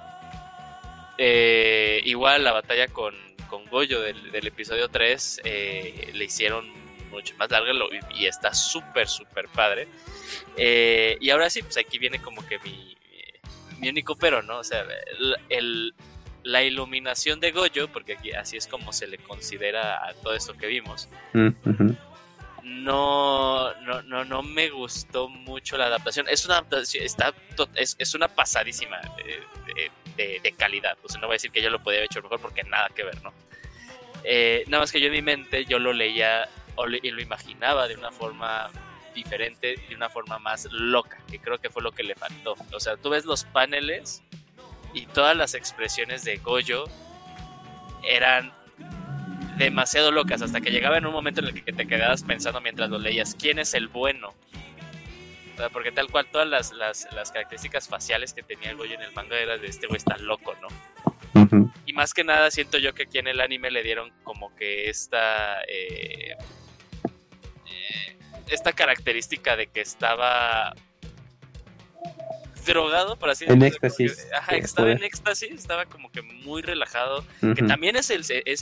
Igual la batalla con Goyo del episodio 3 le hicieron mucho más larga y está súper padre. Y ahora sí, pues aquí viene como que mi único pero, ¿no? O sea, la iluminación de Goyo, porque aquí así es como se le considera a todo esto que vimos. Uh-huh. No me gustó mucho la adaptación. Es una adaptación, es una pasadísima de calidad. O sea, no voy a decir que yo lo podía haber hecho mejor porque nada que ver, ¿no? Nada más que yo en mi mente yo lo leía y lo imaginaba de una forma diferente, de una forma más loca, que creo que fue lo que le faltó. O sea, tú ves los paneles y todas las expresiones de Goyo eran demasiado locas, hasta que llegaba en un momento en el que te quedabas pensando mientras lo leías, ¿quién es el bueno? O sea, porque tal cual todas las características faciales que tenía el Goyo en el manga era de este güey está loco, ¿no? Uh-huh. Y más que nada siento yo que aquí en el anime le dieron como que esta característica de que estaba drogado, por así decirlo. En éxtasis. Ajá, estaba en éxtasis, estaba como que muy relajado, uh-huh. Que también es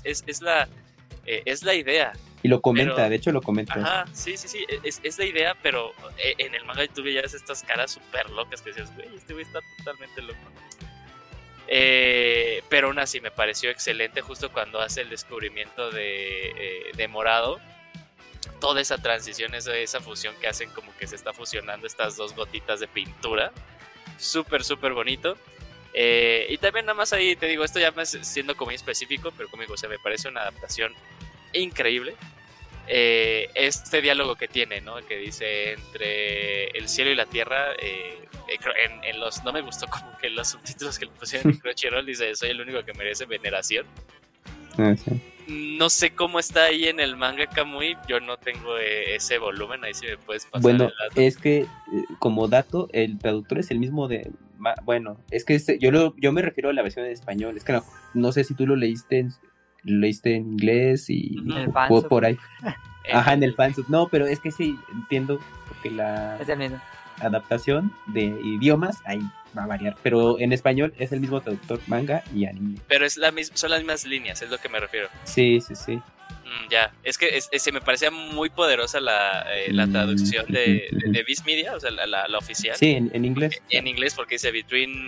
la idea. Y lo comenta, de hecho lo comenta. Ajá, sí, es la idea, pero en el manga tú veías estas caras súper locas que decías, güey, este güey está totalmente loco. Pero aún así me pareció excelente justo cuando hace el descubrimiento de Morado. Toda esa transición, esa fusión que hacen, como que se está fusionando estas dos gotitas de pintura. Súper bonito. Y también nada más ahí te digo, esto ya más siendo como específico, pero conmigo, o sea, me parece una adaptación increíble. Este diálogo que tiene, ¿no? Que dice entre el cielo y la tierra, en los, no me gustó como que los subtítulos que le pusieron en Crunchyroll, dice, soy el único que merece veneración. Sí. No sé cómo está ahí en el manga Kamui, yo no tengo ese volumen, ahí sí me puedes pasar. Bueno, es que como dato, el traductor es el mismo de... Bueno, es que yo me refiero a la versión en español, es que no sé si tú lo leíste en inglés y por ahí. Ajá, en el fansub. No, pero es que sí, entiendo, porque la adaptación de idiomas ahí va a variar, pero en español es el mismo traductor manga y anime. Pero son las mismas líneas, es lo que me refiero. Sí. Ya, es que se me parecía muy poderosa la traducción de Viz Media, o sea, la oficial. Sí, en inglés. En inglés, porque dice Between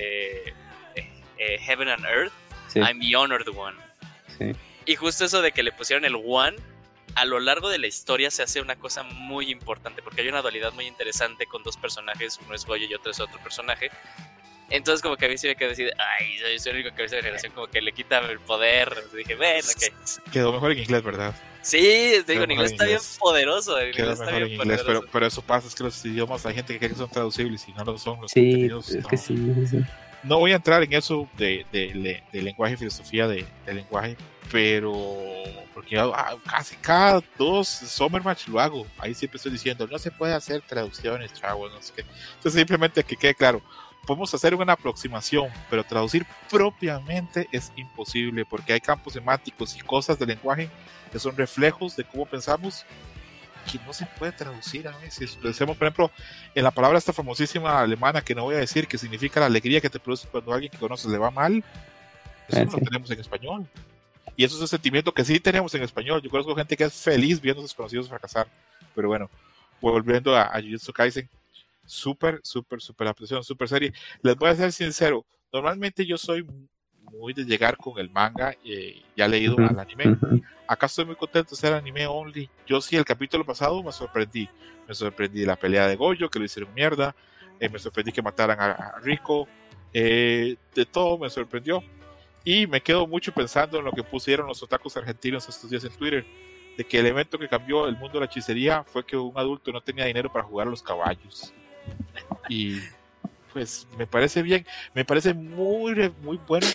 Heaven and Earth, sí. I'm the honored one. Sí. Y justo eso de que le pusieron el one, a lo largo de la historia se hace una cosa muy importante, porque hay una dualidad muy interesante con dos personajes, uno es Goyo y otro es otro personaje. Entonces como que a mí sí me quedé así de, ay, soy el único que ve esa generación, como que le quita el poder. Entonces dije, bueno, ok. Quedó mejor en inglés, ¿verdad? Sí, te digo, en inglés está bien poderoso. Quedó mejor en inglés, pero eso pasa, es que los idiomas hay gente que cree que son traducibles y no lo son. Los sí, contenidos, es no. Que sí. No voy a entrar en eso de lenguaje, filosofía de lenguaje, pero porque casi cada 2 Summermatch lo hago. Ahí siempre estoy diciendo, no se puede hacer traducciones, chavos, no sé qué. Entonces simplemente que quede claro, podemos hacer una aproximación, pero traducir propiamente es imposible, porque hay campos semánticos y cosas del lenguaje que son reflejos de cómo pensamos, que no se puede traducir a veces. Pensemos, por ejemplo, en la palabra esta famosísima alemana, que no voy a decir, que significa la alegría que te produce cuando a alguien que conoces le va mal. Eso no lo tenemos en español. Y eso es un sentimiento que sí tenemos en español. Yo conozco gente que es feliz viendo a sus conocidos fracasar. Pero bueno, volviendo a Jujutsu Kaisen, súper apreciación, súper serie. Les voy a ser sincero, normalmente yo soy muy de llegar con el manga ya leído al anime. Acá estoy muy contento de ser anime only. Yo sí, el capítulo pasado me sorprendí de la pelea de Goyo, que lo hicieron mierda, me sorprendí que mataran a Rico, de todo me sorprendió, y me quedo mucho pensando en lo que pusieron los otakus argentinos estos días en Twitter, de que el evento que cambió el mundo de la hechicería fue que un adulto no tenía dinero para jugar a los caballos. Y pues me parece bien, me parece muy bueno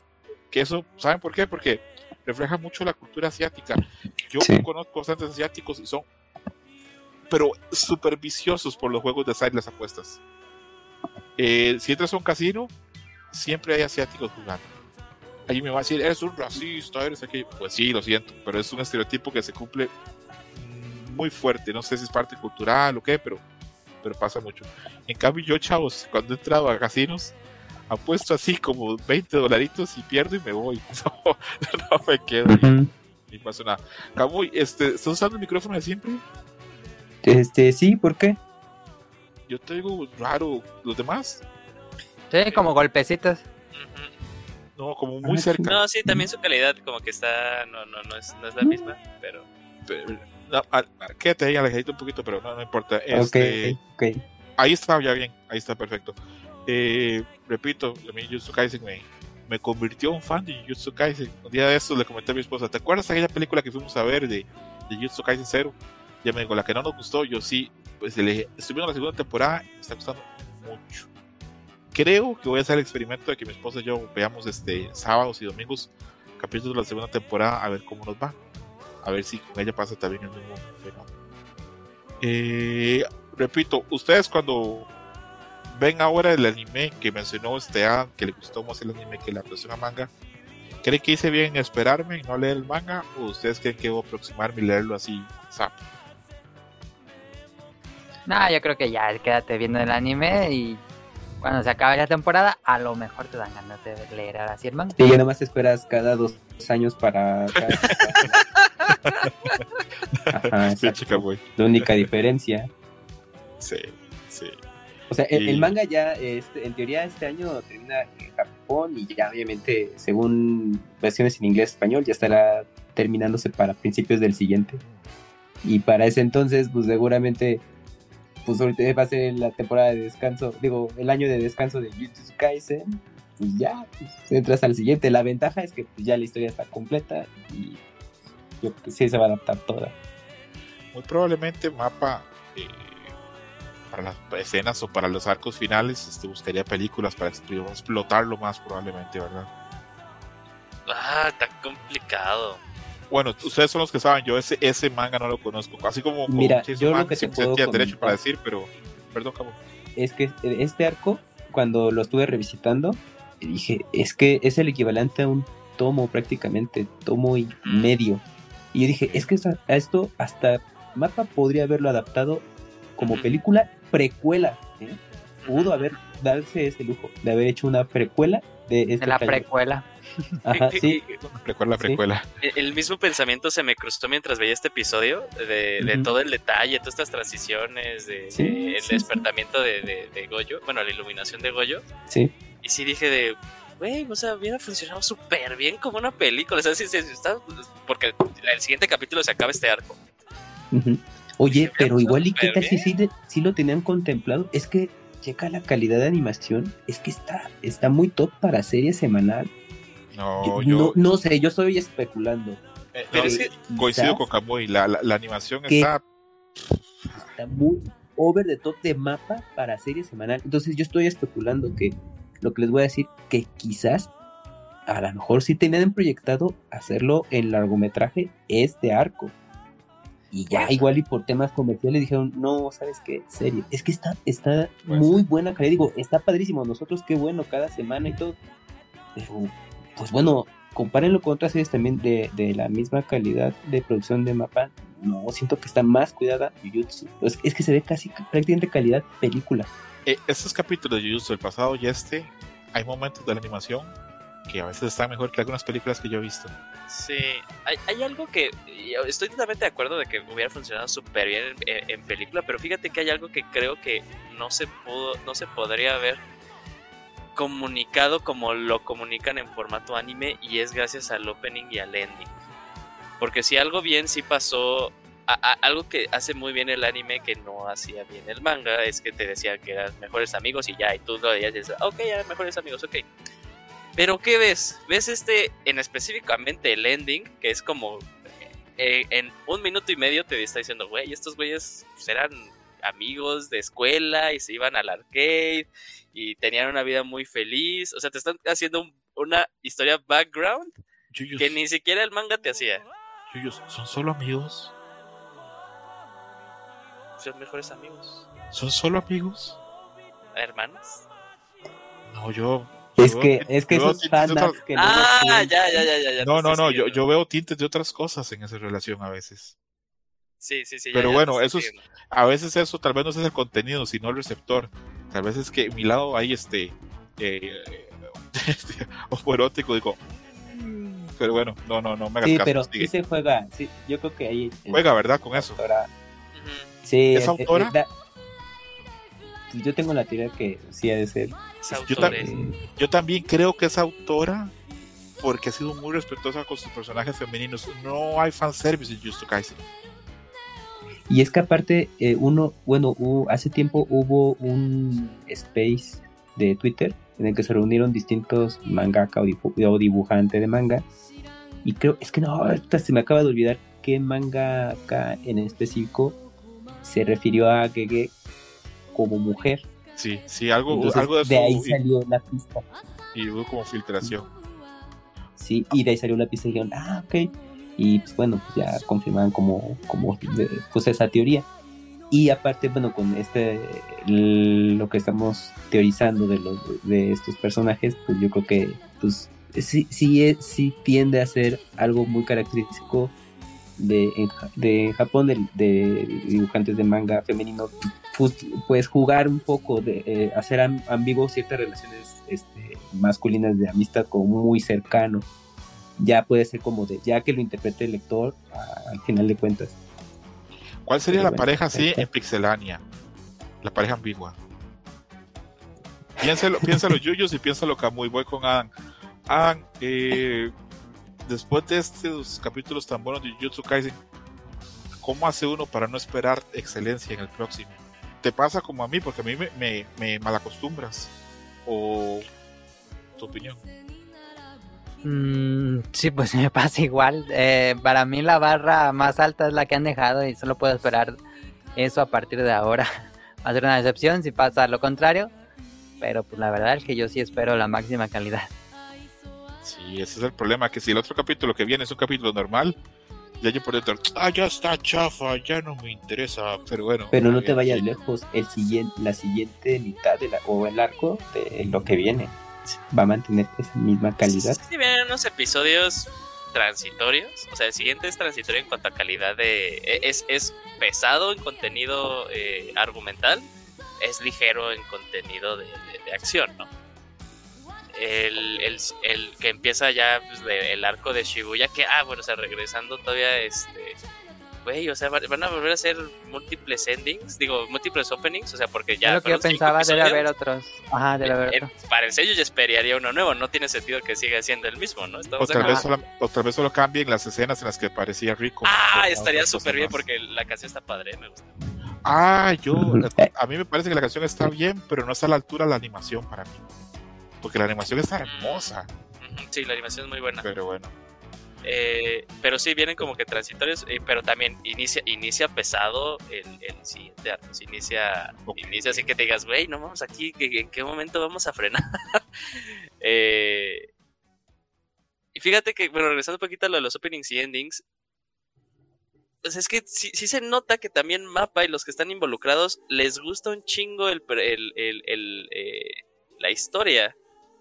que eso, ¿saben por qué? Porque refleja mucho la cultura asiática. Yo Sí. conozco bastantes asiáticos y son, pero súper viciosos por los juegos de azar y las apuestas. Si entras a un casino, siempre hay asiáticos jugando. Ahí me va a decir, eres un racista, eres aquí. Pues sí, lo siento, pero es un estereotipo que se cumple muy fuerte. No sé si es parte cultural o qué, pero pasa mucho. En cambio, yo, chavos, cuando he entrado a casinos, apuesto así como $20 y pierdo y me voy. No me quedo ni pasa nada. Camuy, ¿estás usando el micrófono de siempre? Sí, ¿por qué? Yo te digo raro. ¿Los demás? Sí, como golpecitos. Ujú. No, como muy cerca. No, sí, también su calidad como que está, no es la misma, pero No, quédate ahí alejadito un poquito, pero no importa. Ok. Ahí está ya bien, ahí está perfecto. Repito, a mí Jujutsu Kaisen me convirtió en fan de Jujutsu Kaisen. Un día de estos le comenté a mi esposa, ¿te acuerdas de aquella película que fuimos a ver de Jujutsu Kaisen 0? Ya me dijo, la que no nos gustó. Yo sí, pues le dije, estoy viendo la segunda temporada, me está gustando mucho. Creo que voy a hacer el experimento de que mi esposa y yo veamos sábados y domingos capítulos de la segunda temporada, a ver cómo nos va, a ver si con ella pasa también el mismo fenómeno. Repito, ustedes cuando ven ahora el anime que mencionó Adam, que le gustó más el anime que la adaptación a manga, ¿creen que hice bien en esperarme y no leer el manga? ¿O ustedes creen que debo aproximarme y leerlo así, zap? No, yo creo que ya quédate viendo el anime y cuando se acabe la temporada, a lo mejor te dan ganas de leer ahora sí el manga. Y ya nomás esperas cada 2 años para... Ajá, Sí, exacto. chica, güey. La única diferencia. Sí. O sea, Y- el manga ya, en teoría este año termina en Japón y ya obviamente, según versiones en inglés y español, ya estará terminándose para principios del siguiente. Y para ese entonces, pues seguramente, pues ahorita va a ser la temporada de descanso, digo, el año de descanso de Jujutsu Kaisen, pues ya, pues, entras al siguiente. La ventaja es que pues, ya la historia está completa y yo creo que sí se va a adaptar toda. Muy probablemente Mapa, para las escenas o para los arcos finales, buscaría películas para explotarlo más probablemente, ¿verdad? está complicado. Bueno, ustedes son los que saben, yo ese manga no lo conozco, así como con Mira, Chainsaw yo lo Man, que te siempre puedo tenía derecho comentar- para decir, pero perdón, Cabo. Es que este arco, cuando lo estuve revisitando, dije, es que es el equivalente a un tomo prácticamente, tomo y medio. Y yo dije, es que a esto hasta Mapa podría haberlo adaptado como Ujú. película precuela. Pudo haber darse ese lujo de haber hecho una precuela de este De la trayecto. precuela. Ajá, sí. Precuela. El mismo pensamiento se me cruzó mientras veía este episodio de Ujú. todo el detalle, todas estas transiciones, Sí, el sí, despertamiento de Goyo, bueno, la iluminación de Goyo. Sí. Y sí dije güey, o sea, hubiera funcionado súper bien como una película. O sea, porque el siguiente capítulo se acaba este arco. Ujú. Oye, Dije, pero "Bien, igual y qué súper tal si sí lo tenían contemplado. Es que checa la calidad de animación, es que está muy top para serie semanal. No sé, yo estoy especulando. Pero es que coincido con Kamui, la animación ¿Qué? está muy over the top de Mapa para serie semanal. Entonces yo estoy especulando que lo que les voy a decir, que quizás a lo mejor sí tenían proyectado hacerlo en largometraje este arco. Y ya igual y por temas comerciales dijeron, no, ¿sabes qué? Serie. Es que está muy buena calidad. Digo, está padrísimo. Nosotros qué bueno cada semana y todo. Pero, pues bueno, compárenlo con otras series también de la misma calidad de producción de Mapa. No, siento que está más cuidada Jujutsu. Es que se ve casi prácticamente calidad película. estos capítulos de Jujutsu, el pasado y hay momentos de la animación que a veces están mejor que algunas películas que yo he visto. sí, hay algo que estoy totalmente de acuerdo de que hubiera funcionado súper bien en película, pero fíjate que hay algo que creo que no se podría haber comunicado como lo comunican en formato anime, y es gracias al opening y al ending. Porque si algo bien sí pasó, algo que hace muy bien el anime que no hacía bien el manga, es que te decía que eran mejores amigos y ya, y tú lo veías y dices, ok, eran mejores amigos, ok. Pero ¿qué ves? ¿Ves en específicamente el ending? Que es como en 1 minuto y medio te está diciendo, güey, estos güeyes pues, eran amigos de escuela y se iban al arcade y tenían una vida muy feliz. O sea, te están haciendo una historia background Yuyos, que ni siquiera el manga te hacía. Yuyos, ¿son solo amigos? Son mejores amigos. ¿Son solo amigos? ¿Hermanos? No, yo Es veo que tintes esos de fanarts que luego Ah, suben- ya. No, te estoy yo siguiendo. veo tintes de otras cosas en esa relación a veces. Sí, ya, Pero ya bueno, te eso estoy es, siguiendo. a veces eso tal vez no es el contenido, sino el receptor. Tal vez es que mi lado ahí homoerótico, digo. Pero bueno, no me hagas Sí, caso. pero Sigue. sí se juega. Sí, yo creo que ahí. Juega, ¿verdad? Con eso. Autora- Ujú. Sí, ¿Es autora? Pues yo tengo la teoría que sí ha de ser. Es Yo autores. Yo también creo que es autora porque ha sido muy respetuosa con sus personajes femeninos. No hay fanservice en Jujutsu Kaisen. Y es que aparte, hace tiempo hubo un space de Twitter en el que se reunieron distintos mangaka o dibujante de manga. Y creo, es que no, ahorita se me acaba de olvidar qué mangaka en específico se refirió a Gege como mujer. Sí, algo Entonces, de eso. de ahí salió la pista. Y hubo como filtración. Sí, y de ahí salió la pista y dijeron, ok. Y pues bueno, pues ya confirmaban como pues esa teoría. Y aparte, bueno, con lo que estamos teorizando de estos personajes, pues yo creo que pues sí tiende a ser algo muy característico de Japón, de dibujantes de manga femenino, pues jugar un poco, de hacer ambiguo ciertas relaciones masculinas de amistad como muy cercano. Ya puede ser como ya que lo interprete el lector al final de cuentas. ¿Cuál sería Pero la bueno, pareja así ahí está. en Pixelania? La pareja ambigua. Piénsalo Yuyos y piénsalo Kamui. Voy con Adam. Adam, después de estos capítulos tan buenos de Jujutsu Kaisen, ¿cómo hace uno para no esperar excelencia en el próximo? ¿Te pasa como a mí? Porque a mí me malacostumbras. ¿O tu opinión? Sí, pues me pasa igual. Para mí la barra más alta es la que han dejado y solo puedo esperar eso a partir de ahora. Va a ser una decepción si pasa lo contrario, pero pues la verdad es que yo sí espero la máxima calidad. Sí, ese es el problema, que si el otro capítulo que viene es un capítulo normal, ya yo por dentro, ya está chafa, ya no me interesa, pero bueno. Pero no te vayas lejos, la siguiente mitad o el arco de lo que viene va a mantener esa misma calidad. Sí, vienen unos episodios transitorios. O sea, el siguiente es transitorio en cuanto a calidad es pesado en contenido argumental, es ligero en contenido de acción, ¿no? El que empieza ya pues, el arco de Shibuya, que, bueno, o sea, regresando todavía, güey, o sea, van a volver a hacer múltiples endings, múltiples openings, o sea, porque ya... Es lo que yo pensaba, debe haber otros. Ajá, debe haber otros. Para el sello yo esperaría uno nuevo, no tiene sentido que siga siendo el mismo, ¿no? O tal vez solo cambien las escenas en las que aparecía Rico. Estaría súper bien porque la canción está padre, me gusta. A mí me parece que la canción está bien, pero no está a la altura de la animación para mí. Porque la animación está hermosa. Sí, la animación es muy buena. Pero bueno. Pero sí, vienen como que transitorios, pero también inicia pesado el siguiente arco. Inicia así que te digas, güey, no vamos aquí, ¿en qué momento vamos a frenar? Y fíjate que, bueno, regresando un poquito a lo de los openings y endings, pues es que sí se nota que también Mappa y los que están involucrados les gusta un chingo la historia.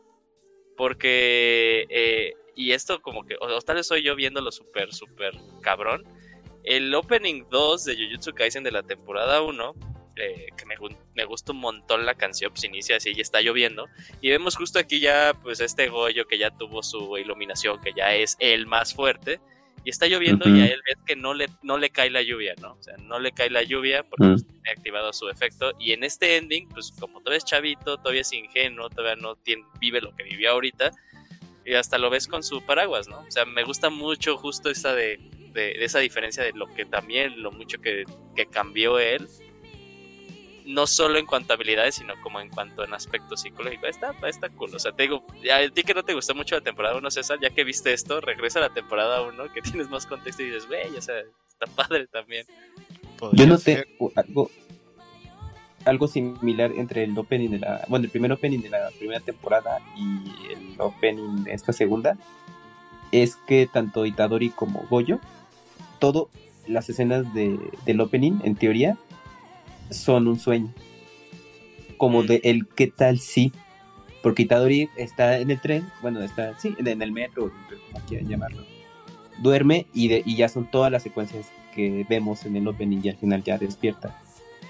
Porque, y esto como que, o tal vez soy yo viéndolo súper cabrón. El opening 2 de Jujutsu Kaisen de la temporada 1, que me gusta un montón la canción, pues inicia así y está lloviendo. Y vemos justo aquí ya, pues Goyo que ya tuvo su iluminación, que ya es el más fuerte. Y está lloviendo y a él ves que no le cae la lluvia, ¿no? O sea, no le cae la lluvia porque pues, tiene activado su efecto. Y en este ending, pues como todavía es chavito, todavía es ingenuo, todavía no vive lo que vivió ahorita. Y hasta lo ves con su paraguas, ¿no? O sea, me gusta mucho justo esa de esa diferencia de lo que también, lo mucho que cambió él. No solo en cuanto a habilidades, sino como en cuanto en aspecto psicológico. Está cool. O sea, te digo, a ti que no te gustó mucho la temporada 1, César, ya que viste esto, regresa a la temporada 1, que tienes más contexto y dices, güey, o sea, está padre también. Yo noté algo. algo similar entre el opening el primer opening de la primera temporada y el opening de esta segunda, es que tanto Itadori como Goyo, todas las escenas del opening, en teoría, son un sueño. Como de el qué tal si, porque Itadori está en el tren, en el metro, como quieran llamarlo, duerme y ya son todas las secuencias que vemos en el opening y al final ya despierta.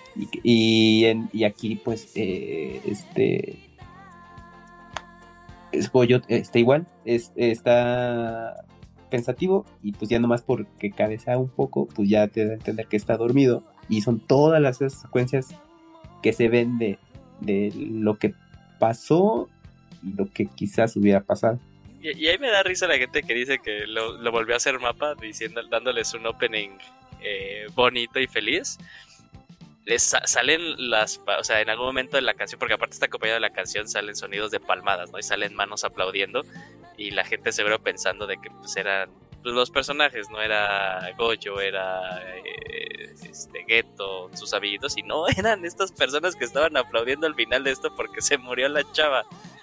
Y aquí pues Goyo está igual, está pensativo y pues ya nomás porque cabecea un poco, pues ya te da a entender que está dormido, y son todas las secuencias que se ven de lo que pasó y lo que quizás hubiera pasado. Y ahí me da risa la gente que dice que lo volvió a hacer mapa, dándoles un opening bonito y feliz. Salen o sea, en algún momento de la canción, porque aparte está acompañado de la canción, salen sonidos de palmadas, ¿no? Y salen manos aplaudiendo, y la gente seguro pensando de que pues eran los personajes, no era Goyo, era Geto, sus amiguitos, y no, eran estas personas que estaban aplaudiendo al final de esto porque se murió la chava.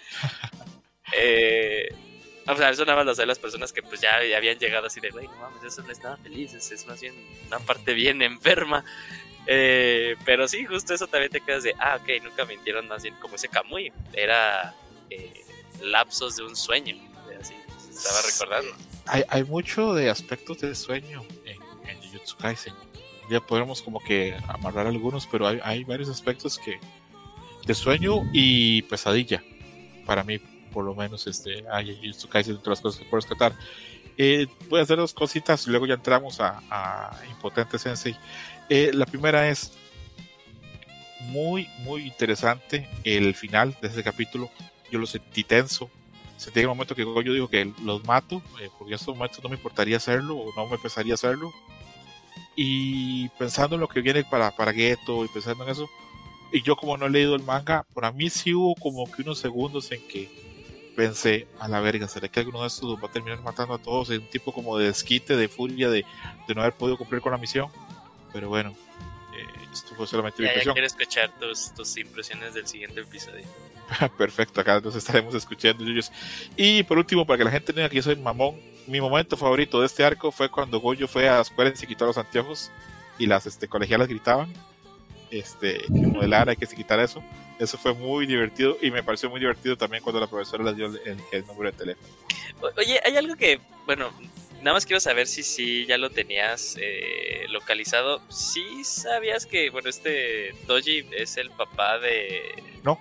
O sea, eso nada más lo saben las personas que pues ya habían llegado así de, güey, no mames, eso no es nada feliz, es más bien una parte bien enferma. Pero sí, justo eso también te quedas de, ok, nunca mintieron, más bien como ese Kamui, era lapsos de un sueño, así estaba recordando. Hay mucho de aspectos de sueño en Jujutsu Kaisen. Ya podemos como que amarrar algunos, pero hay varios aspectos de sueño y pesadilla. Para mí, por lo menos, hay Jujutsu Kaisen entre las cosas que puedo rescatar. Voy a hacer dos cositas y luego ya entramos a Impotente Sensei. La primera es muy, muy interesante el final de ese capítulo. Yo lo sentí tenso. Sentí en el momento que Goyo dijo que los mato, porque en estos momentos no me importaría hacerlo o no me pesaría hacerlo. Y pensando en lo que viene para Geto y pensando en eso, y yo como no he leído el manga, para mí sí hubo como que unos segundos en que pensé, a la verga, ¿será que alguno de estos los va a terminar matando a todos? Es un tipo como de desquite, de furia, de no haber podido cumplir con la misión. Pero bueno, esto fue solamente mi impresión. Ya quiero escuchar tus impresiones del siguiente episodio. Perfecto, acá nos estaremos escuchando, Yuyos. Y por último, para que la gente no diga que yo soy mamón, mi momento favorito de este arco fue cuando Goyo fue a Square y se quitó los anteojos y las colegialas gritaban que modelara y que se quitara eso. Eso fue muy divertido, y me pareció muy divertido también cuando la profesora les dio el número de teléfono. Oye, hay algo que, bueno, nada más quiero saber si ya lo tenías localizado. ¿Sí sabías que, bueno, Toji es el papá de...? No.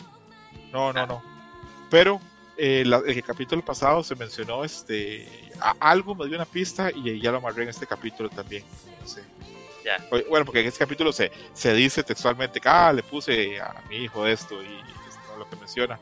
Pero el capítulo pasado se mencionó, algo me dio una pista y ya lo amarré en este capítulo también. No sé. Ya. Bueno, porque en este capítulo se dice textualmente que le puse a mi hijo esto, y es lo que menciona.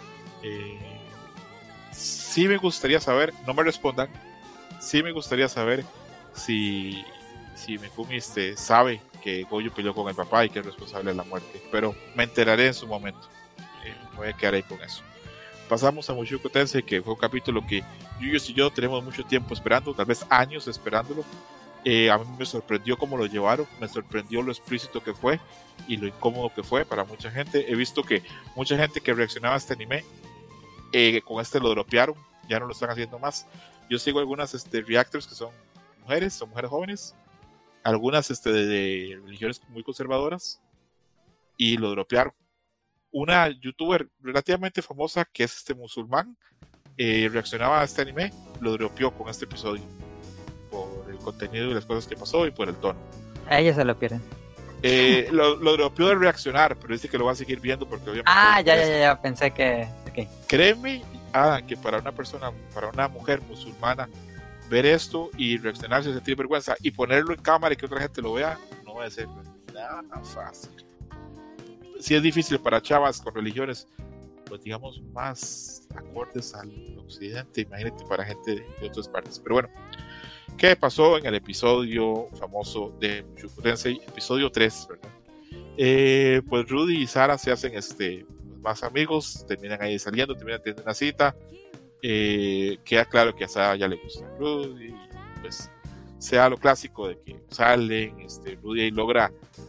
Sí me gustaría saber, no me respondan, sí me gustaría saber si Megumi sabe que Goyo peleó con el papá y que es responsable de la muerte, pero me enteraré en su momento. Voy a quedar ahí con eso. Pasamos a Mushoku Tensei, que fue un capítulo que Yuyos y yo tenemos mucho tiempo esperando, tal vez años esperándolo. A mí me sorprendió cómo lo llevaron, me sorprendió lo explícito que fue y lo incómodo que fue para mucha gente. He visto que mucha gente que reaccionaba a este anime, con lo dropearon, ya no lo están haciendo más. Yo sigo algunas reactors que son mujeres jóvenes, algunas de religiones muy conservadoras, y lo dropearon. Una youtuber relativamente famosa que es musulmán, reaccionaba a este anime, lo dropeó con este episodio por el contenido y las cosas que pasó y por el tono. A ella se lo pierden. Lo dropeó de reaccionar, pero dice que lo va a seguir viendo porque obviamente... Ya, pensé que... Okay. Créeme, Adam, que para una mujer musulmana, ver esto y reaccionarse, sentir vergüenza y ponerlo en cámara y que otra gente lo vea, no va a ser nada fácil. Sí es difícil para chavas con religiones, pues digamos, más acordes al occidente, imagínate para gente de otras partes. Pero bueno, ¿qué pasó en el episodio famoso de Mushoku Tensei? Episodio 3, ¿verdad? Pues Rudy y Sara se hacen más amigos, terminan ahí saliendo, terminan teniendo una cita. Queda claro que a Sara ya le gusta Rudy, pues sea lo clásico de que salen, Rudy ahí logra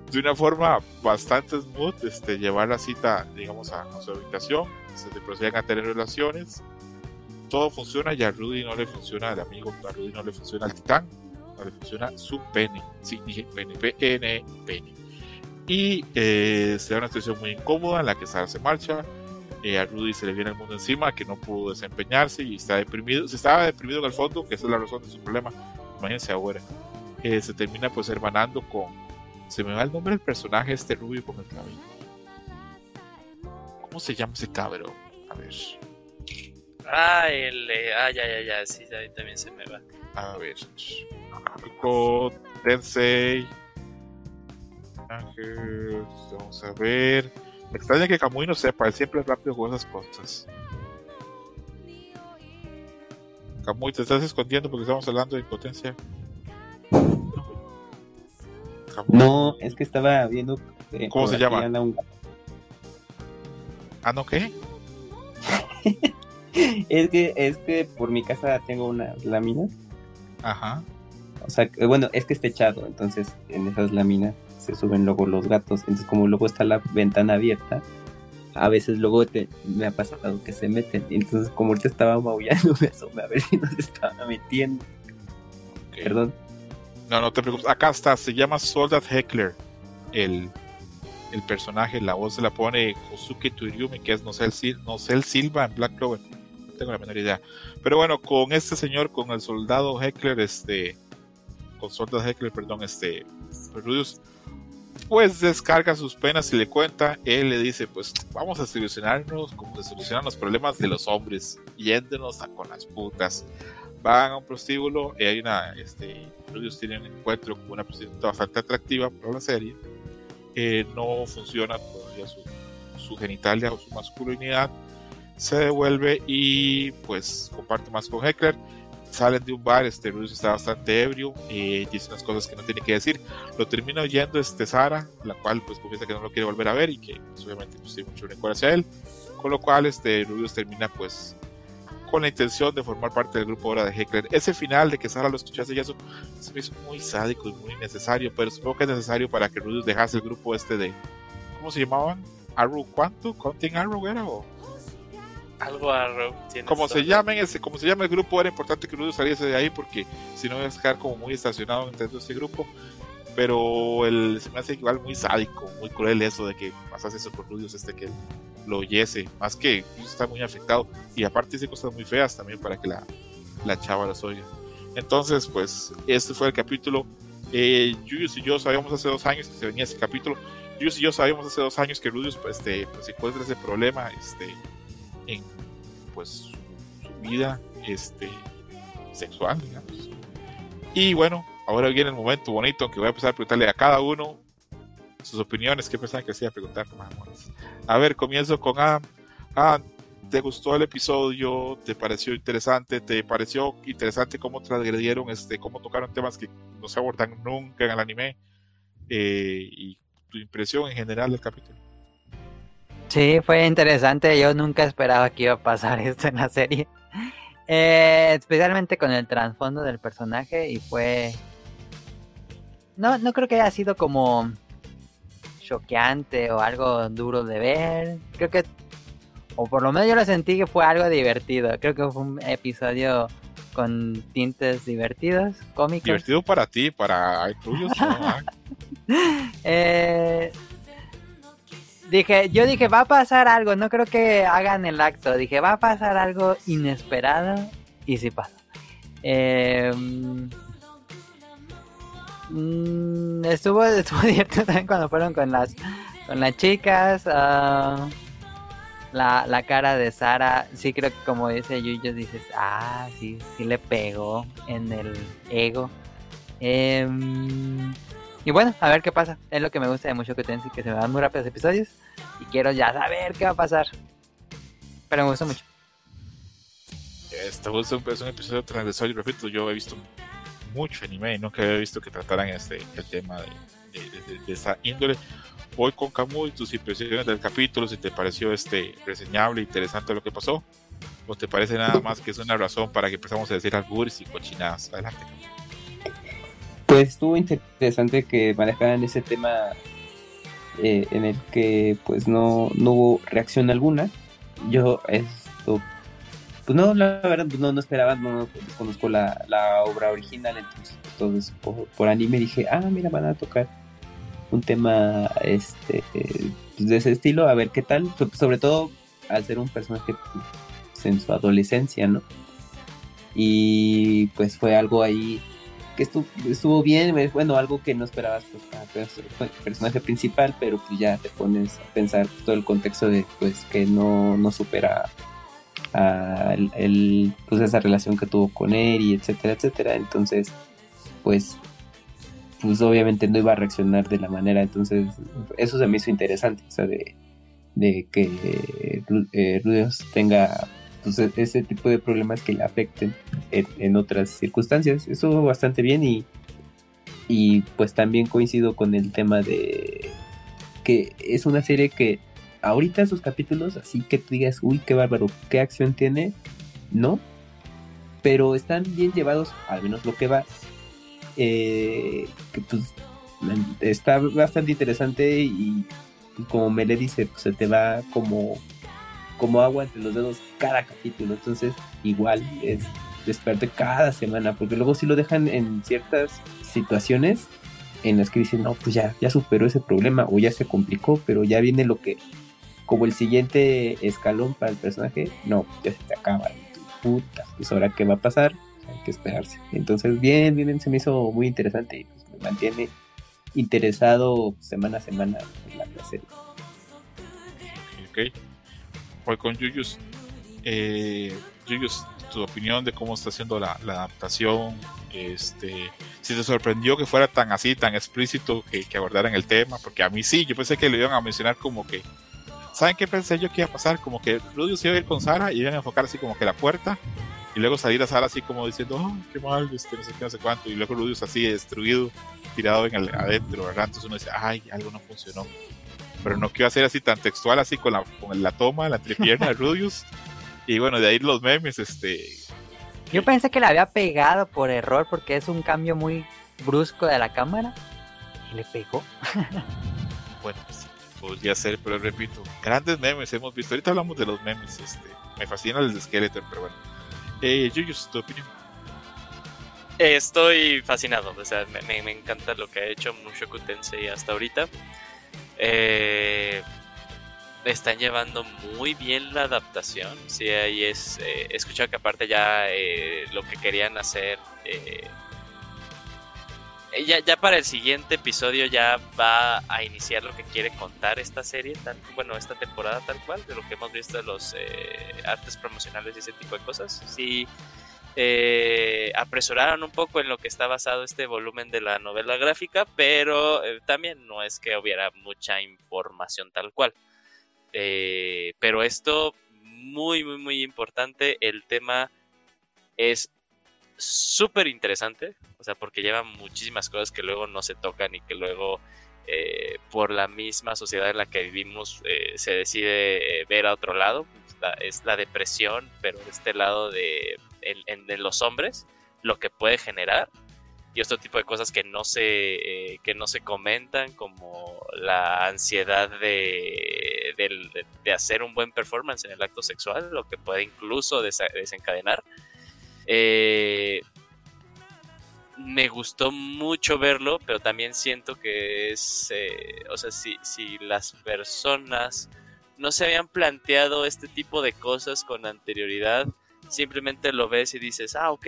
de una forma bastante smooth, llevar la cita, digamos, a su habitación, se proceden a tener relaciones, todo funciona y a Rudy no le funciona el amigo, a Rudy no le funciona el titán, no le funciona su pene, sí, dije pene, pene. Y se da una situación muy incómoda en la que Sarah se marcha, a Rudy se le viene el mundo encima, que no pudo desempeñarse y está deprimido, se estaba deprimido en el fondo, que esa es la razón de su problema, imagínense ahora, se termina pues hermanando con, se me va el nombre del personaje rubio con el cabello, ¿cómo se llama ese cabrón? A ver. Ya, sí, ahí también se me va. A ver. Nico, Tensei. Ángel. Vamos a ver. Me extraña que Kamui no sepa, él siempre es rápido con esas cosas. Kamui, te estás escondiendo porque estamos hablando de impotencia. Kamui. No, es que estaba viendo. ¿Cómo se llama? ¿No qué? Es que por mi casa tengo unas láminas. Ajá. O sea, bueno, es que está techado, entonces en esas láminas se suben luego los gatos. Entonces, como luego está la ventana abierta, a veces luego me ha pasado que se meten. Entonces, como ahorita estaba maullando, me asomé a ver si nos estaba metiendo. Okay. Perdón. No te preocupes. Acá está, se llama Soldat Heckler. El personaje, la voz se la pone Kosuke Tsuruyomi, que es Nocel Silva en Black Clover. No tengo la menor idea. Pero bueno, con este señor, con el soldado Heckler, con Soldat Heckler, perdón, Rudius, pues descarga sus penas y le cuenta. Él le dice, pues vamos a solucionarnos como se solucionan los problemas de los hombres, yéndonos con las putas. Van a un prostíbulo y hay Rudius tiene un encuentro con una prostituta bastante atractiva para la serie. No funciona todavía su genitalia o su masculinidad, se devuelve y pues comparte más con Heckler. Salen de un bar, Rudius está bastante ebrio, dice unas cosas que no tiene que decir, lo termina oyendo Sara, la cual pues confiesa que no lo quiere volver a ver y que pues, obviamente pues, tiene mucho rencor hacia él, con lo cual Rudius termina pues con la intención de formar parte del grupo ahora de Heckler. Ese final de que Sara lo escuchase y eso se me hizo muy sádico y muy innecesario, pero supongo que es necesario para que Rudius dejase el grupo de ¿cómo se llamaban? Arrow, ¿cuánto? ¿Counting Arrow era? ¿O? Algo Arrow. Como se llame el grupo, era importante que Rudius saliese de ahí porque si no iba a estar como muy estacionado dentro de ese grupo. Pero se me hace igual muy sádico, muy cruel eso de que pasase eso por Rudius, que lo oyese, más que está muy afectado y aparte dice cosas muy feas también para que la chava las oiga. Entonces pues este fue el capítulo. Yuyos y yo sabíamos hace 2 años que se venía ese capítulo. Yuyos y yo sabíamos hace 2 años que Rudius pues encuentra ese problema en pues su vida sexual, digamos. Y bueno, ahora viene el momento bonito en que voy a empezar a preguntarle a cada uno sus opiniones. ¿Qué pensaban que hacía preguntar? A ver, comienzo con Adam. Adam, ¿te gustó el episodio? ¿Te pareció interesante? ¿Te pareció interesante cómo transgredieron, cómo tocaron temas que no se abordan nunca en el anime? Y tu impresión en general del capítulo. Sí, fue interesante. Yo nunca esperaba que iba a pasar esto en la serie. Especialmente con el trasfondo del personaje. Y fue... No creo que haya sido como choqueante o algo duro de ver. Creo que... O por lo menos yo lo sentí que fue algo divertido. Creo que fue un episodio con tintes divertidos, cómicos. Divertido para ti, para tuyos, ¿no? Yo dije, va a pasar algo, no creo que hagan el acto. Dije, va a pasar algo inesperado. Y sí pasó. Estuvo divertido también cuando fueron con las chicas. La cara de Sara, sí creo que como dice Yuyo, dices, sí le pegó en el ego. Y bueno, a ver qué pasa. Es lo que me gusta de Mushoku Tensei, que se me van muy rápido los episodios y quiero ya saber qué va a pasar. Pero me gustó mucho. Este es un episodio transgresor y repito, yo he visto mucho anime y nunca había visto que trataran el tema de esa índole. Voy con Kamui, tus impresiones del capítulo, si te pareció reseñable, interesante lo que pasó, o te parece nada más que es una razón para que empezamos a decir albures y cochinadas. Adelante. Pues estuvo interesante que manejaran ese tema en el que pues no hubo reacción alguna. Yo esto, pues no, la verdad pues no esperaba, no desconozco la obra original, entonces pues, todo eso por anime dije, mira, van a tocar un tema pues, de ese estilo, a ver qué tal, sobre todo al ser un personaje pues, en su adolescencia, ¿no? Y pues fue algo ahí que estuvo bien, bueno, algo que no esperabas pues para el personaje principal, pero pues ya te pones a pensar pues, todo el contexto de pues que no supera pues esa relación que tuvo con él y etcétera, entonces pues obviamente no iba a reaccionar de la manera, entonces eso se me hizo interesante, o sea, de que Rudeus tenga pues, ese tipo de problemas que le afecten en otras circunstancias. Estuvo bastante bien y pues también coincido con el tema de que es una serie que ahorita sus capítulos, así que tú digas, uy, qué bárbaro, qué acción tiene, no, pero están bien llevados, al menos lo que va, que pues está bastante interesante y como me le dice, pues se te va como agua entre los dedos cada capítulo, entonces igual es despertar cada semana, porque luego si lo dejan en ciertas situaciones en las que dicen, no, pues ya superó ese problema o ya se complicó, pero ya viene lo que como el siguiente escalón para el personaje, no, ya se te acaba, puta, pues ahora qué va a pasar, hay que esperarse. Entonces bien, se me hizo muy interesante y pues me mantiene interesado semana a semana en la serie. Ok. Voy con Yuyus. Yuyus, tu opinión de cómo está haciendo la adaptación, si te sorprendió que fuera tan así, tan explícito que abordaran el tema, porque a mí sí, yo pensé que lo iban a mencionar como que, ¿saben qué pensé yo que iba a pasar? Como que Rudeus iba a ir con Sarah y iban a enfocar así como que la puerta y luego salir a Sarah así como diciendo, qué mal, no sé qué, no sé cuánto, y luego Rudeus así destruido, tirado adentro, ¿verdad? Entonces uno dice, algo no funcionó. Pero no quiero hacer así tan textual, así con la toma, la entrepierna de Rudeus. Y bueno, de ahí los memes, Yo pensé que le había pegado por error porque es un cambio muy brusco de la cámara. Y le pegó. Bueno, sí, podría ser, pero repito, grandes memes hemos visto. Ahorita hablamos de los memes, me fascina el de Skeletor, pero bueno. Yuyus, tu opinión. Estoy fascinado, o sea, me encanta lo que ha hecho Mushoku Tensei hasta ahorita. Están llevando muy bien la adaptación. Sí, ahí he escuchado que aparte ya lo que querían hacer ya para el siguiente episodio ya va a iniciar lo que quiere contar esta serie, esta temporada tal cual, de lo que hemos visto de los artes promocionales y ese tipo de cosas. Sí, apresuraron un poco en lo que está basado este volumen de la novela gráfica, pero también no es que hubiera mucha información tal cual. Pero esto muy muy muy importante, el tema es súper interesante, o sea, porque lleva muchísimas cosas que luego no se tocan y que luego por la misma sociedad en la que vivimos se decide ver a otro lado. Es la depresión, pero de este lado de los hombres, lo que puede generar y otro tipo de cosas que no se comentan, como la ansiedad de hacer un buen performance en el acto sexual, lo que puede incluso desencadenar. Me gustó mucho verlo, pero también siento que es, o sea, si las personas no se habían planteado este tipo de cosas con anterioridad, simplemente lo ves y dices, ok,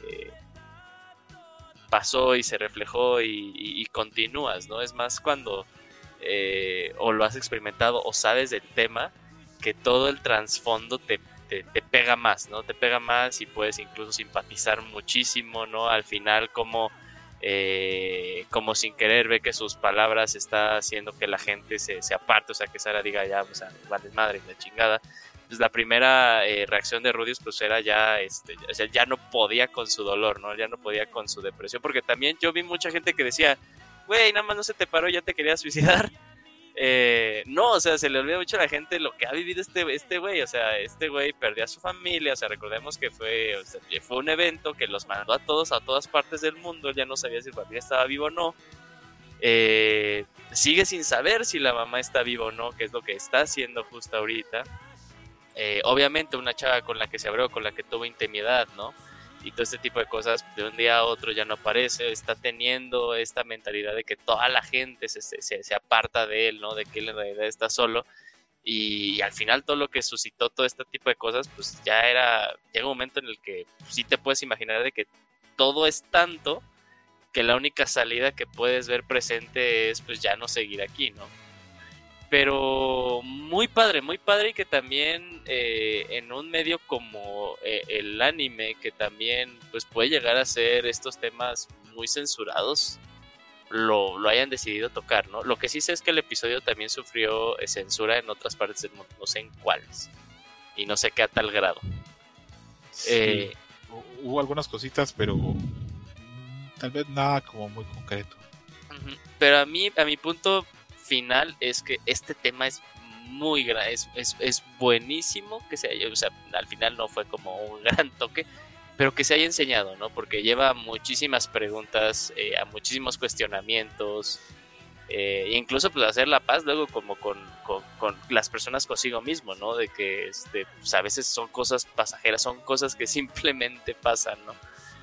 pasó y se reflejó y continúas, ¿no? Es más cuando o lo has experimentado o sabes del tema, que todo el trasfondo te pega más, ¿no? Te pega más y puedes incluso simpatizar muchísimo, ¿no? Al final como sin querer ve que sus palabras está haciendo que la gente se aparte, o sea, que Sarah diga ya, o sea, vale madre, la chingada. Pues la primera reacción de Rudeus pues era ya, o sea, ya no podía con su dolor, ¿no? Ya no podía con su depresión, porque también yo vi mucha gente que decía, güey, nada más no se te paró, ya te querías suicidar. No, o sea, se le olvida mucho a la gente lo que ha vivido este güey, o sea, este güey perdió a su familia, o sea, recordemos que fue un evento que los mandó a todas partes del mundo, él ya no sabía si su familia estaba vivo o no, Sigue sin saber si la mamá está viva o no, que es lo que está haciendo justo ahorita. Obviamente una chava con la que se abrió, con la que tuvo intimidad, ¿no? Y todo este tipo de cosas, de un día a otro ya no aparece, está teniendo esta mentalidad de que toda la gente se aparta de él, ¿no? De que él en realidad está solo. Y al final todo lo que suscitó todo este tipo de cosas, pues llega un momento en el que sí te puedes imaginar de que todo es tanto que la única salida que puedes ver presente es pues ya no seguir aquí, ¿no? Pero muy padre y que también en un medio como el anime, que también pues puede llegar a ser estos temas muy censurados, lo hayan decidido tocar, ¿no? Lo que sí sé es que el episodio también sufrió censura en otras partes del mundo, no sé en cuáles, y no sé qué a tal grado. Sí, hubo algunas cositas, pero tal vez nada como muy concreto. Pero a mi punto final es que este tema es muy grande, es buenísimo que se haya, o sea, al final no fue como un gran toque, pero que se haya enseñado, ¿no? Porque lleva muchísimas preguntas, a muchísimos cuestionamientos, incluso pues hacer la paz luego como con las personas consigo mismo, ¿no? De que pues, a veces son cosas pasajeras, son cosas que simplemente pasan, ¿no?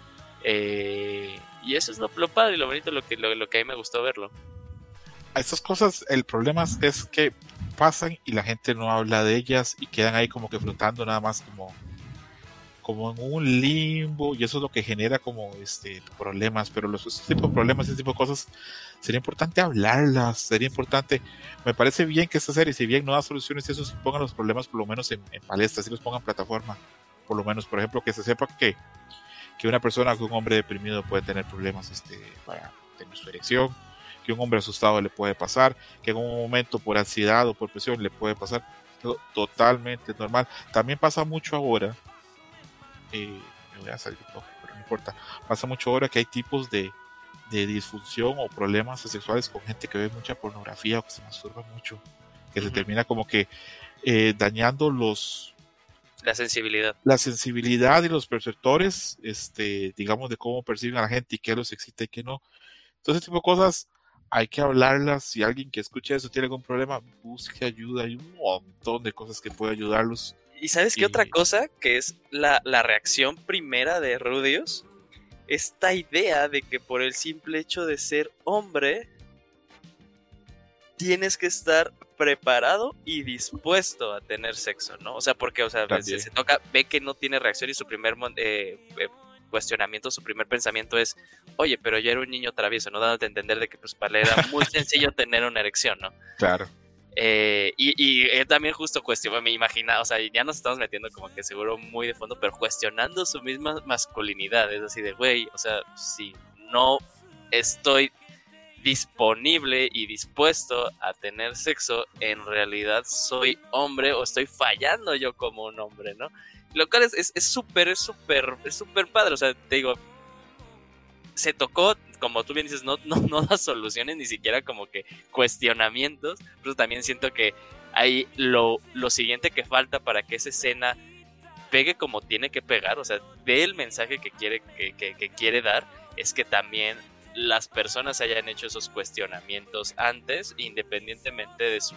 Y eso es lo padre y lo bonito, lo que a mí me gustó verlo. A estas cosas, el problema es que pasan y la gente no habla de ellas y quedan ahí como que flotando nada más como en un limbo, y eso es lo que genera como problemas. Pero este tipo de problemas, este tipo de cosas, sería importante hablarlas, sería importante. Me parece bien que esta serie, si bien no da soluciones, eso sí pongan los problemas por lo menos en palestra, si los pongan en plataforma, por lo menos, por ejemplo, que se sepa que una persona, que un hombre deprimido puede tener problemas para tener su erección, que un hombre asustado le puede pasar, que en un momento por ansiedad o por presión le puede pasar, totalmente normal. También pasa mucho ahora, me voy a salir un poco, pero no importa, pasa mucho ahora que hay tipos de disfunción o problemas sexuales con gente que ve mucha pornografía o que se masturba mucho, que se termina como que dañando la sensibilidad y los perceptores, digamos, de cómo perciben a la gente y qué los excita y qué no. Entonces, ese tipo de cosas hay que hablarlas. Si alguien que escuche eso tiene algún problema, busque ayuda. Hay un montón de cosas que puede ayudarlos. ¿Y sabes qué otra cosa? Que es la reacción primera de Rudius. Esta idea de que por el simple hecho de ser hombre tienes que estar preparado y dispuesto a tener sexo, ¿no? O sea, porque, o sea, se toca, ve que no tiene reacción y su primer cuestionamiento, su primer pensamiento es, oye, pero yo era un niño travieso, ¿no? Dándote a entender de que pues para él era muy sencillo tener una erección, ¿no? Claro. Y él también justo me imagina, o sea, ya nos estamos metiendo como que seguro muy de fondo, pero cuestionando su misma masculinidad, es así de, güey, o sea, si no estoy disponible y dispuesto a tener sexo, en realidad soy hombre o estoy fallando yo como un hombre, ¿no? Lo cual es súper padre, o sea, te digo, se tocó, como tú bien dices, no da soluciones, ni siquiera como que cuestionamientos, pero también siento que hay lo siguiente que falta para que esa escena pegue como tiene que pegar, o sea, el mensaje que quiere dar es que también las personas hayan hecho esos cuestionamientos antes, independientemente de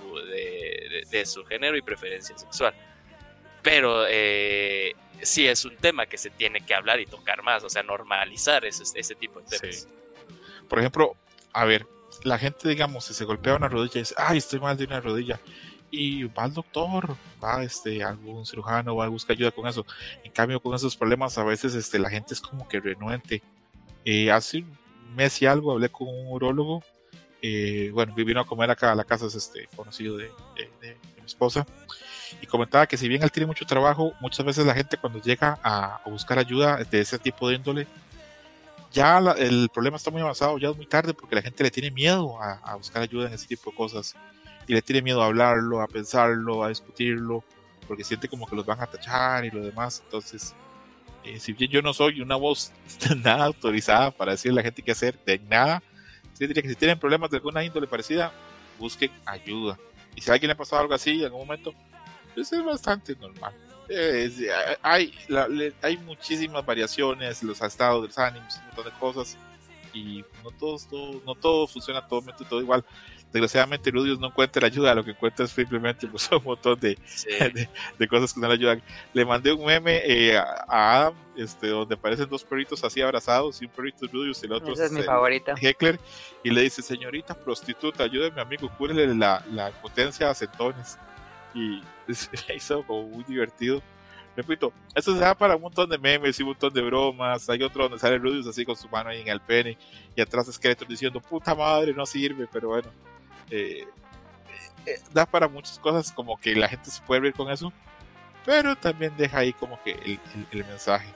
su género y preferencia sexual. Pero sí es un tema que se tiene que hablar y tocar más, o sea, normalizar ese tipo de temas. Sí. Por ejemplo, a ver, la gente, digamos, si se golpea una rodilla y dice, ay, estoy mal de una rodilla, y va al doctor, va a algún cirujano, va a buscar ayuda con eso. En cambio, con esos problemas, a veces la gente es como que renuente. Hace un mes y algo hablé con un urólogo, bueno, vino a comer acá a la casa, es conocido de mi esposa, y comentaba que si bien él tiene mucho trabajo, muchas veces la gente cuando llega a buscar ayuda de ese tipo de índole, ya el problema está muy avanzado, ya es muy tarde, porque la gente le tiene miedo a buscar ayuda en ese tipo de cosas, y le tiene miedo a hablarlo, a pensarlo, a discutirlo, porque siente como que los van a tachar y lo demás. Entonces, si bien yo no soy una voz nada autorizada para decirle a la gente qué hacer, de nada, sí diría que si tienen problemas de alguna índole parecida, busquen ayuda. Y si a alguien le ha pasado algo así en algún momento, pues es bastante normal. Hay muchísimas variaciones, los estados de los ánimos, un montón de cosas, y no todo funciona todo igual. Desgraciadamente Rudius no encuentra ayuda, lo que encuentra es simplemente pues, un montón de cosas que no le ayudan. Le mandé un meme a Adam, donde aparecen dos perritos así abrazados, y un perrito es Rudius y el otro es mi favorito. Heckler, y le dice: señorita prostituta, ayúdeme amigo, cúrele la potencia a centones. Y se hizo como muy divertido. Repito, esto se da para un montón de memes y un montón de bromas. Hay otro donde sale Rudius así con su mano ahí en el pene y atrás Skeletor diciendo: puta madre, no sirve. Pero bueno, da para muchas cosas, como que la gente se puede reír con eso, pero también deja ahí como que el mensaje.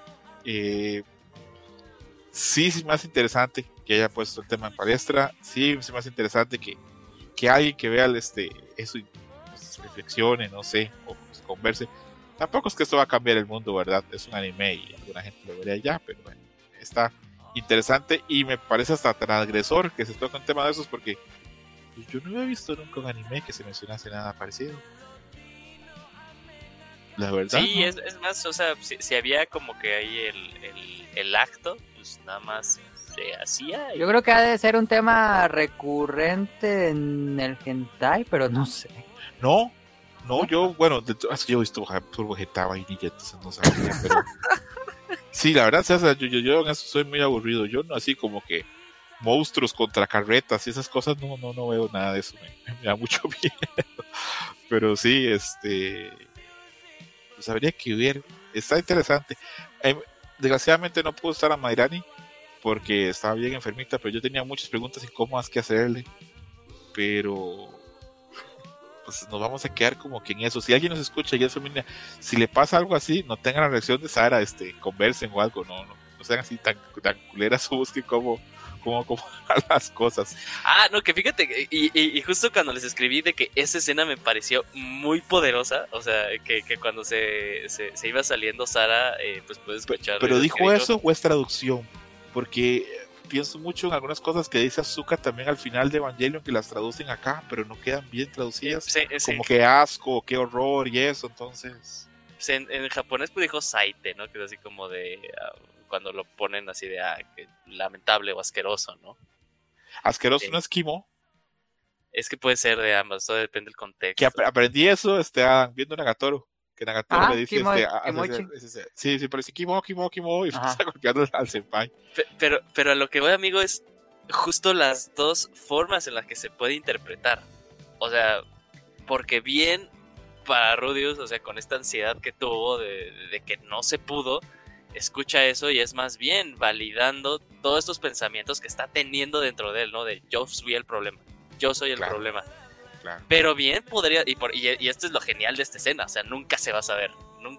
Sí es más interesante que haya puesto el tema en palestra. Sí es más interesante que alguien que vea eso y pues, reflexione, no sé, o pues, converse. Tampoco es que esto va a cambiar el mundo, ¿verdad? Es un anime y alguna gente lo vería ya, pero bueno, está interesante y me parece hasta transgresor que se toque un tema de esos, porque yo no había visto nunca un anime que se mencionase nada parecido. La verdad. Sí, ¿no? es más, o sea, si había como que ahí el acto, pues nada más se hacía. Yo creo que ha de ser un tema recurrente en el hentai, pero no sé. No, yo, bueno, es que yo he visto Turbo Hentai Vainilla, entonces no sabía, pero sí, la verdad, o sea, yo en eso soy muy aburrido. Yo no, así como que monstruos contra carretas y esas cosas, no veo nada de eso, me da mucho miedo. Pero sí, pues habría que ver, está interesante. Desgraciadamente no pudo estar a Mairani porque estaba bien enfermita, pero yo tenía muchas preguntas y cómo más que hacerle, pero pues nos vamos a quedar como que en eso. Si alguien nos escucha y es femenina, si le pasa algo así, no tengan la reacción de Sara, conversen o algo, no sean así tan culeras o busquen cómo las cosas. No, que fíjate, y justo cuando les escribí de que esa escena me pareció muy poderosa, o sea, que cuando se iba saliendo Sara, pues puedes escuchar. Pero dijo eso o es traducción, porque pienso mucho en algunas cosas que dice Asuka también al final de Evangelion, que las traducen acá, pero no quedan bien traducidas, sí. Como que asco, qué horror y eso, entonces... En japonés pues dijo saite, ¿no? Que es así como de... cuando lo ponen así de que lamentable o asqueroso, ¿no? Asqueroso no es kimo. Es que puede ser de ambas, todo depende del contexto. Que aprendí eso viendo Nagatoro. Que Nagatoro le dice sí, pero dice kimo y está golpeando al senpai. Pero a lo que voy, amigo, es justo las dos formas en las que se puede interpretar. O sea, porque bien para Rudius, o sea, con esta ansiedad que tuvo de que no se pudo, escucha eso y es más bien validando todos estos pensamientos que está teniendo dentro de él, ¿no? De yo soy el problema, problema. Claro. Pero bien podría, y esto es lo genial de esta escena, o sea, nunca se va a saber.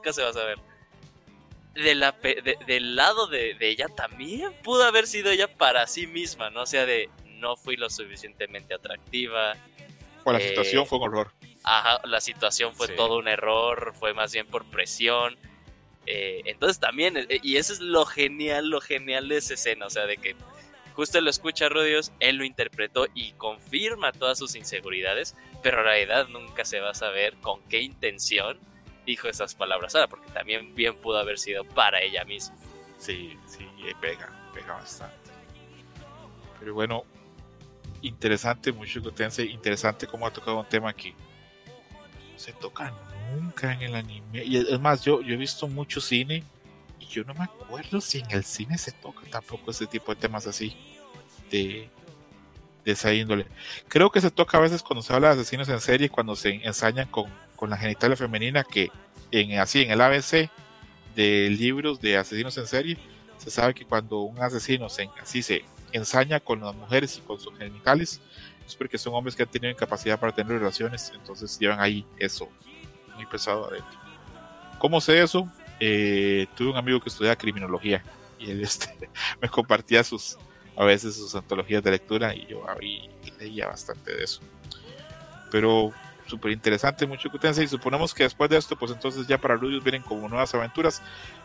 Del lado de ella también pudo haber sido ella para sí misma, ¿no? O sea, de no fui lo suficientemente atractiva. O la situación fue un horror. Ajá, la situación fue todo un error, fue más bien por presión. Entonces también, y eso es lo genial de esa escena, o sea, de que justo lo escucha Rudius, él lo interpretó y confirma todas sus inseguridades, pero en realidad nunca se va a saber con qué intención dijo esas palabras ahora, porque también bien pudo haber sido para ella misma. Sí, pega bastante. Pero bueno, interesante, Mushoku Tensei, interesante cómo ha tocado un tema que no se toca nunca en el anime. Y es más, yo he visto mucho cine y yo no me acuerdo si en el cine se toca tampoco ese tipo de temas así de esa índole. Creo que se toca a veces cuando se habla de asesinos en serie, cuando se ensañan con la genitalia femenina, que en el ABC de libros de asesinos en serie se sabe que cuando un asesino se ensaña con las mujeres y con sus genitales es porque son hombres que han tenido incapacidad para tener relaciones, entonces llevan ahí eso muy pesado adentro. ¿Cómo sé eso? Tuve un amigo que estudiaba criminología y él me compartía a veces sus antologías de lectura y yo leía bastante de eso. Pero súper interesante, Mushoku Tensei, y suponemos que después de esto, pues entonces ya para Rudius vienen como nuevas aventuras.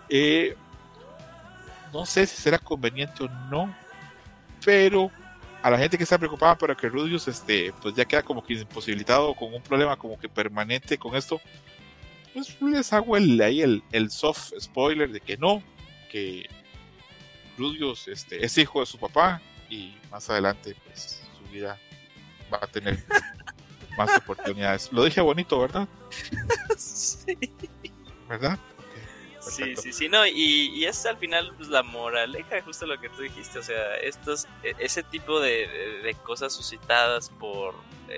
No sé si será conveniente o no, pero a la gente que está preocupada para que Rudius pues ya queda como que imposibilitado, con un problema como que permanente con esto, pues les hago el soft spoiler de que no, que Rudius es hijo de su papá y más adelante pues su vida va a tener más oportunidades. Lo dije bonito, ¿verdad? Sí. ¿Verdad? Sí, Perfecto. sí, no, y es al final pues, la moraleja, justo lo que tú dijiste, o sea, ese tipo de cosas suscitadas por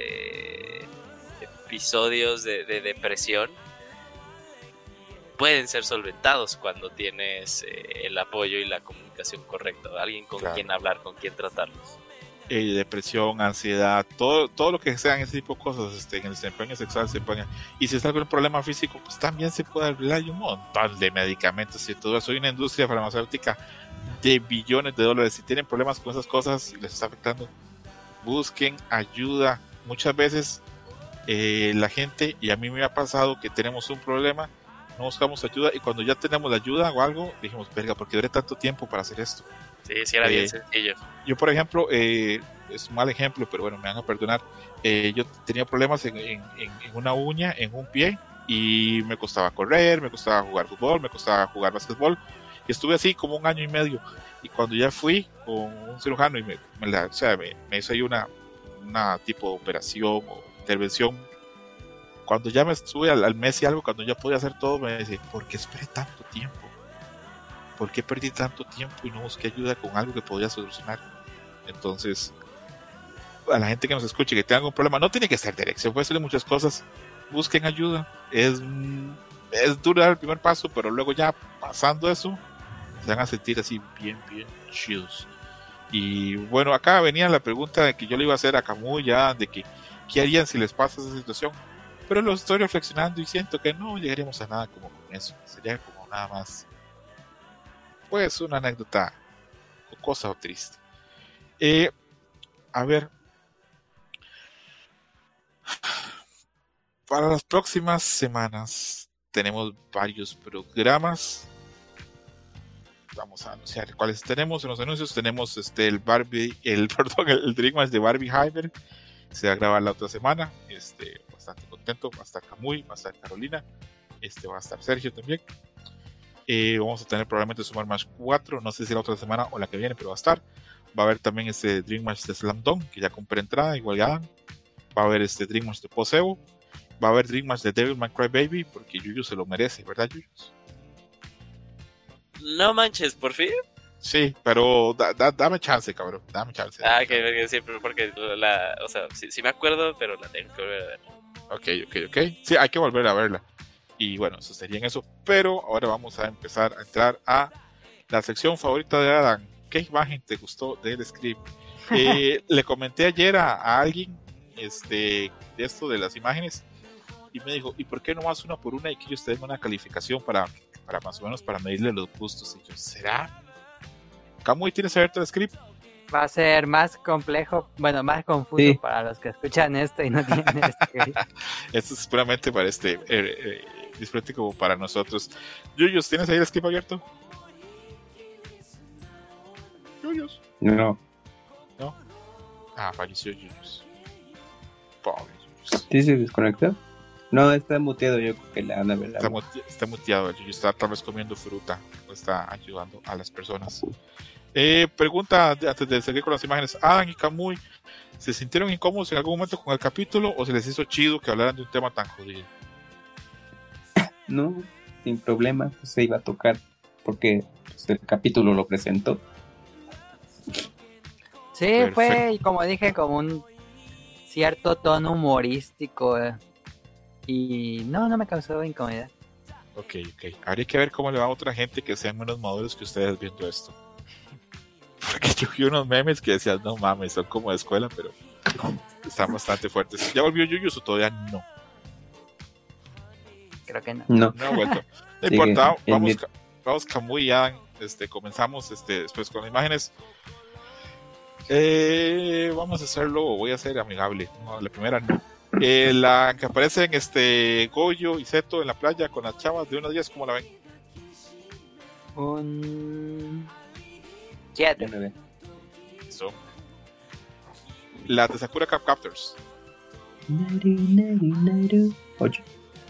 episodios de depresión pueden ser solventados cuando tienes el apoyo y la comunicación correcta, alguien con Claro. quien hablar, con quien tratarlos. Depresión, ansiedad, todo lo que sean ese tipo de cosas en el desempeño sexual se pone. Y si es algún problema físico, pues también se puede hablar. Hay un montón de medicamentos y todo eso. Hay una industria farmacéutica de billones de dólares. Si tienen problemas con esas cosas y les está afectando, busquen ayuda. Muchas veces la gente, y a mí me ha pasado que tenemos un problema, no buscamos ayuda y cuando ya tenemos la ayuda o algo, dijimos, verga, ¿por qué duré tanto tiempo para hacer esto? Sí, era bien sencillo. Yo, por ejemplo, es un mal ejemplo, pero bueno, me van a perdonar. Yo tenía problemas en una uña, en un pie, y me costaba correr, me costaba jugar fútbol, me costaba jugar básquetbol. Y estuve así como 1 año y medio. Y cuando ya fui con un cirujano y me hizo ahí una tipo de operación o intervención, cuando ya me estuve al mes y algo, cuando ya podía hacer todo, me dice, ¿por qué esperé tanto tiempo? ¿Por qué perdí tanto tiempo y no busqué ayuda con algo que podía solucionar? Entonces, a la gente que nos escuche que tenga algún problema, no tiene que ser de erección, puede ser de muchas cosas, busquen ayuda. Es duro dar el primer paso, pero luego ya pasando eso, se van a sentir así bien chidos. Y bueno, acá venía la pregunta que yo le iba a hacer a Camus ya, de que ¿qué harían si les pasa esa situación? Pero lo estoy reflexionando y siento que no llegaríamos a nada como con eso, sería como nada más pues una anécdota cosa o triste. A ver, para las próximas semanas tenemos varios programas. Vamos a anunciar cuáles tenemos. En los anuncios tenemos el Dream Match de Barbie Hyper. Se va a grabar la otra semana. Bastante contento. Va a estar Camuy, va a estar Carolina. Va a estar Sergio también. Vamos a tener probablemente Super Smash 4, no sé si la otra semana o la que viene, pero va a estar. Va a haber también Dream Match de Slam Dunk, que ya compré entrada, igual ya dan. Va a haber Dream Match de Poseo. Va a haber Dream Match de Devil May Cry Baby, porque Yuyu se lo merece, ¿verdad, Yuyu? No manches, ¿por fin? Sí, pero dame chance, cabrón, dame chance. Que sí, porque o sea, sí me acuerdo, pero la tengo que volver a ver. Ok. Sí, hay que volver a verla. Y bueno, eso sería en eso. Pero ahora vamos a empezar a entrar a la sección favorita de Adam. ¿Qué imagen te gustó del script? Le comenté ayer a alguien de esto de las imágenes y me dijo, ¿y por qué no más una por una y que ellos te den una calificación para más o menos para medirle los gustos? Y yo, ¿será? ¿Camuy tienes abierto el script? Va a ser más complejo, bueno, más confuso Sí. para los que escuchan esto y no tienen script. Esto es puramente para disfrute como para nosotros. Yuyos, ¿tienes ahí el script abierto? Yuyos. No. Falleció Yuyos. Pobre Yuyos. ¿Sí se desconectó? No, está muteado, yo creo que la anda, ¿verdad? Está muteado el Yuyos, está tal vez comiendo fruta, no está ayudando a las personas. Pregunta antes de seguir con las imágenes. Adam y Camuy, ¿se sintieron incómodos en algún momento con el capítulo o se les hizo chido que hablaran de un tema tan jodido? No, sin problema, pues se iba a tocar porque pues, el capítulo lo presentó. Sí, Perfecto. fue, como dije, como un cierto tono humorístico. Y no me causó incomodidad. Ok. Habría que ver cómo le va a otra gente que sean menos maduros que ustedes viendo esto. Porque yo vi unos memes que decían, no mames, son como de escuela, pero están bastante fuertes. ¿Ya volvió Yuyus o todavía no? Creo que no. No. No ha vuelto. No Sigue importa, en vamos Camuy y Adam, comenzamos después con las imágenes. Vamos a hacerlo, voy a ser amigable. No, la primera no. La que aparece en Goyo y Zeto en la playa con las chavas de 1 a 10, ¿cómo la ven? Un 7. Ya me ve. Eso. La de Sakura Cap Captors. 8.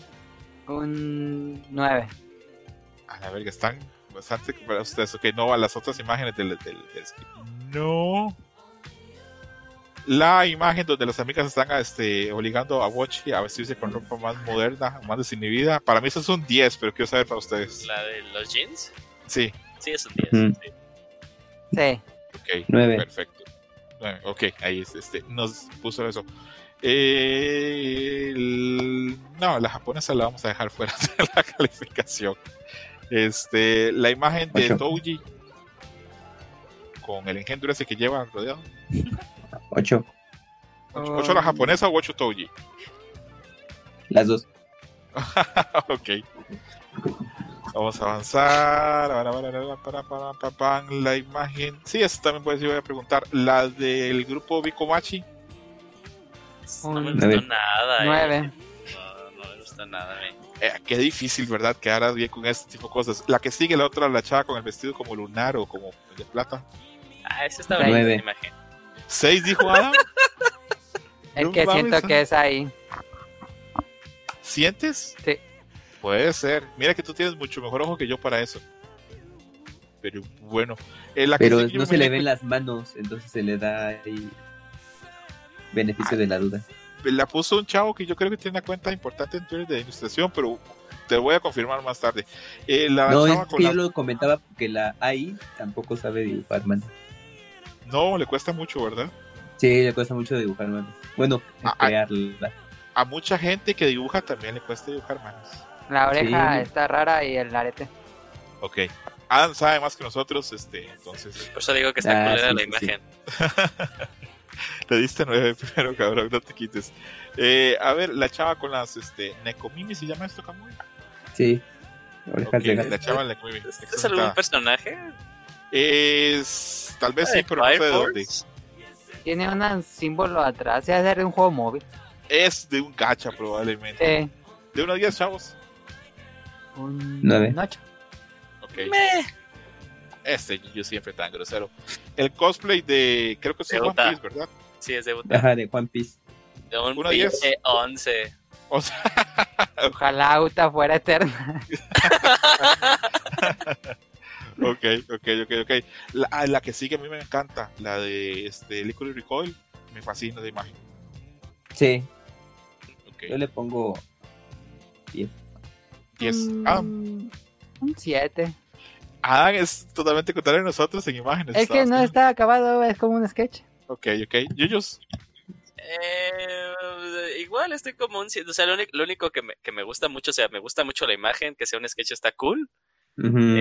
Un 9. A la verga, están bastante para ustedes. Ok, no a las otras imágenes del script. No. La imagen donde las amigas están obligando a Bochi a vestirse con ropa más moderna, más desinhibida. Para mí eso es un 10, pero quiero saber para ustedes. ¿La de los jeans? Sí. Sí, es un 10. Sí. Sí. Ok, 9. perfecto. 9, ok, ahí nos puso eso. No, la japonesa la vamos a dejar fuera de la calificación. La imagen de 8. Touji con el engendro ese que lleva rodeado. 8. 8 la japonesa o 8 Touji. Las dos. Ok. Vamos a avanzar. La imagen. Sí, eso también puede ser. Voy a preguntar. La del grupo Bikomachi. No me Un gustó 9. nada. 9. No me gusta nada. Qué difícil, ¿verdad? Quedar bien con este tipo de cosas. La que sigue, la otra, la chava con el vestido como lunar o como de plata. Esa está 9. bonita la imagen. 6 dijo Adam. Es No que mames, siento que es ahí. ¿Sientes? Sí. Puede ser. Mira que tú tienes mucho mejor ojo que yo para eso. Pero bueno. La que Pero sigue, yo no me se le imagino ven las manos, entonces se le da ahí beneficio de la duda. que la puso un chavo que yo creo que tiene una cuenta importante en Twitter de ilustración, pero te voy a confirmar más tarde. La No, chava es con que la... yo lo comentaba porque la AI tampoco sabe dibujar mano. No, le cuesta mucho, ¿verdad? Sí, le cuesta mucho dibujar mano. Bueno, crearla. A mucha gente que dibuja también le cuesta dibujar manos. La oreja Sí. está rara y el arete. Ok. Adam sabe más que nosotros, entonces Por eso digo que está culera sí, la sí, imagen. le diste 9 primero, cabrón, no te quites. A ver, la chava con las Nekomimi, ¿se llama esto, Kamui? Sí, orejas Ok, de gato. la chava Nekomimi. ¿Es algún personaje? Tal vez sí, pero no sé de dónde. Tiene un símbolo atrás. Se hace de un juego móvil. Es de un gacha probablemente. Sí. De 1 a 10, chavos. Un 9. 8. Ok. Yo siempre tan grosero. El cosplay de, creo que es De One Uta. Piece, ¿verdad? Sí, es de Buta. Ajá, de One Piece. De un 1 a 10. pinche 11. O sea, Ojalá Uta fuera eterna. ok. La que sigue a mí me encanta, la de Liquid Recoil, me fascina de imagen. Sí, Ok. yo le pongo 10. 10. Un 7. Adam es totalmente contrario a nosotros en imágenes. Es que no está acabado, es como un sketch. Ok. Yuyos. Igual estoy como un 7. O sea, lo único que me gusta mucho, o sea, me gusta mucho la imagen, que sea un sketch está cool. Ujú.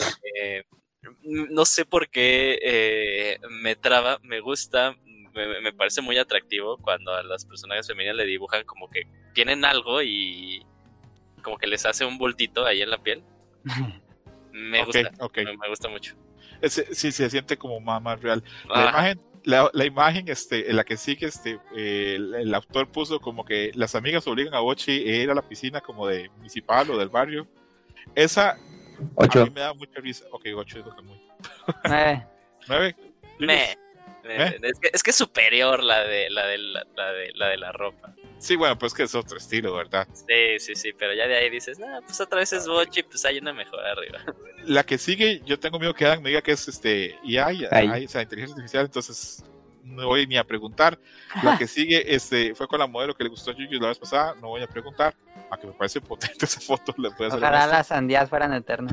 No sé por qué me traba, me gusta, me parece muy atractivo cuando a las personajes femeninas le dibujan como que tienen algo y como que les hace un bultito ahí en la piel. Me gusta, Ok. me gusta mucho. Sí, se siente como más real. Ajá. La imagen, en la que sigue, el autor puso como que las amigas obligan a Bochi a ir a la piscina como de municipal o del barrio. Esa a 8. mí me da mucha risa. Ok, 8 es lo que muy. 9. 9. Es que es superior la de la ropa. Sí, bueno, pues que es otro estilo, ¿verdad? Sí, pero ya de ahí dices, no, pues otra vez es Bochi, pues hay una mejor arriba. La que sigue, yo tengo miedo que Adam me diga que es AI, o sea, inteligencia artificial, entonces no voy ni a preguntar. La que sigue fue con la modelo que le gustó a Yuyu la vez pasada, no voy a preguntar, aunque me parece potente esa foto. Le puede hacer Ojalá esto. las sandías fueran eternas.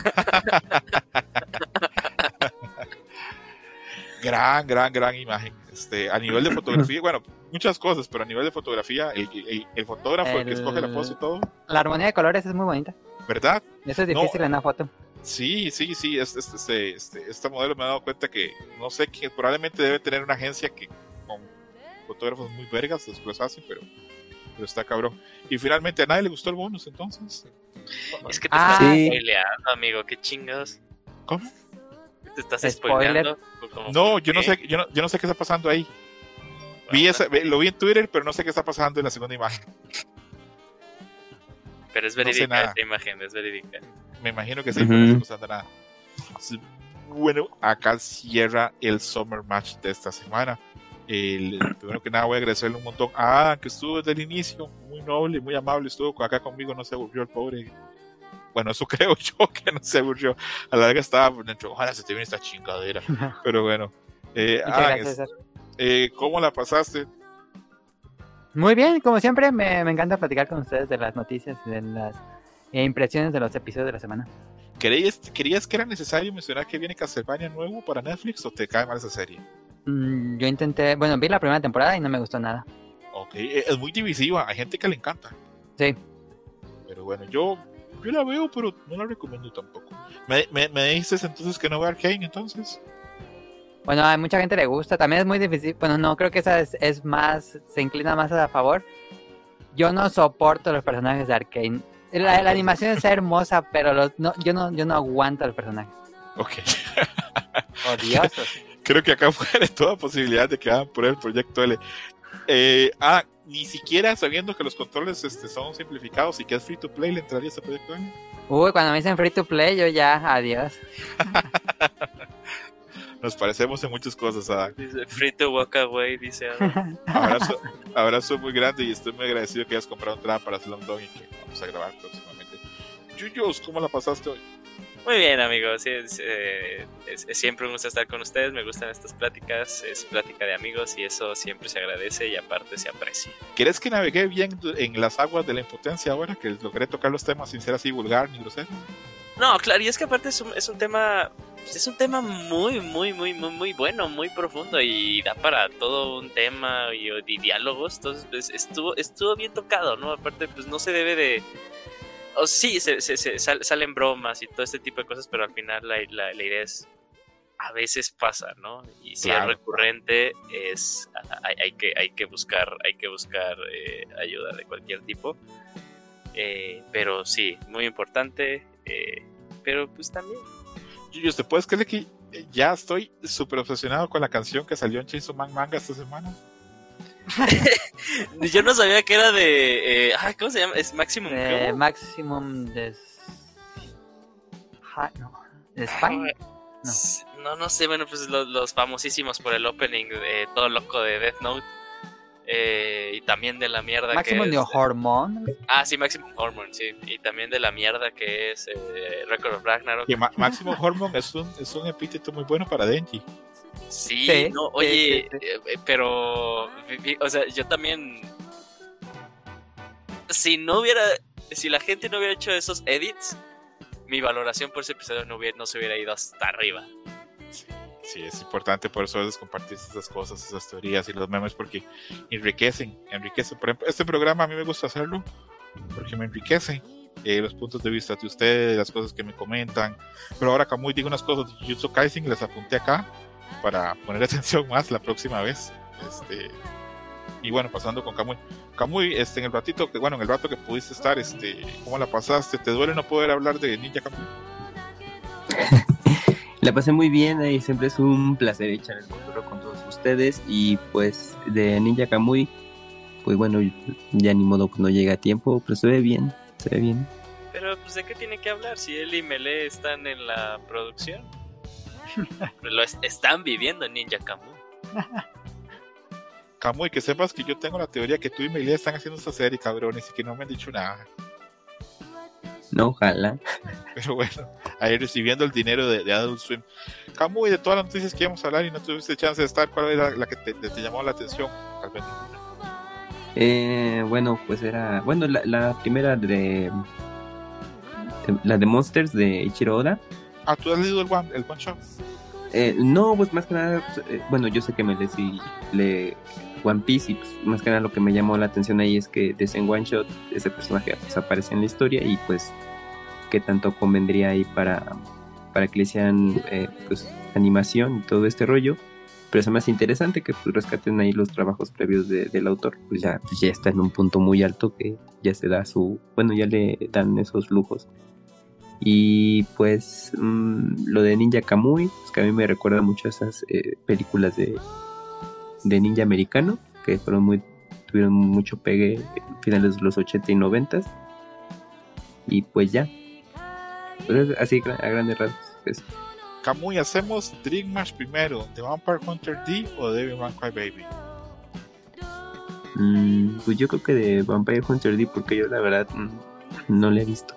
Gran imagen. A nivel de fotografía, bueno, muchas cosas, pero a nivel de fotografía, el fotógrafo, el que escoge la foto y todo, La armonía de colores es muy bonita. ¿verdad? Eso es difícil en una foto. Sí. Esta modelo me he dado cuenta que, no sé, que probablemente debe tener una agencia que con fotógrafos muy vergas los hacen, pero está cabrón. Y finalmente a nadie le gustó el bonus, entonces. Es que te Ah, estás sí. spoileando, amigo, qué chingados. ¿Cómo? Te estás Spoiler. spoileando. ¿Cómo No, por yo no qué? sé, yo no sé qué está pasando ahí. Bueno, Lo vi en Twitter, pero no sé qué está pasando en la segunda imagen. pero es no sé verídica nada. esta imagen, es verídica. Me imagino que sí, Ujú. pero no está pasando nada. Bueno, acá cierra el Summer Match de esta semana. Primero que nada voy a agradecerle un montón a Adam, que estuvo desde el inicio, muy noble, muy amable, estuvo acá conmigo, no se aburrió el pobre. Bueno, eso creo yo, que no se aburrió. A la larga estaba dentro, ojalá se te viene esta chingadera. Pero bueno, Muchas Adam, gracias, César. ¿Cómo la pasaste? Muy bien, como siempre, me encanta platicar con ustedes de las noticias y de las impresiones de los episodios de la semana. ¿Querías que era necesario mencionar que viene Castlevania nuevo para Netflix o te cae mal esa serie? Yo intenté, bueno, vi la primera temporada y no me gustó nada. Ok, es muy divisiva, hay gente que le encanta. Sí. Pero bueno, yo la veo, pero no la recomiendo tampoco. ¿Me dices entonces que no vea Arcane entonces? Bueno, a mucha gente le gusta, también es muy difícil, bueno, no, creo que esa es más, se inclina más a favor. Yo no soporto los personajes de Arcane. La animación es hermosa, pero yo no aguanto los personajes. Ok. Odiosos. Creo que acá muere toda posibilidad de que hagan por el proyecto L. Ni siquiera sabiendo que los controles son simplificados y que es free to play, ¿le entraría a ese proyecto L? Uy, cuando me dicen free to play, yo ya, adiós. Nos parecemos en muchas cosas, Adam. Dice, free to walk away, dice Adam. Abrazo muy grande y estoy muy agradecido que hayas comprado entrada para Slam Dog y que vamos a grabar próximamente. Yuyos, ¿cómo la pasaste hoy? Muy bien, amigos. Sí, es siempre un gusto estar con ustedes. Me gustan estas pláticas. Es plática de amigos y eso siempre se agradece y aparte se aprecia. ¿Crees que navegué bien en las aguas de la impotencia ahora que logré tocar los temas sin ser así vulgar ni grosero? No, claro, y es que aparte es un tema muy bueno, muy profundo y da para todo un tema y diálogos. Entonces pues, estuvo bien tocado, ¿no? Aparte pues no se debe de... sí, salen bromas y todo este tipo de cosas, pero al final la idea es a veces pasa, ¿no? Y si claro, es recurrente hay que buscar ayuda de cualquier tipo. Pero sí, muy importante. Pero pues también. Yuyos, ¿te puedes creer que ya estoy súper obsesionado con la canción que salió en Chainsaw Man Manga esta semana? Yo no sabía que era de... ¿cómo se llama? ¿Es Maximum? Maximum de Spine. No sé, bueno, pues los famosísimos por el opening de Todo Loco de Death Note. Y también de la mierda Maximum que es... de Hormone. Sí, Maximum Hormone, sí. Y también de la mierda que es Record of Ragnarok. Maximum Hormone es un epíteto muy bueno para Denji. Sí, no, oye, sí. Pero, o sea, yo también... Si la gente no hubiera hecho esos edits, mi valoración por ese episodio no se hubiera ido hasta arriba. Sí, es importante por eso a veces compartir esas cosas, esas teorías y los memes porque enriquecen. Por ejemplo, este programa a mí me gusta hacerlo porque me enriquece los puntos de vista de ustedes, las cosas que me comentan. Pero ahora Kamui digo unas cosas de Jujutsu Kaisen, les apunté acá para poner atención más la próxima vez. Y bueno, pasando con Kamui. Kamui, en el rato que pudiste estar, ¿cómo la pasaste? ¿Te duele no poder hablar de Ninja Kamui? La pasé muy bien y siempre es un placer echar el cotorreo con todos ustedes. Y pues de Ninja Kamui, pues bueno, ya ni modo que no llega a tiempo, pero se ve bien. Pero pues ¿de qué tiene que hablar si él y Melee están en la producción? Lo están viviendo en Ninja Kamui. Kamui, que sepas que yo tengo la teoría que tú y Melee están haciendo esta serie, cabrones, y que no me han dicho nada. No, ojalá. Pero bueno, ahí recibiendo el dinero de Adult Swim. Kamui, de todas las noticias que íbamos a hablar y no tuviste chance de estar, ¿cuál era la que te llamó la atención? Bueno, pues era... Bueno, la primera la de Monsters de Ichiro Oda. ¿Tú has leído el one shot? No, pues más que nada, bueno, yo sé que me leí One Piece y pues, más que nada lo que me llamó la atención ahí es que desde en One Shot ese personaje pues, aparece en la historia y pues qué tanto convendría ahí para que le hicieran pues animación y todo este rollo, pero es más interesante que pues rescaten ahí los trabajos previos del autor, pues ya está en un punto muy alto que ya se da ya le dan esos lujos. Y pues lo de Ninja Kamui, es que a mí me recuerda mucho a esas películas de ninja americano que tuvieron mucho pegue a finales de los 80 y 90 y pues ya pues así a grandes rasgos eso. Kamui, ¿hacemos Dream Match primero de Vampire Hunter D o de Devil May Cry Baby? Pues yo creo que de Vampire Hunter D porque yo la verdad no la he visto.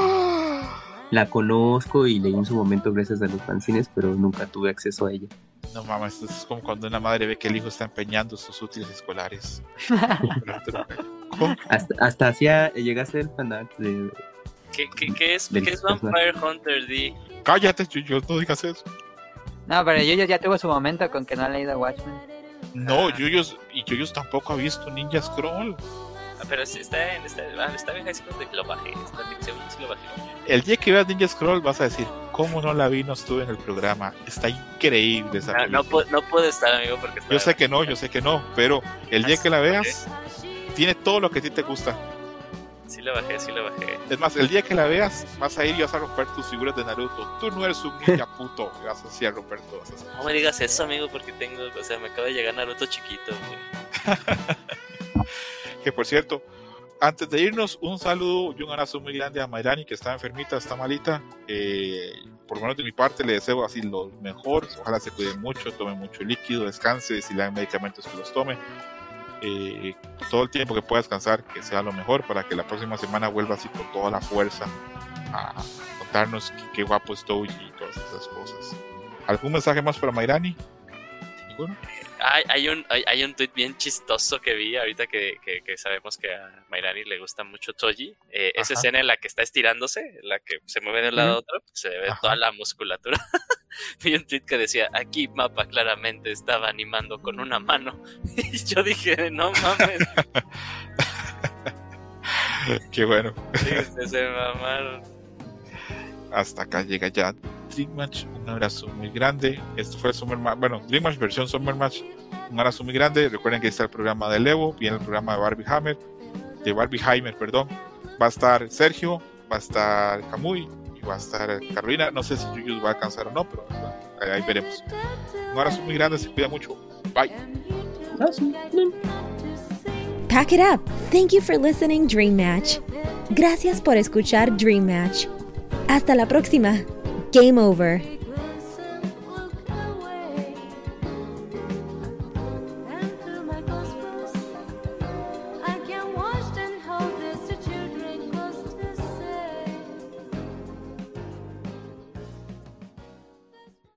La conozco y leí en su momento gracias a los fanzines, pero nunca tuve acceso a ella. No mames, esto es como cuando una madre ve que el hijo está empeñando sus útiles escolares. ¿Cómo? Hasta hacía, llegué a ser fanart de... ¿Qué es Vampire Hunter D? Cállate, Yuyos, no digas eso. No, pero Yuyos ya tuvo su momento con que no ha leído Watchmen. No, Yuyos tampoco ha visto Ninja Scroll. Pero sí está bien, High School de que lo bajé. Sí lo bajé. El día que veas Ninja Scroll vas a decir, ¿cómo no la vi? No estuve en el programa. Está increíble esa película. No puede estar, amigo, porque Yo sé que no, pero el día que la veas, tiene todo lo que a ti te gusta. Sí lo bajé. Es más, el día que la veas, vas a ir y vas a romper tus figuras de Naruto. Tú no eres un ninja puto. Y vas así a romper todas esas cosas. No me digas eso, amigo, porque me acaba de llegar Naruto chiquito, güey. Que por cierto, antes de irnos, un saludo y un abrazo muy grande a Mayrani, que está enfermita, está malita. Por lo menos de mi parte le deseo así lo mejor. Ojalá se cuide mucho, tome mucho líquido, descanse, si le dan medicamentos que los tome. Todo el tiempo que pueda descansar, que sea lo mejor, para que la próxima semana vuelva así con toda la fuerza a contarnos qué guapo estoy y todas esas cosas. ¿Algún mensaje más para Mayrani? ¿Ninguno? Hay un tweet bien chistoso que vi ahorita que sabemos que a Mayrani le gusta mucho Toji. Esa escena en la que está estirándose, en la que se mueve de un lado a otro, se ve toda la musculatura. Vi un tweet que decía, aquí Mappa claramente estaba animando con una mano. Y yo dije, no mames. Qué bueno. Sí, se mamaron. Hasta acá llega ya Dream Match, un abrazo muy grande. Esto fue Summer Match, bueno, Dream Match versión Summer Match, un abrazo muy grande. Recuerden que está el programa de Evo, viene el programa de Barbie Hammer, va a estar Sergio, va a estar Kamui y va a estar Carolina. No sé si Yuyus va a alcanzar o no, pero bueno, ahí veremos. Un abrazo muy grande, se cuida mucho, bye. Pack it up. Thank you for listening, Dream Match. Gracias por escuchar Dream Match. Hasta la próxima. Game over.